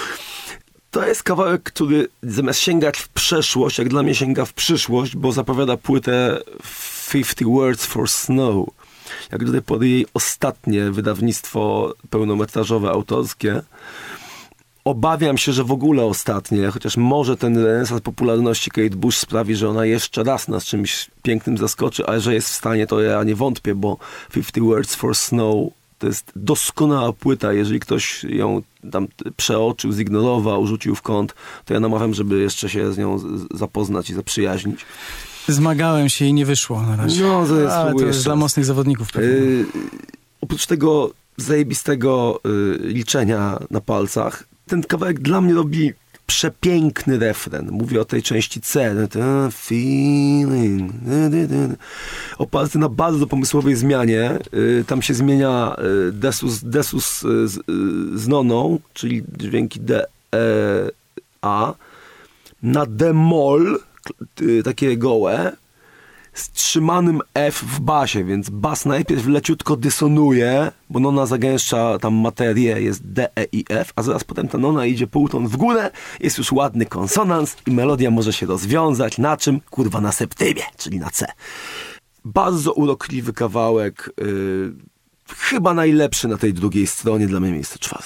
To jest kawałek, który zamiast sięgać w przeszłość, jak dla mnie sięga w przyszłość, bo zapowiada płytę 50 Words for Snow. Jak do tej pory jej ostatnie wydawnictwo pełnometrażowe, autorskie. Obawiam się, że w ogóle ostatnie, chociaż może ten renesans popularności Kate Bush sprawi, że ona jeszcze raz nas czymś pięknym zaskoczy, ale że jest w stanie, to ja nie wątpię, bo 50 Words for Snow to jest doskonała płyta. Jeżeli ktoś ją tam przeoczył, zignorował, rzucił w kąt, to ja namawiam, żeby jeszcze się z nią zapoznać i zaprzyjaźnić. Zmagałem się i nie wyszło na razie. No, to jest dla mocnych zawodników pewnie. Oprócz tego zajebistego liczenia na palcach, ten kawałek dla mnie robi przepiękny refren. Mówię o tej części C. Feeling. Oparty na bardzo pomysłowej zmianie. Tam się zmienia desus z noną, czyli dźwięki D, E, A, na D-moll, takie gołe, z trzymanym F w basie, więc bas najpierw leciutko dysonuje, bo nona zagęszcza tam materię, jest D, E i F, a zaraz potem ta nona idzie półton w górę, jest już ładny konsonans i melodia może się rozwiązać. Na czym? Kurwa, na septymie, czyli na C. Bardzo urokliwy kawałek, chyba najlepszy na tej drugiej stronie, dla mnie miejsce 4.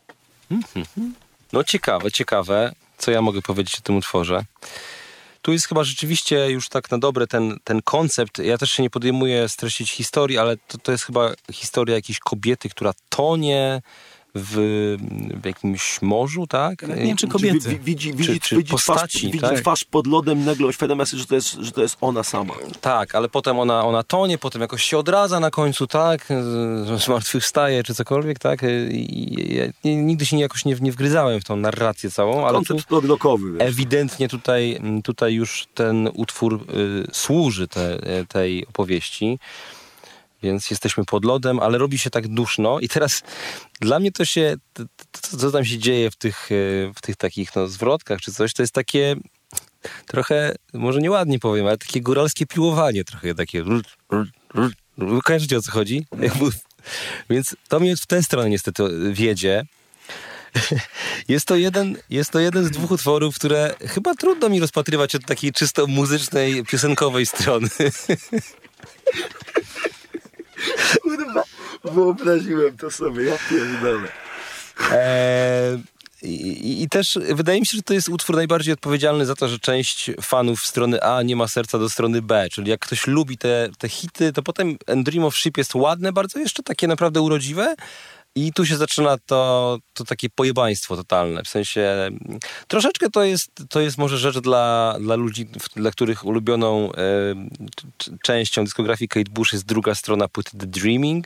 No ciekawe, co ja mogę powiedzieć o tym utworze. Tu jest chyba rzeczywiście już tak na dobre ten koncept. Ja też się nie podejmuję streścić historii, ale to jest chyba historia jakiejś kobiety, która tonie w jakimś morzu, tak? Nie wiem, czy kobiety. Widzi postaci, widzi twarz pod lodem i nagle oświadamia sobie, że to jest ona sama. Tak, ale potem ona tonie, potem jakoś się odradza na końcu, tak? Zmartwychwstaje, czy cokolwiek, tak? I nigdy się jakoś nie wgryzałem w tą narrację całą, ale koncept proglokowy. Ewidentnie tutaj już ten utwór służy tej opowieści. więc jesteśmy pod lodem, ale robi się tak duszno i teraz dla mnie to się, co tam się dzieje w tych takich zwrotkach czy coś, to jest takie trochę, może nieładnie powiem, ale takie góralskie piłowanie trochę takie. Kojarzycie, o co chodzi? Więc to mnie w tę stronę niestety wiedzie. Jest to jeden z 2 utworów, które chyba trudno mi rozpatrywać od takiej czysto muzycznej, piosenkowej strony. Kurwa, wyobraziłem to sobie, ja pierdolę. I też wydaje mi się, że to jest utwór najbardziej odpowiedzialny za to, że część fanów strony A nie ma serca do strony B. Czyli jak ktoś lubi te hity, to potem And Dream of Sheep jest ładne, bardzo jeszcze takie naprawdę urodziwe. I tu się zaczyna to takie pojebaństwo totalne. W sensie troszeczkę to jest może rzecz dla ludzi, dla których ulubioną częścią dyskografii Kate Bush jest druga strona płyty The Dreaming.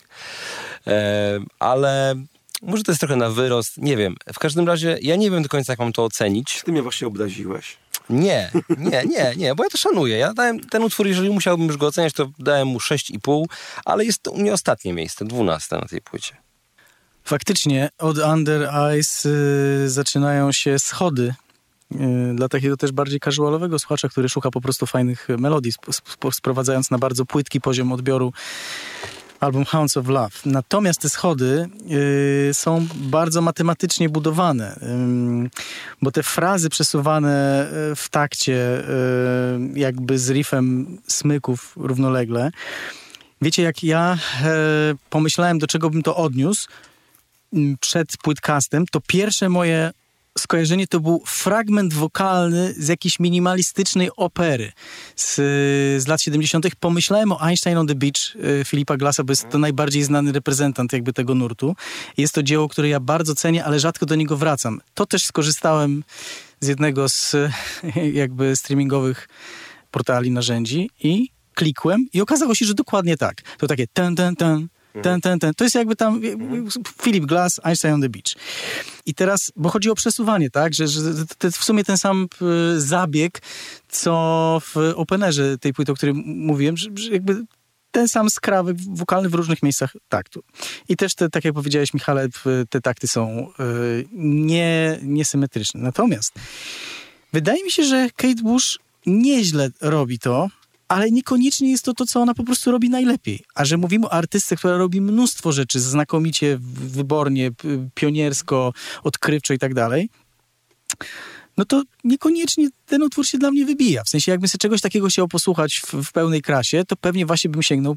Ale może to jest trochę na wyrost, nie wiem. W każdym razie ja nie wiem do końca, jak mam to ocenić. Ty mnie właśnie obraziłeś. Nie, bo ja to szanuję. Ja dałem ten utwór, jeżeli musiałbym już go oceniać, to dałem mu 6,5, ale jest to u mnie ostatnie miejsce, 12 na tej płycie. Faktycznie od Under Ice zaczynają się schody dla takiego też bardziej casualowego słuchacza, który szuka po prostu fajnych melodii, sprowadzając na bardzo płytki poziom odbioru album Hounds of Love. Natomiast te schody są bardzo matematycznie budowane, bo te frazy przesuwane w takcie jakby z riffem smyków równolegle. Wiecie, jak ja pomyślałem, do czego bym to odniósł przed płytcastem, to pierwsze moje skojarzenie to był fragment wokalny z jakiejś minimalistycznej opery z lat 70. Pomyślałem o Einstein on the Beach Philipa Glassa, bo jest to najbardziej znany reprezentant jakby tego nurtu. Jest to dzieło, które ja bardzo cenię, ale rzadko do niego wracam. To też skorzystałem z jednego z jakby streamingowych portali, narzędzi i klikłem i okazało się, że dokładnie tak. To takie ten. To jest jakby tam Philip Glass, Einstein on the Beach. I teraz, bo chodzi o przesuwanie, tak? Że w sumie ten sam zabieg, co w openerze tej płyty, o którym mówiłem, że jakby ten sam skrawek wokalny w różnych miejscach taktu. I też tak jak powiedziałeś, Michale, te takty są niesymetryczne. Natomiast wydaje mi się, że Kate Bush nieźle robi to, ale niekoniecznie jest to, co ona po prostu robi najlepiej. A że mówimy o artystce, która robi mnóstwo rzeczy znakomicie, wybornie, pioniersko, odkrywczo i tak dalej, no to niekoniecznie ten utwór się dla mnie wybija. W sensie, jakbym sobie czegoś takiego chciał posłuchać w pełnej krasie, to pewnie właśnie bym sięgnął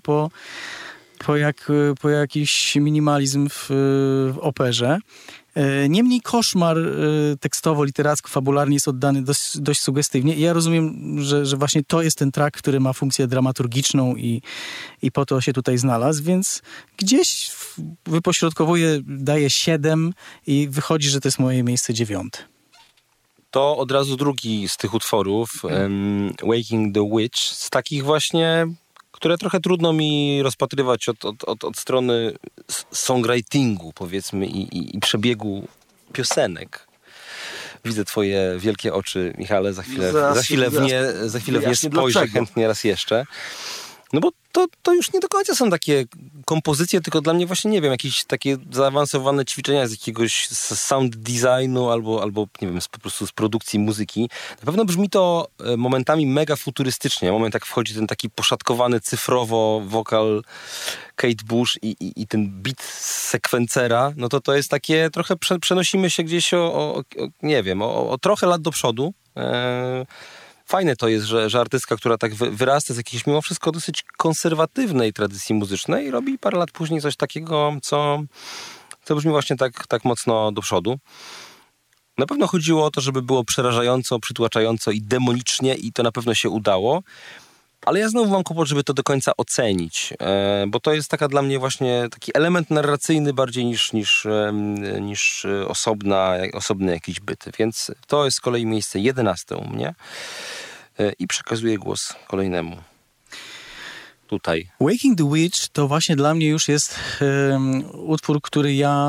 po jakiś minimalizm w operze. Niemniej koszmar tekstowo-literacko, fabularnie jest oddany dość sugestywnie. I ja rozumiem, że właśnie to jest ten track, który ma funkcję dramaturgiczną i po to się tutaj znalazł, więc gdzieś wypośrodkowuję, daję 7 i wychodzi, że to jest moje miejsce 9. To od razu drugi z tych utworów, Waking the Witch, z takich właśnie, które trochę trudno mi rozpatrywać od strony songwritingu, powiedzmy, i przebiegu piosenek. Widzę twoje wielkie oczy, Michale, za chwilę w nie spojrzę chętnie raz jeszcze. No bo to już nie do końca są takie kompozycje, tylko dla mnie właśnie, nie wiem, jakieś takie zaawansowane ćwiczenia z jakiegoś sound designu albo nie wiem, po prostu z produkcji muzyki. Na pewno brzmi to momentami mega futurystycznie. Moment, jak wchodzi ten taki poszatkowany cyfrowo wokal Kate Bush i ten beat sekwencera, no to jest takie trochę przenosimy się gdzieś nie wiem, o trochę lat do przodu. Fajne to jest, że artystka, która tak wyrasta z jakiejś mimo wszystko dosyć konserwatywnej tradycji muzycznej, robi parę lat później coś takiego, co brzmi właśnie tak mocno do przodu. Na pewno chodziło o to, żeby było przerażająco, przytłaczająco i demonicznie i to na pewno się udało. Ale ja znowu mam kłopot, żeby to do końca ocenić, bo to jest taka dla mnie właśnie taki element narracyjny bardziej niż osobny jakiś byt. Więc to jest z kolei miejsce 11 u mnie i przekazuję głos kolejnemu. Tutaj. Waking the Witch to właśnie dla mnie już jest utwór, który ja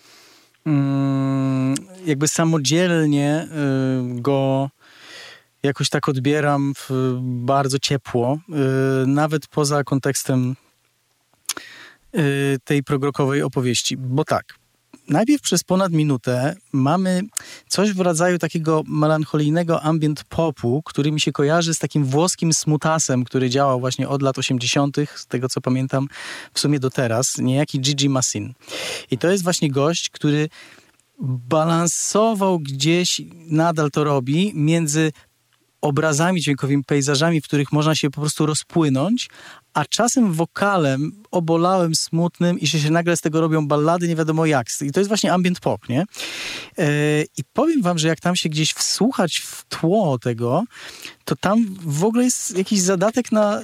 jakby samodzielnie go jakoś tak odbieram bardzo ciepło, nawet poza kontekstem tej progrokowej opowieści, bo tak, najpierw przez ponad minutę mamy coś w rodzaju takiego melancholijnego ambient popu, który mi się kojarzy z takim włoskim smutasem, który działał właśnie od lat 80., z tego co pamiętam, w sumie do teraz, niejaki Gigi Massin. I to jest właśnie gość, który balansował gdzieś, nadal to robi, między obrazami dźwiękowymi, pejzażami, w których można się po prostu rozpłynąć, a czasem wokalem obolałym, smutnym i się nagle z tego robią ballady, nie wiadomo jak. I to jest właśnie ambient pop, nie? I powiem wam, że jak tam się gdzieś wsłuchać w tło tego, to tam w ogóle jest jakiś zadatek na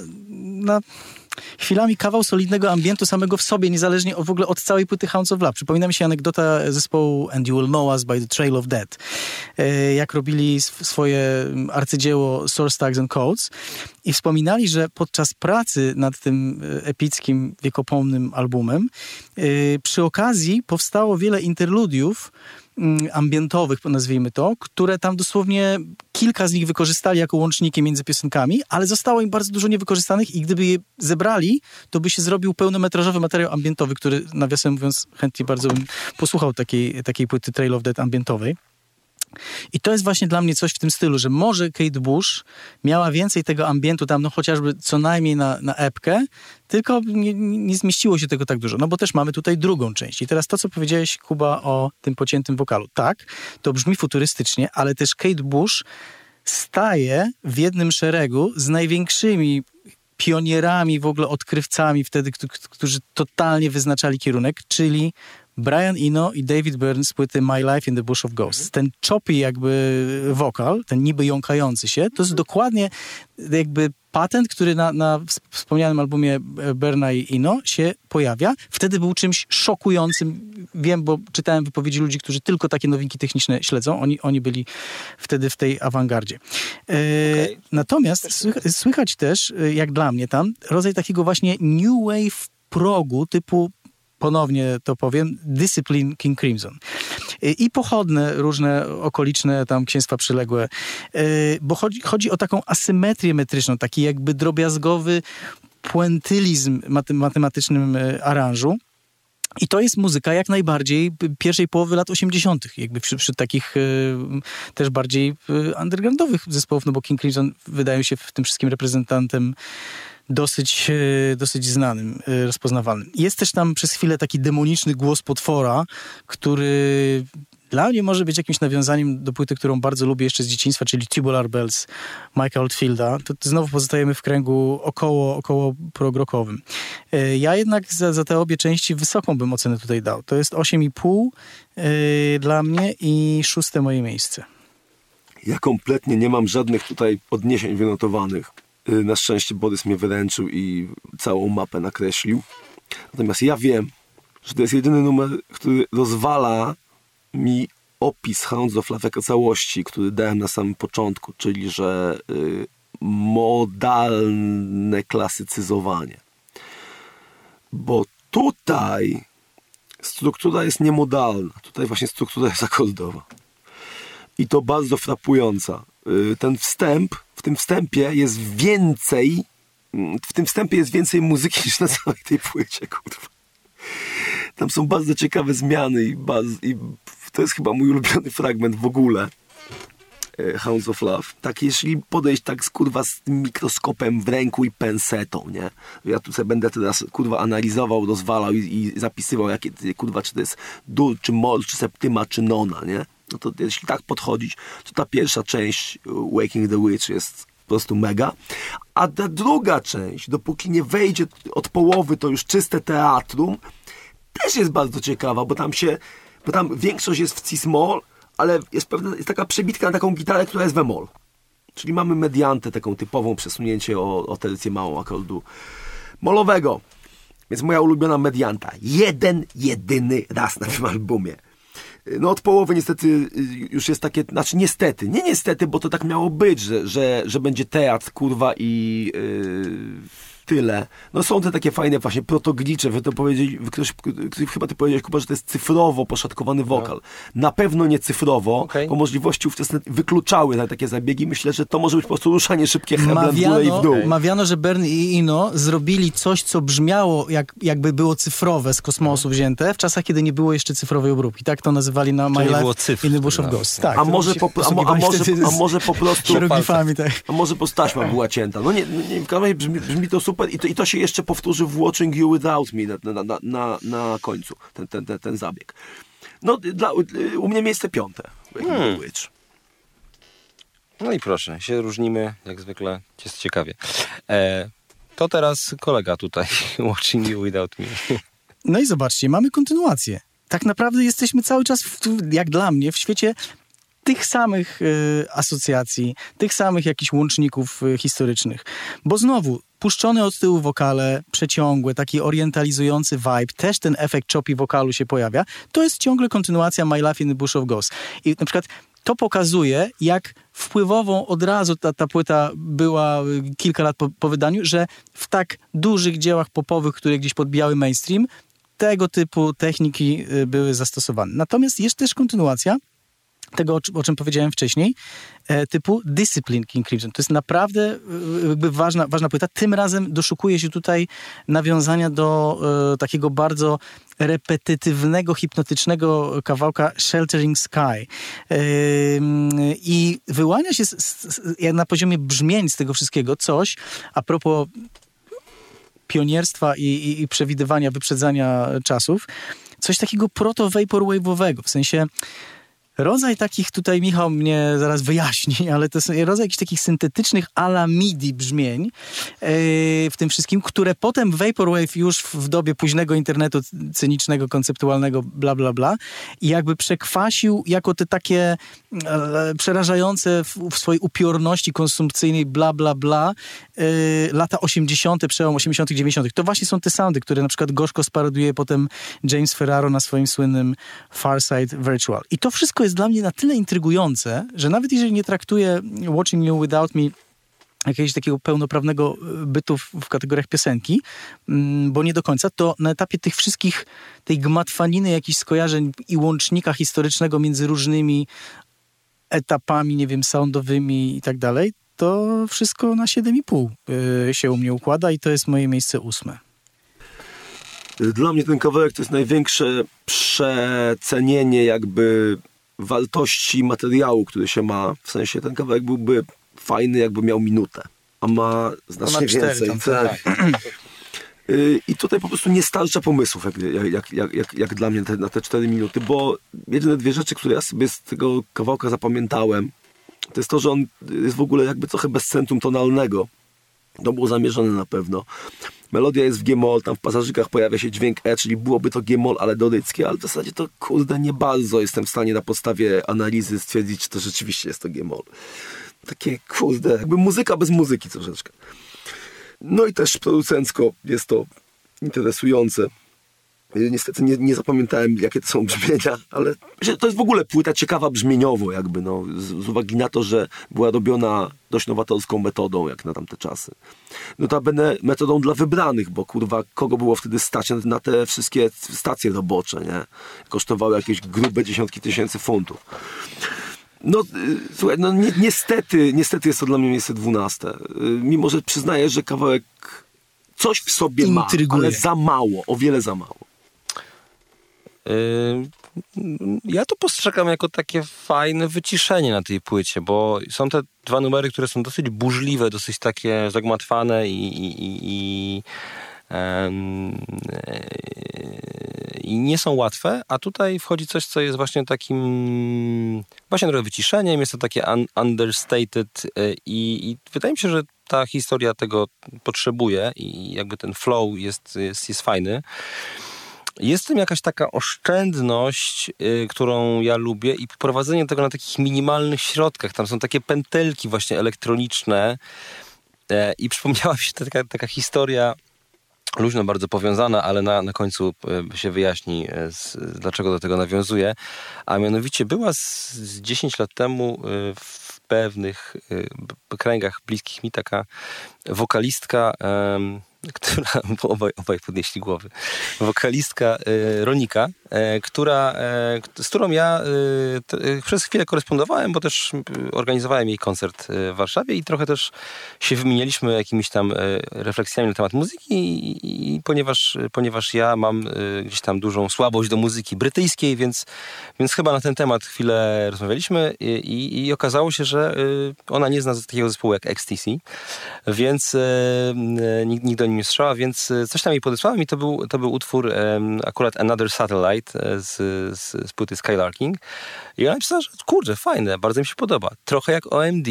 chwilami kawał solidnego ambientu samego w sobie, niezależnie w ogóle od całej płyty Hounds of Love. Przypomina mi się anegdota zespołu And You Will Know Us by the Trail of Death. Jak robili swoje arcydzieło Source Tags and Codes i wspominali, że podczas pracy nad tym epickim, wiekopomnym albumem przy okazji powstało wiele interludiów ambientowych, nazwijmy to, które tam dosłownie kilka z nich wykorzystali jako łączniki między piosenkami, ale zostało im bardzo dużo niewykorzystanych i gdyby je zebrali, to by się zrobił pełnometrażowy materiał ambientowy, który, nawiasem mówiąc, chętnie bardzo bym posłuchał takiej płyty Trail of Death ambientowej. I to jest właśnie dla mnie coś w tym stylu, że może Kate Bush miała więcej tego ambientu tam, no chociażby co najmniej na epkę, tylko nie zmieściło się tego tak dużo. No bo też mamy tutaj drugą część. I teraz to, co powiedziałeś, Kuba, o tym pociętym wokalu. Tak, to brzmi futurystycznie, ale też Kate Bush staje w jednym szeregu z największymi pionierami, w ogóle odkrywcami wtedy, którzy totalnie wyznaczali kierunek, czyli Brian Eno i David Byrne z płyty My Life in the Bush of Ghosts. Ten choppy jakby wokal, ten niby jąkający się, to jest dokładnie jakby patent, który na wspomnianym albumie Byrna i Eno się pojawia. Wtedy był czymś szokującym. Wiem, bo czytałem wypowiedzi ludzi, którzy tylko takie nowinki techniczne śledzą. Oni byli wtedy w tej awangardzie. Okay. Natomiast słychać też, jak dla mnie tam, rodzaj takiego właśnie new wave progu typu, ponownie to powiem, Discipline King Crimson. I pochodne, różne okoliczne tam księstwa przyległe, bo chodzi o taką asymetrię metryczną, taki jakby drobiazgowy puentylizm matematycznym aranżu. I to jest muzyka jak najbardziej pierwszej połowy lat 80. jakby wśród takich też bardziej undergroundowych zespołów, no bo King Crimson wydają się w tym wszystkim reprezentantem dosyć znanym, rozpoznawalnym. Jest też tam przez chwilę taki demoniczny głos potwora, który dla mnie może być jakimś nawiązaniem do płyty, którą bardzo lubię jeszcze z dzieciństwa, czyli Tubular Bells Mike'a Oldfielda. To znowu pozostajemy w kręgu około prog-rockowym. Ja jednak za te obie części wysoką bym ocenę tutaj dał. To jest 8,5 dla mnie i 6. moje miejsce. Ja kompletnie nie mam żadnych tutaj odniesień wynotowanych. Na szczęście Borys mnie wyręczył i całą mapę nakreślił. Natomiast ja wiem, że to jest jedyny numer, który rozwala mi opis Hounds of Love jako całości, który dałem na samym początku, czyli że modalne klasycyzowanie. Bo tutaj struktura jest niemodalna. Tutaj właśnie struktura jest akordowa. I to bardzo frapująca. Ten wstęp, w tym wstępie jest więcej muzyki niż na całej tej płycie, kurwa. Tam są bardzo ciekawe zmiany i to jest chyba mój ulubiony fragment w ogóle Hounds of Love. Tak, jeśli podejść tak kurwa z tym mikroskopem w ręku i pensetą, nie? Ja tu sobie będę teraz kurwa analizował, rozwalał i zapisywał, jakie kurwa, czy to jest dur, czy mol, czy septyma, czy nona, nie? No to jeśli tak podchodzić, to ta pierwsza część Waking the Witch jest po prostu mega, a ta druga część, dopóki nie wejdzie od połowy, to już czyste teatrum, też jest bardzo ciekawa, bo tam większość jest w cis-moll, ale jest taka przebitka na taką gitarę, która jest w e-moll. Czyli mamy mediantę, taką typową przesunięcie o tercję małą akordu mollowego. Więc moja ulubiona medianta. Jedyny raz na tym albumie. No od połowy niestety już jest takie, znaczy niestety, bo to tak miało być, że będzie teatr, kurwa i tyle. No są te takie fajne właśnie protoglicze, ktoś chyba ty powiedziałeś, Kuba, że to jest cyfrowo poszatkowany wokal. Na pewno nie cyfrowo, bo możliwości ówczesne wykluczały takie zabiegi. Myślę, że to może być po prostu ruszanie szybkie heblem w górę i w dół. Mawiano, że Bern i Eno zrobili coś, co brzmiało jakby było cyfrowe z kosmosu wzięte, w czasach, kiedy nie było jeszcze cyfrowej obróbki. Tak to nazywali na My Life in the Bush of Ghosts. Tak, a może po prostu hieroglifami, tak. A może po taśma była cięta. No nie, w każdym razie brzmi to super i to się jeszcze powtórzy w Watching You Without Me na końcu, ten zabieg. No, u mnie miejsce 5. Witch. No i proszę, się różnimy, jak zwykle, jest ciekawie. To teraz kolega tutaj, Watching You Without Me. No i zobaczcie, mamy kontynuację. Tak naprawdę jesteśmy cały czas, jak dla mnie, w świecie tych samych asocjacji, tych samych jakichś łączników historycznych. Bo znowu, puszczone od tyłu wokale, przeciągłe, taki orientalizujący vibe, też ten efekt choppy wokalu się pojawia. To jest ciągle kontynuacja My Life in the Bush of Ghosts. I na przykład to pokazuje, jak wpływową od razu ta płyta była kilka lat po wydaniu, że w tak dużych dziełach popowych, które gdzieś podbijały mainstream, tego typu techniki były zastosowane. Natomiast jest też kontynuacja tego, o czym powiedziałem wcześniej, typu Discipline King Crimson. To jest naprawdę jakby ważna płyta. Tym razem doszukuje się tutaj nawiązania do takiego bardzo repetytywnego, hipnotycznego kawałka Sheltering Sky. I wyłania się na poziomie brzmień z tego wszystkiego coś, a propos pionierstwa i przewidywania, wyprzedzania czasów, coś takiego proto-vaporwave'owego, w sensie rodzaj takich, tutaj Michał mnie zaraz wyjaśni, ale to jest rodzaj jakichś takich syntetycznych a la MIDI brzmień w tym wszystkim, które potem Vaporwave już w dobie późnego internetu cynicznego, konceptualnego, bla, bla, bla, i jakby przekwasił jako te takie przerażające w swojej upiorności konsumpcyjnej, bla, bla, bla, lata 80., przełom 80., 90. To właśnie są te soundy, które na przykład gorzko sparoduje potem James Ferraro na swoim słynnym Farside Virtual. I to wszystko jest dla mnie na tyle intrygujące, że nawet jeżeli nie traktuję Watching You Without Me jakiegoś takiego pełnoprawnego bytu w kategoriach piosenki, bo nie do końca, to na etapie tych wszystkich, tej gmatwaniny jakichś skojarzeń i łącznika historycznego między różnymi etapami, nie wiem, soundowymi i tak dalej, to wszystko na 7,5 się u mnie układa i to jest moje miejsce 8. Dla mnie ten kawałek to jest największe przecenienie jakby wartości materiału, który się ma. W sensie ten kawałek byłby fajny, jakby miał minutę, a ma znacznie więcej. I tutaj po prostu nie starcza pomysłów, jak dla mnie na te 4 minuty, bo jedyne 2 rzeczy, które ja sobie z tego kawałka zapamiętałem, to jest to, że on jest w ogóle jakby trochę bez centrum tonalnego. To było zamierzone na pewno. Melodia jest w G-moll, tam w pasażykach pojawia się dźwięk E, czyli byłoby to G-moll, ale doryckie, ale w zasadzie to kurde nie bardzo jestem w stanie na podstawie analizy stwierdzić, czy to rzeczywiście jest to G-moll. Takie kurde, jakby muzyka bez muzyki troszeczkę. No i też producencko jest to interesujące. Niestety nie zapamiętałem, jakie to są brzmienia, ale to jest w ogóle płyta ciekawa brzmieniowo jakby, no, z uwagi na to, że była robiona dość nowatorską metodą, jak na tamte czasy. Notabene metodą dla wybranych, bo kurwa, kogo było wtedy stać na te wszystkie stacje robocze, nie? Kosztowały jakieś grube dziesiątki tysięcy funtów. No, słuchaj, no niestety jest to dla mnie miejsce 12. Mimo, że przyznaję, że kawałek coś w sobie intryguje. Ma, ale za mało, o wiele za mało. Ja to postrzegam jako takie fajne wyciszenie na tej płycie, bo są te 2 numery, które są dosyć burzliwe, dosyć takie zagmatwane i nie są łatwe, a tutaj wchodzi coś, co jest właśnie takim właśnie trochę wyciszeniem, jest to takie understated i wydaje mi się, że ta historia tego potrzebuje i jakby ten flow jest fajny. Jest w tym jakaś taka oszczędność, którą ja lubię i prowadzenie tego na takich minimalnych środkach. Tam są takie pętelki właśnie elektroniczne i przypomniała mi się taka historia luźno bardzo powiązana, ale na końcu się wyjaśni, dlaczego do tego nawiązuje. A mianowicie była z 10 lat temu w pewnych kręgach bliskich mi taka wokalistka która, obaj podnieśli głowy, wokalistka Ronika, z którą ja przez chwilę korespondowałem, bo też organizowałem jej koncert w Warszawie i trochę też się wymienialiśmy jakimiś tam refleksjami na temat muzyki i ponieważ ja mam gdzieś tam dużą słabość do muzyki brytyjskiej, więc chyba na ten temat chwilę rozmawialiśmy i okazało się, że ona nie zna takiego zespołu jak XTC, więc nigdy o nim nie słyszała, więc coś tam jej podesłałem i to był utwór akurat Another Satellite z płyty Skylarking. I ona napisała, że kurczę, fajne, bardzo mi się podoba. Trochę jak OMD.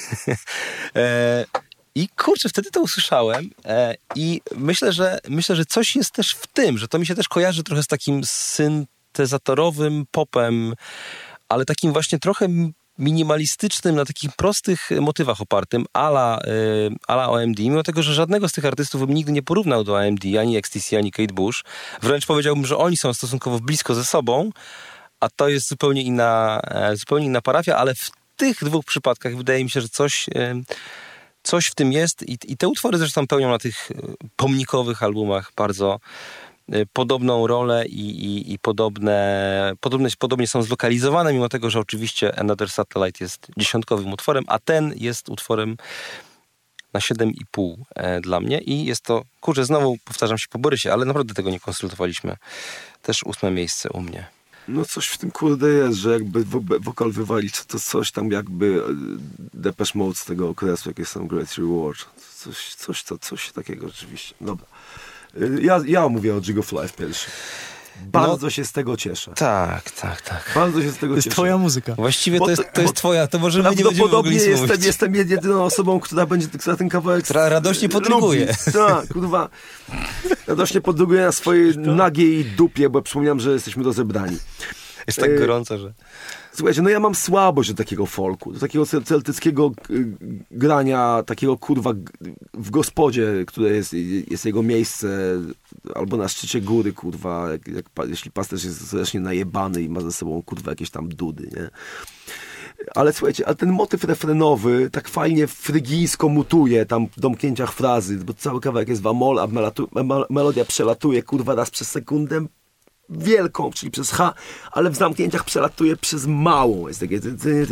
I kurczę, wtedy to usłyszałem i myślę, że coś jest też w tym, że to mi się też kojarzy trochę z takim syntezatorowym popem, ale takim właśnie trochę minimalistycznym, na takich prostych motywach opartym, a la OMD, mimo tego, że żadnego z tych artystów bym nigdy nie porównał do OMD, ani XTC, ani Kate Bush. Wręcz powiedziałbym, że oni są stosunkowo blisko ze sobą, a to jest zupełnie inna parafia, ale w tych dwóch przypadkach wydaje mi się, że coś w tym jest i te utwory zresztą pełnią na tych pomnikowych albumach bardzo podobną rolę i podobnie są zlokalizowane, mimo tego, że oczywiście Another Satellite jest dziesiątkowym utworem, a ten jest utworem na 7,5 dla mnie i jest to, kurczę, znowu powtarzam się po Borysie, ale naprawdę tego nie konsultowaliśmy. Też 8 miejsce u mnie. No coś w tym kurde jest, że jakby wokal wywalić, to coś tam jakby Depeche Mode z tego okresu, jakie są Great Reward. Coś takiego rzeczywiście. Dobra. Ja mówię o Jig of Life pierwszy. Bardzo się z tego cieszę. Tak. Bardzo się z tego cieszę. To jest twoja muzyka. Właściwie to jest twoja, to może my nie będziemy mogli mówić. Jestem jedyną osobą, która ten kawałek... Która radośnie podryguje. Tak, kurwa. Radośnie podryguje na swojej nagiej dupie, bo przypomniałem, że jesteśmy rozebrani. Jest tak gorąco, że... Słuchajcie, no ja mam słabość do takiego folku, do takiego celtyckiego grania, takiego kurwa w gospodzie, które jest jego miejsce, albo na szczycie góry, kurwa, jeśli pasterz jest zresztą najebany i ma ze sobą kurwa jakieś tam dudy, nie? Ale słuchajcie, ale ten motyw refrenowy tak fajnie frygijsko mutuje tam w domknięciach frazy, bo cały kawałek jest w amol, a melodia przelatuje kurwa raz przez sekundę wielką, czyli przez H, ale w zamknięciach przelatuje przez małą. Jest takie...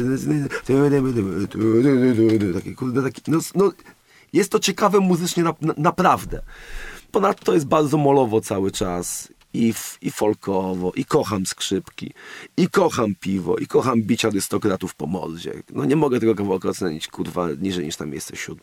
No, jest to ciekawe muzycznie naprawdę. Ponadto jest bardzo molowo cały czas. I folkowo, i kocham skrzypki, i kocham piwo, i kocham bicia arystokratów po mordzie. No nie mogę tego kawałka ocenić, kurwa, niżej niż tam miejsce 7.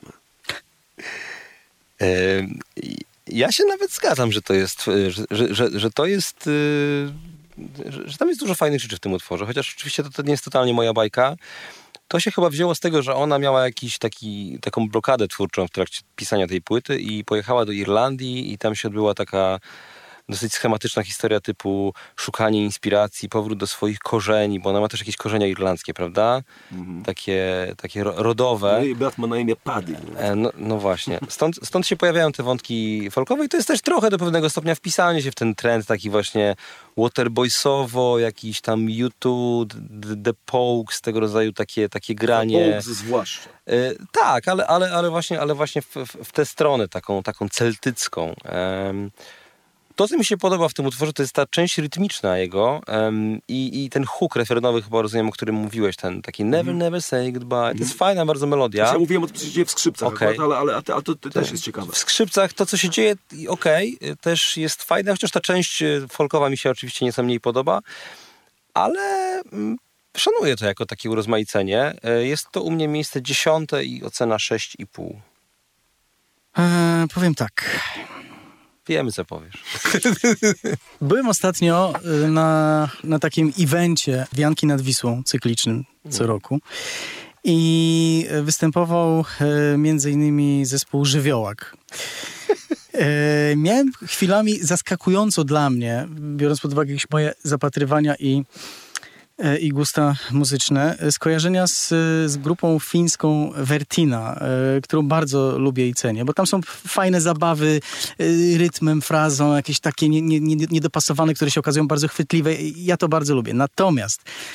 Ja się nawet zgadzam, że to jest, że to jest, że tam jest dużo fajnych rzeczy w tym utworze, chociaż oczywiście to nie jest totalnie moja bajka. To się chyba wzięło z tego, że ona miała taką blokadę twórczą w trakcie pisania tej płyty i pojechała do Irlandii i tam się odbyła taka dosyć schematyczna historia typu szukanie inspiracji, powrót do swoich korzeni, bo ona ma też jakieś korzenia irlandzkie, prawda? Takie rodowe. No i brat ma na imię Paddy. No właśnie. Stąd się pojawiają te wątki folkowe i to jest też trochę do pewnego stopnia wpisanie się w ten trend taki właśnie waterboysowo, jakiś tam U2, The Pogues, tego rodzaju takie granie. Pogues zwłaszcza. Tak, ale właśnie w tę stronę taką celtycką. To, co mi się podoba w tym utworze, to jest ta część rytmiczna jego i ten hook refrenowy, chyba rozumiem, o którym mówiłeś, ten taki never say goodbye. To jest fajna bardzo melodia. Ja mówiłem o tym, co się dzieje w skrzypcach, okay. ale to też jest ciekawe. W skrzypcach to, co się dzieje, też jest fajne, chociaż ta część folkowa mi się oczywiście nieco mniej podoba, ale szanuję to jako takie urozmaicenie. Jest to u mnie miejsce 10 i ocena 6,5. Powiem tak. Wiemy, co powiesz. Byłem ostatnio na takim evencie Wianki nad Wisłą cyklicznym co roku i występował między innymi zespół Żywiołak. Miałem chwilami zaskakująco dla mnie, biorąc pod uwagę jakieś moje zapatrywania i gusta muzyczne, skojarzenia z grupą fińską Vertina, którą bardzo lubię i cenię, bo tam są fajne zabawy rytmem, frazą, jakieś takie niedopasowane, które się okazują bardzo chwytliwe. Ja to bardzo lubię. Natomiast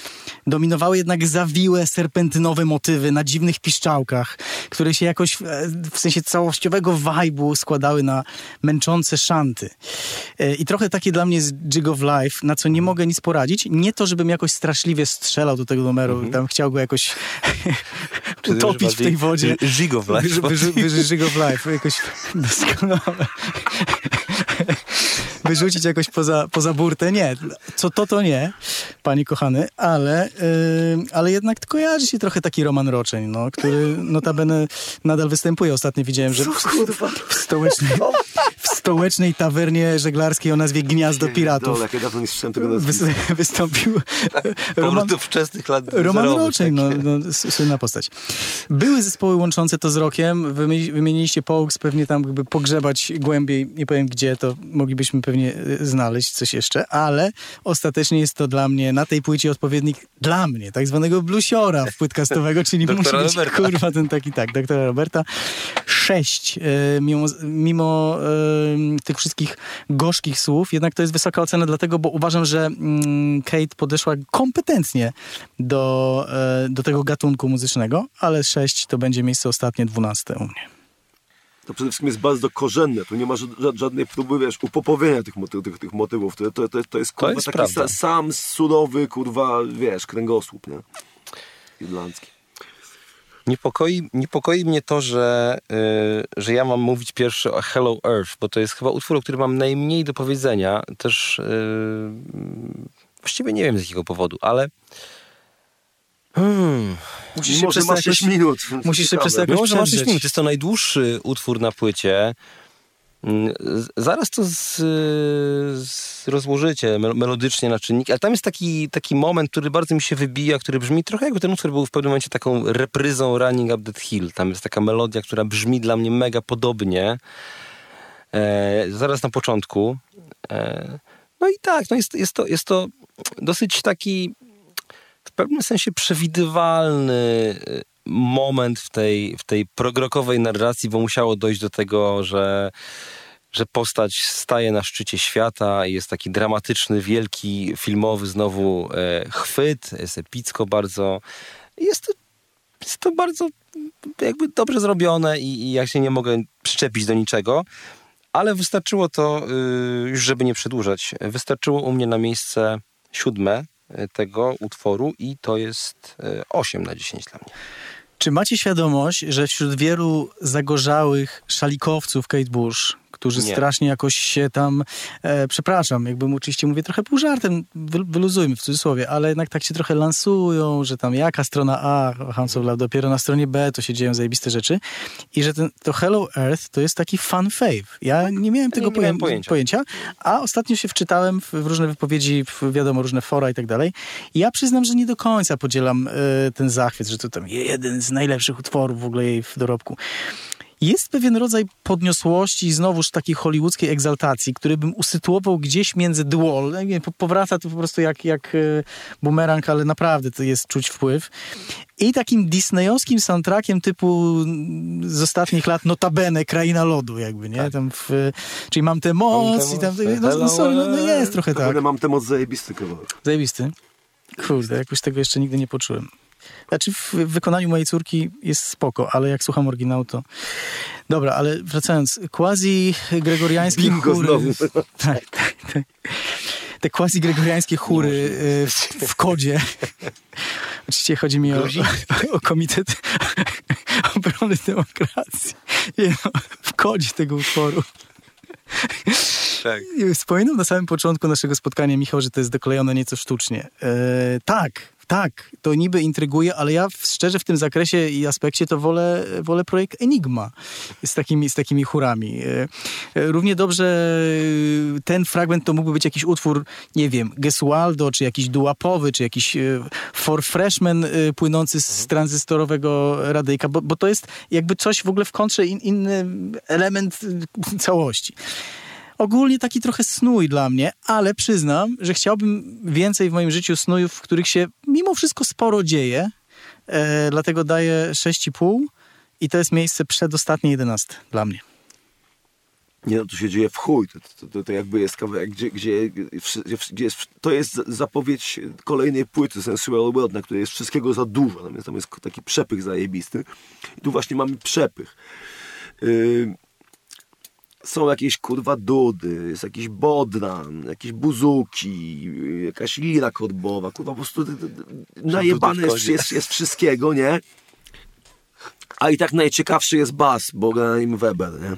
Dominowały jednak zawiłe, serpentynowe motywy na dziwnych piszczałkach, które się jakoś w sensie całościowego vibe'u składały na męczące szanty. I trochę takie dla mnie jest Jig of Life, na co nie mogę nic poradzić. Nie to, żebym jakoś straszliwie strzelał do tego numeru, tam chciał go jakoś utopić w tej wodzie. Jig of Life. Jig of Life, jakoś doskonale. Wyrzucić jakoś poza burtę. Nie, to nie, panie kochany, ale jednak kojarzy się trochę taki Roman Roczeń, no, który notabene nadal występuje. Ostatnio widziałem, że w stołecznej tawernie żeglarskiej o nazwie Gniazdo Piratów Jak ja dawno nie słyszałem tego nazwiska. wystąpił Do wczesnych lat Roman Roczeń, słynna postać. Były zespoły łączące to z rockiem, wymieniliście Pogues, pewnie tam jakby pogrzebać głębiej, nie powiem gdzie, to moglibyśmy pewnie znaleźć coś jeszcze, ale ostatecznie jest to dla mnie na tej płycie odpowiednik dla mnie, tak zwanego bluesiora płytkastowego, czyli musi być kurwa ten taki, tak, doktora Roberta. 6. Mimo tych wszystkich gorzkich słów, jednak to jest wysoka ocena dlatego, bo uważam, że Kate podeszła kompetentnie do tego gatunku muzycznego, ale 6 to będzie miejsce ostatnie, 12 u mnie. To przede wszystkim jest bardzo korzenne. Tu nie ma żadnej próby, wiesz, upopowienia tych motywów. To jest kurwa, jest taki sam surowy, kurwa, wiesz, kręgosłup, nie? Irlandzki. Niepokoi mnie to, że ja mam mówić pierwszy o Hello Earth, bo to jest chyba utwór, o którym mam najmniej do powiedzenia. Też właściwie nie wiem z jakiego powodu, ale Może masz 6 minut. Musisz się przez to jakoś masz 6 minut. Jest to najdłuższy utwór na płycie. Zaraz to rozłożycie melodycznie na czynniki, ale tam jest taki moment, który bardzo mi się wybija, który brzmi trochę jakby ten utwór był w pewnym momencie taką repryzą Running Up That Hill. Tam jest taka melodia, która brzmi dla mnie mega podobnie. Zaraz na początku. No i tak, jest to dosyć taki w pewnym sensie przewidywalny moment w tej progrokowej narracji, bo musiało dojść do tego, że postać staje na szczycie świata i jest taki dramatyczny, wielki, filmowy znowu chwyt, jest epicko bardzo. Jest to bardzo jakby dobrze zrobione i ja się nie mogę przyczepić do niczego, ale wystarczyło to, już żeby nie przedłużać, wystarczyło u mnie na miejsce 7 tego utworu i to jest 8 na 10 dla mnie. Czy macie świadomość, że wśród wielu zagorzałych szalikowców Kate Bush, którzy strasznie jakoś się tam, przepraszam, jakbym oczywiście mówię trochę pół żartem, wyluzujmy w cudzysłowie, ale jednak tak się trochę lansują, że tam jaka strona A, Hounds of Love, dopiero na stronie B to się dzieją zajebiste rzeczy i że to Hello Earth to jest taki fun fave. Ja nie miałem tego pojęcia, a ostatnio się wczytałem w różne wypowiedzi, wiadomo, różne fora i tak dalej. I ja przyznam, że nie do końca podzielam ten zachwyt, że to tam jeden z najlepszych utworów w ogóle jej w dorobku. Jest pewien rodzaj podniosłości i znowuż takiej hollywoodzkiej egzaltacji, który bym usytuował gdzieś między The Wall. Powraca to po prostu jak bumerang, ale naprawdę to jest czuć wpływ. I takim disneyowskim soundtrackiem typu z ostatnich lat, notabene, Kraina Lodu jakby, nie? Tak. Tam czyli Mam tę moc i tam... No jest trochę tak. Mam tę moc, zajebisty kawałek. Zajebisty? Kurde, jakoś tego jeszcze nigdy nie poczułem. Znaczy w wykonaniu mojej córki jest spoko, ale jak słucham oryginału to... Dobra, ale wracając, quasi-gregoriańskie chóry... Znowu. Tak. Te quasi-gregoriańskie chóry w kodzie. Oczywiście chodzi mi o Komitet Obrony Demokracji. W kodzie tego utworu. Tak. Wspominał na samym początku naszego spotkania, Michał, że to jest doklejone nieco sztucznie. Tak, to niby intryguje, ale ja szczerze w tym zakresie i aspekcie to wolę projekt Enigma z takimi chórami. Równie dobrze ten fragment to mógłby być jakiś utwór, nie wiem, Gesualdo, czy jakiś doo-wopowy, czy jakiś For Freshmen płynący z tranzystorowego radyjka, bo to jest jakby coś w ogóle w kontrze, inny element całości. Ogólnie taki trochę snój dla mnie, ale przyznam, że chciałbym więcej w moim życiu snujów, w których się mimo wszystko sporo dzieje. Dlatego daję 6,5 i to jest miejsce przedostatnie 11 dla mnie. Nie no, tu się dzieje w chuj. To jakby jest kawałek, gdzie jest, to jest zapowiedź kolejnej płyty Sensual World, na której jest wszystkiego za dużo. Natomiast tam jest taki przepych zajebisty. I tu właśnie mamy przepych. Są jakieś kurwa dudy, jest jakiś bodran, jakieś buzuki, jakaś lira korbowa, kurwa po prostu najebane jest wszystkiego, nie? A i tak najciekawszy jest bas, bo gra na nim Weber, nie?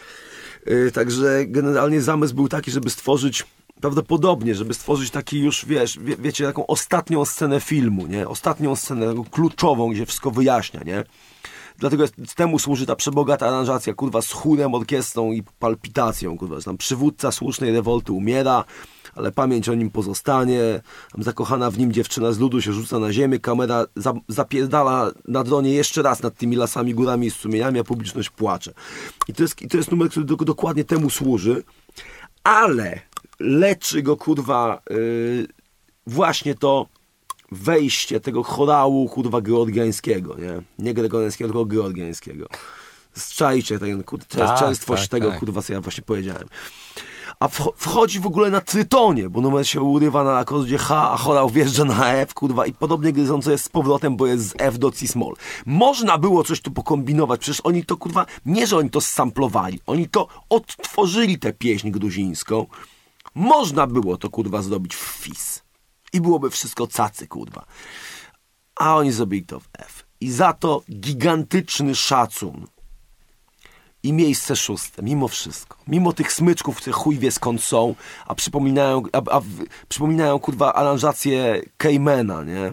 Także generalnie zamysł był taki, żeby stworzyć, prawdopodobnie, żeby stworzyć taki już, wiecie, taką ostatnią scenę filmu, nie? Ostatnią scenę, taką kluczową, gdzie wszystko wyjaśnia, nie? Dlatego temu służy ta przebogata aranżacja, kurwa, z chórem, orkiestrą i palpitacją, kurwa, że tam przywódca słusznej rewolty umiera, ale pamięć o nim pozostanie, tam zakochana w nim dziewczyna z ludu się rzuca na ziemię, kamera zapierdala na dronie jeszcze raz nad tymi lasami, górami i strumieniami, a publiczność płacze. I to jest numer, który dokładnie temu służy, ale leczy go, kurwa, właśnie to wejście tego chorału, kurwa, georgiańskiego, nie? Nie gregoriańskiego, tylko georgiańskiego. Zczajcie ten, częstwość tego, kurwa, co ja właśnie powiedziałem. A wchodzi w ogóle na trytonie, bo numer się urywa na akordzie H, a chorał wjeżdża na F, kurwa, i podobnie gryząco jest z powrotem, bo jest z F do C-moll. Można było coś tu pokombinować, przecież oni to, kurwa, nie, że oni to ssamplowali, oni to odtworzyli tę pieśń gruzińską. Można było to, kurwa, zrobić w FIS. I byłoby wszystko cacy, kurwa. A oni zrobili to w F. I za to gigantyczny szacun. I miejsce 6, mimo wszystko. Mimo tych smyczków, które chuj wie skąd są, a przypominają, kurwa, aranżację Caymana, nie?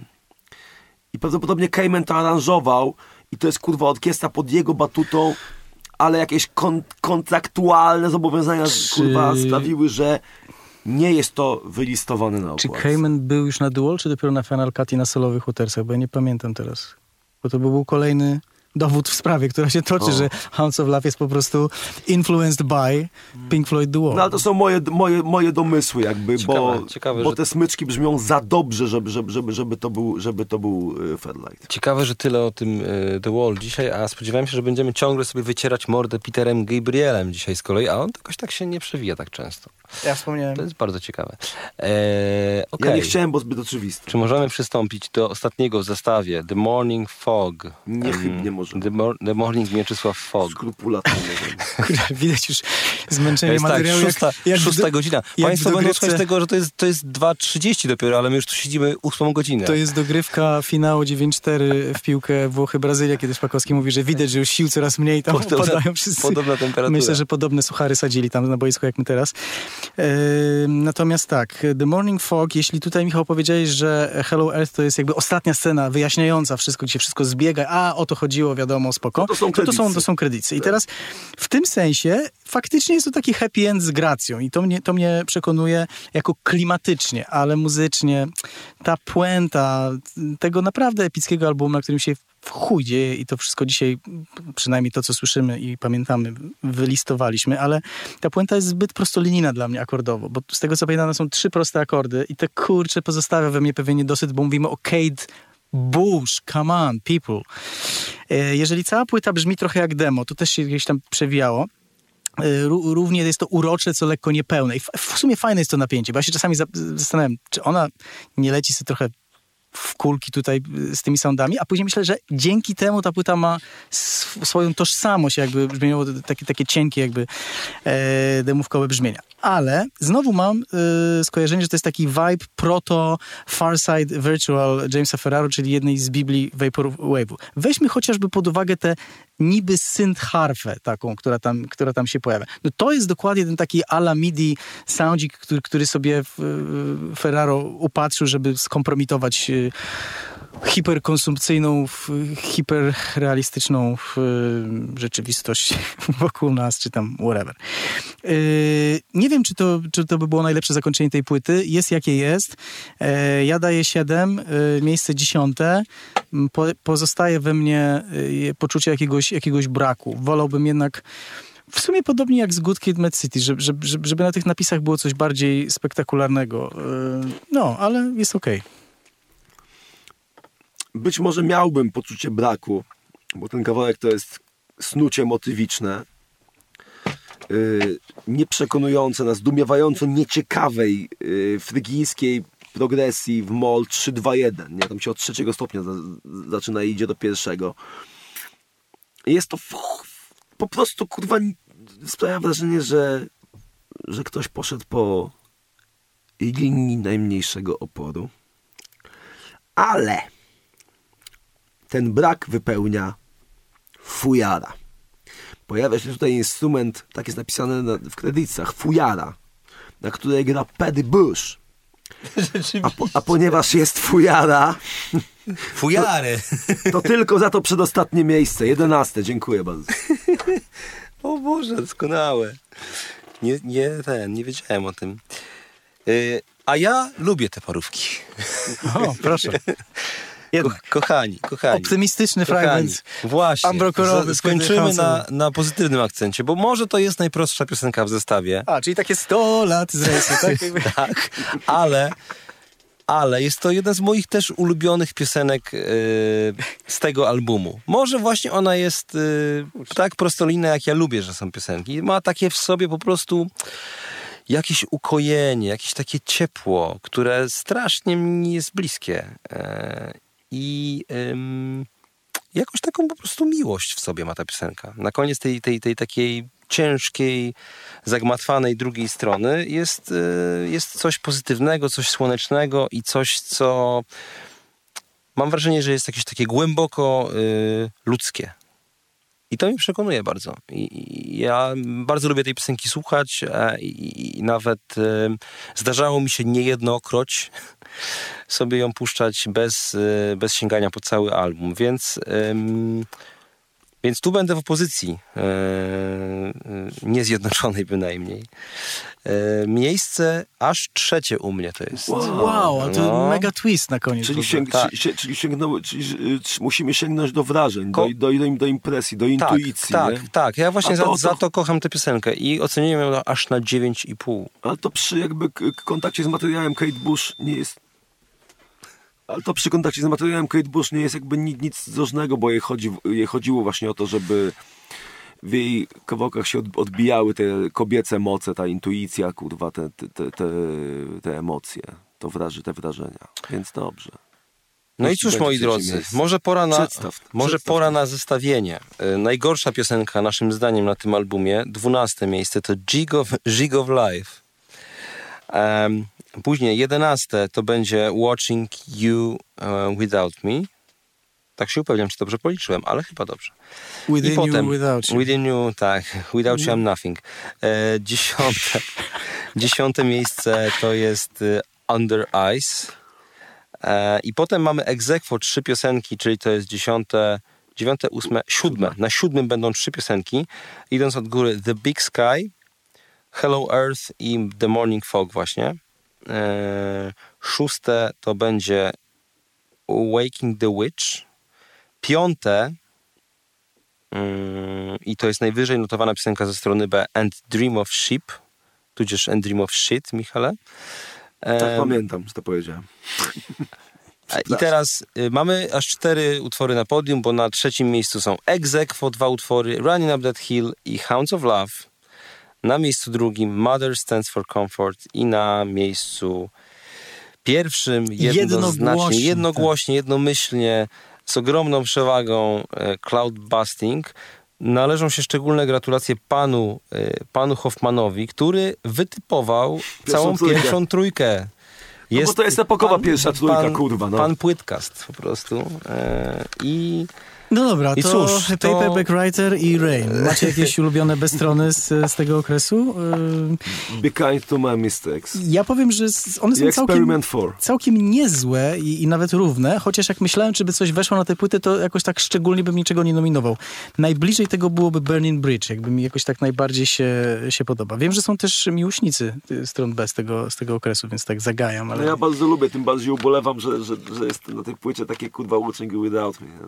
I prawdopodobnie Cayman to aranżował i to jest, kurwa, orkiestra pod jego batutą, ale jakieś kontraktualne zobowiązania, kurwa, sprawiły, że nie jest to wylistowane na okładce. Czy Cayman był już na Dual, czy dopiero na Final Cut i na solowych Watersach? Bo ja nie pamiętam teraz. Bo to był kolejny dowód w sprawie, która się toczy, że Hounds of Love jest po prostu influenced by Pink Floyd The Wall. No ale to są moje domysły jakby, ciekawe, bo te smyczki brzmią za dobrze, żeby to był Fairlight. Ciekawe, że tyle o tym The Wall dzisiaj, a spodziewałem się, że będziemy ciągle sobie wycierać mordę Peterem Gabrielem dzisiaj z kolei, a on jakoś tak się nie przewija tak często. Ja wspomniałem. To jest bardzo ciekawe. Okay. Ja nie chciałem, bo zbyt oczywiste. Czy możemy przystąpić do ostatniego w zestawie? The Morning Fog. Niechybnie możemy. The Morning Mieczysław Fog. Skrupulatnie możemy. Widać już zmęczenie materiału. Tak, szósta godzina. Państwo będą słuchać tego, że to jest 2:30 dopiero, ale my już tu siedzimy 8 godzinę. To jest dogrywka finału 9-4 w piłkę Włochy-Brazylia, kiedy Szpakowski mówi, że widać, że już sił coraz mniej tam podają wszyscy. Podobna temperatura. Myślę, że podobne suchary sadzili tam na boisku jak my teraz. Natomiast tak, The Morning Fog, jeśli tutaj, Michał, powiedziałeś, że Hello Earth to jest jakby ostatnia scena wyjaśniająca wszystko, gdzie wszystko zbiega, a o to chodziło, wiadomo, spoko, to są kredyty. I teraz w tym sensie faktycznie jest to taki happy end z gracją i to mnie przekonuje jako klimatycznie, ale muzycznie ta puenta tego naprawdę epickiego albumu, na którym się w chuj dzieje i to wszystko dzisiaj, przynajmniej to, co słyszymy i pamiętamy, wylistowaliśmy, ale ta puenta jest zbyt prostolinijna dla mnie akordowo, bo z tego, co pamiętam, są 3 proste akordy i to, kurczę, pozostawia we mnie pewien niedosyt, bo mówimy o Kate Bush, come on, people. Jeżeli cała płyta brzmi trochę jak demo, to też się gdzieś tam przewijało, równie jest to urocze, co lekko niepełne. I w sumie fajne jest to napięcie, bo ja się czasami zastanawiam, czy ona nie leci sobie trochę w kulki tutaj z tymi soundami, a później myślę, że dzięki temu ta płyta ma swoją tożsamość, jakby brzmiało takie cienkie jakby demówkowe brzmienia. Ale znowu mam skojarzenie, że to jest taki vibe proto Farside Virtual Jamesa Ferraro, czyli jednej z Biblii Vaporwave'u. Weźmy chociażby pod uwagę tę niby synth-harfę taką, która tam się pojawia. No to jest dokładnie ten taki a la MIDI soundzik, który sobie Ferraro upatrzył, żeby skompromitować hiperkonsumpcyjną, hiperrealistyczną rzeczywistość wokół nas, czy tam whatever. Nie wiem, czy to by było najlepsze zakończenie tej płyty. Jest jakie jest. Ja daję 7, miejsce 10. Pozostaje we mnie poczucie jakiegoś braku. Wolałbym jednak w sumie podobnie jak z Good Kid, Mad City, żeby na tych napisach było coś bardziej spektakularnego. No, ale jest okej. Być może miałbym poczucie braku, bo ten kawałek to jest snucie motywiczne, nieprzekonujące, na zdumiewająco nieciekawej frygijskiej progresji w moll 3-2-1. Nie? Tam się od 3 stopnia zaczyna i idzie do 1. Jest to po prostu, kurwa, sprawia wrażenie, że ktoś poszedł po linii najmniejszego oporu. Ale ten brak wypełnia fujara. Pojawia się tutaj instrument, tak jest napisane w kredytach, fujara, na której gra Paddy Bush. A ponieważ jest fujara... Fujary! To tylko za to przedostatnie miejsce, 11. Dziękuję bardzo. O Boże, doskonałe. Nie wiedziałem o tym. A ja lubię te parówki. O, proszę. Kochani. Optymistyczny fragment. Właśnie. Ambrokorowy. Skończymy na pozytywnym akcencie, bo może to jest najprostsza piosenka w zestawie. Czyli takie 100 lat z rejsu, tak? Tak, ale jest to jedna z moich też ulubionych piosenek z tego albumu. Może właśnie ona jest tak prostolinijna, jak ja lubię, że są piosenki. Ma takie w sobie po prostu jakieś ukojenie, jakieś takie ciepło, które strasznie mi jest bliskie. I jakąś taką po prostu miłość w sobie ma ta piosenka. Na koniec tej takiej ciężkiej, zagmatwanej drugiej strony jest coś pozytywnego, coś słonecznego i coś, co mam wrażenie, że jest jakieś takie głęboko ludzkie. I to mnie przekonuje bardzo. I ja bardzo lubię tej piosenki słuchać i nawet zdarzało mi się niejednokroć sobie ją puszczać bez sięgania po cały album. Więc tu będę w opozycji, niezjednoczonej bynajmniej. Miejsce aż 3 u mnie to jest. Wow, a to mega twist na koniec. Czyli musimy sięgnąć do wrażeń, do impresji, do intuicji. Tak. Ja właśnie za to kocham tę piosenkę i oceniłem ją aż na 9,5. Ale to przy jakby kontakcie z materiałem Kate Bush nie jest... Ale to przy kontakcie z materiałem Kate Bush nie jest jakby nic zdrożnego, bo jej chodziło właśnie o to, żeby w jej kawałkach się odbijały te kobiece moce, ta intuicja, kurwa, te emocje, te wrażenia. Więc dobrze. No i cóż, moi drodzy, może pora na zestawienie. Najgorsza piosenka naszym zdaniem na tym albumie, 12 miejsce, to Jig of Life. Później 11 to będzie Watching You Without Me. Tak się upewniam, czy dobrze policzyłem, ale chyba dobrze. Within You, tak. Without You I'm Nothing. 10 miejsce to jest Under Ice. I potem mamy ex aequo 3 piosenki, czyli to jest 10, 8, 7. Na 7 będą 3 piosenki. Idąc od góry The Big Sky, Hello Earth i The Morning Fog właśnie. 6 to będzie Waking the Witch. 5 i to jest najwyżej notowana piosenka ze strony B, And Dream of Sheep, tudzież And Dream of Shit, Michale. Tak pamiętam, że to powiedziałem. I teraz mamy aż 4 utwory na podium, bo na 3 miejscu są ex aequo 2 utwory, Running Up That Hill i Hounds of Love. Na miejscu 2 Mother Stands for Comfort i na miejscu 1 jednogłośnie, jednomyślnie, z ogromną przewagą Cloud Busting. Należą się szczególne gratulacje panu Hoffmanowi, który wytypował całą pierwszą trójkę. Bo to jest epokowa pierwsza trójka, kurwa. No. Pan Płytkast po prostu. No dobra, to Paperback Writer i Rain. Macie jakieś ulubione bezstrony z tego okresu? Be kind to my mistakes. Ja powiem, że one są całkiem niezłe i nawet równe, chociaż jak myślałem, czy by coś weszło na tę płytę, to jakoś tak szczególnie bym niczego nie nominował. Najbliżej tego byłoby Burning Bridge, jakby mi jakoś tak najbardziej się podoba. Wiem, że są też miłośnicy stron B z tego okresu, więc tak zagajam. Ale... No ja bardzo lubię, tym bardziej ubolewam, że jest na tej płycie takie kurwa Watching You Without Me.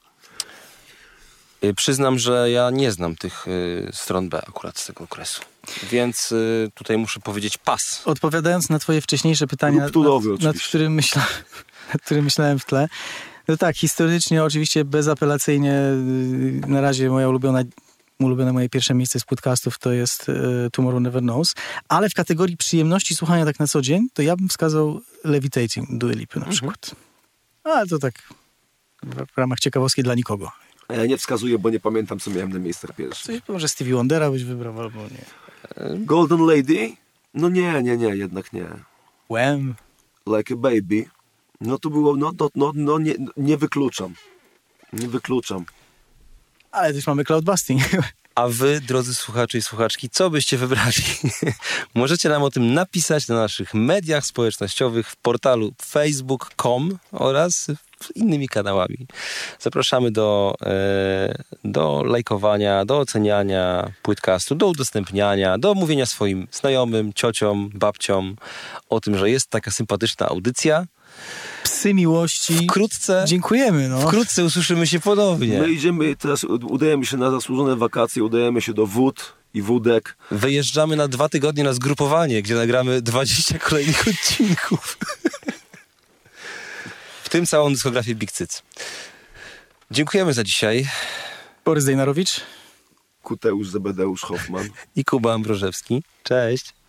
Przyznam, że ja nie znam tych stron B akurat z tego okresu. Więc tutaj muszę powiedzieć pas. Odpowiadając na twoje wcześniejsze pytania, nad którym myślałem w tle. No tak, historycznie oczywiście bezapelacyjnie na razie moja ulubiona ulubione moje pierwsze miejsce z podcastów to jest Tomorrow Never Knows, ale w kategorii przyjemności słuchania tak na co dzień, to ja bym wskazał Levitating Dua Lipy na przykład. Ale to tak w ramach ciekawostki dla nikogo. Ja nie wskazuję, bo nie pamiętam, co miałem na miejscach pierwszych. Coś może Stevie Wondera byś wybrał, albo nie. Golden Lady? No nie, jednak nie. Wham. Like a Baby. No to było, nie wykluczam. Nie wykluczam. Ale też mamy Cloudbusting. A wy, drodzy słuchacze i słuchaczki, co byście wybrali? Możecie nam o tym napisać na naszych mediach społecznościowych, w portalu facebook.com oraz innymi kanałami. Zapraszamy do lajkowania, do oceniania podcastu, do udostępniania, do mówienia swoim znajomym, ciociom, babciom o tym, że jest taka sympatyczna audycja. Psy miłości. Wkrótce. Dziękujemy. No. Wkrótce usłyszymy się ponownie. My idziemy teraz, udajemy się na zasłużone wakacje, udajemy się do wód i wódek. Wyjeżdżamy na 2 tygodnie na zgrupowanie, gdzie nagramy 20 kolejnych odcinków. W tym całą dyskografię Big Cyc. Dziękujemy za dzisiaj. Borys Dejnarowicz. Kuteusz Zebedeusz Hoffman. I Kuba Ambrożewski. Cześć.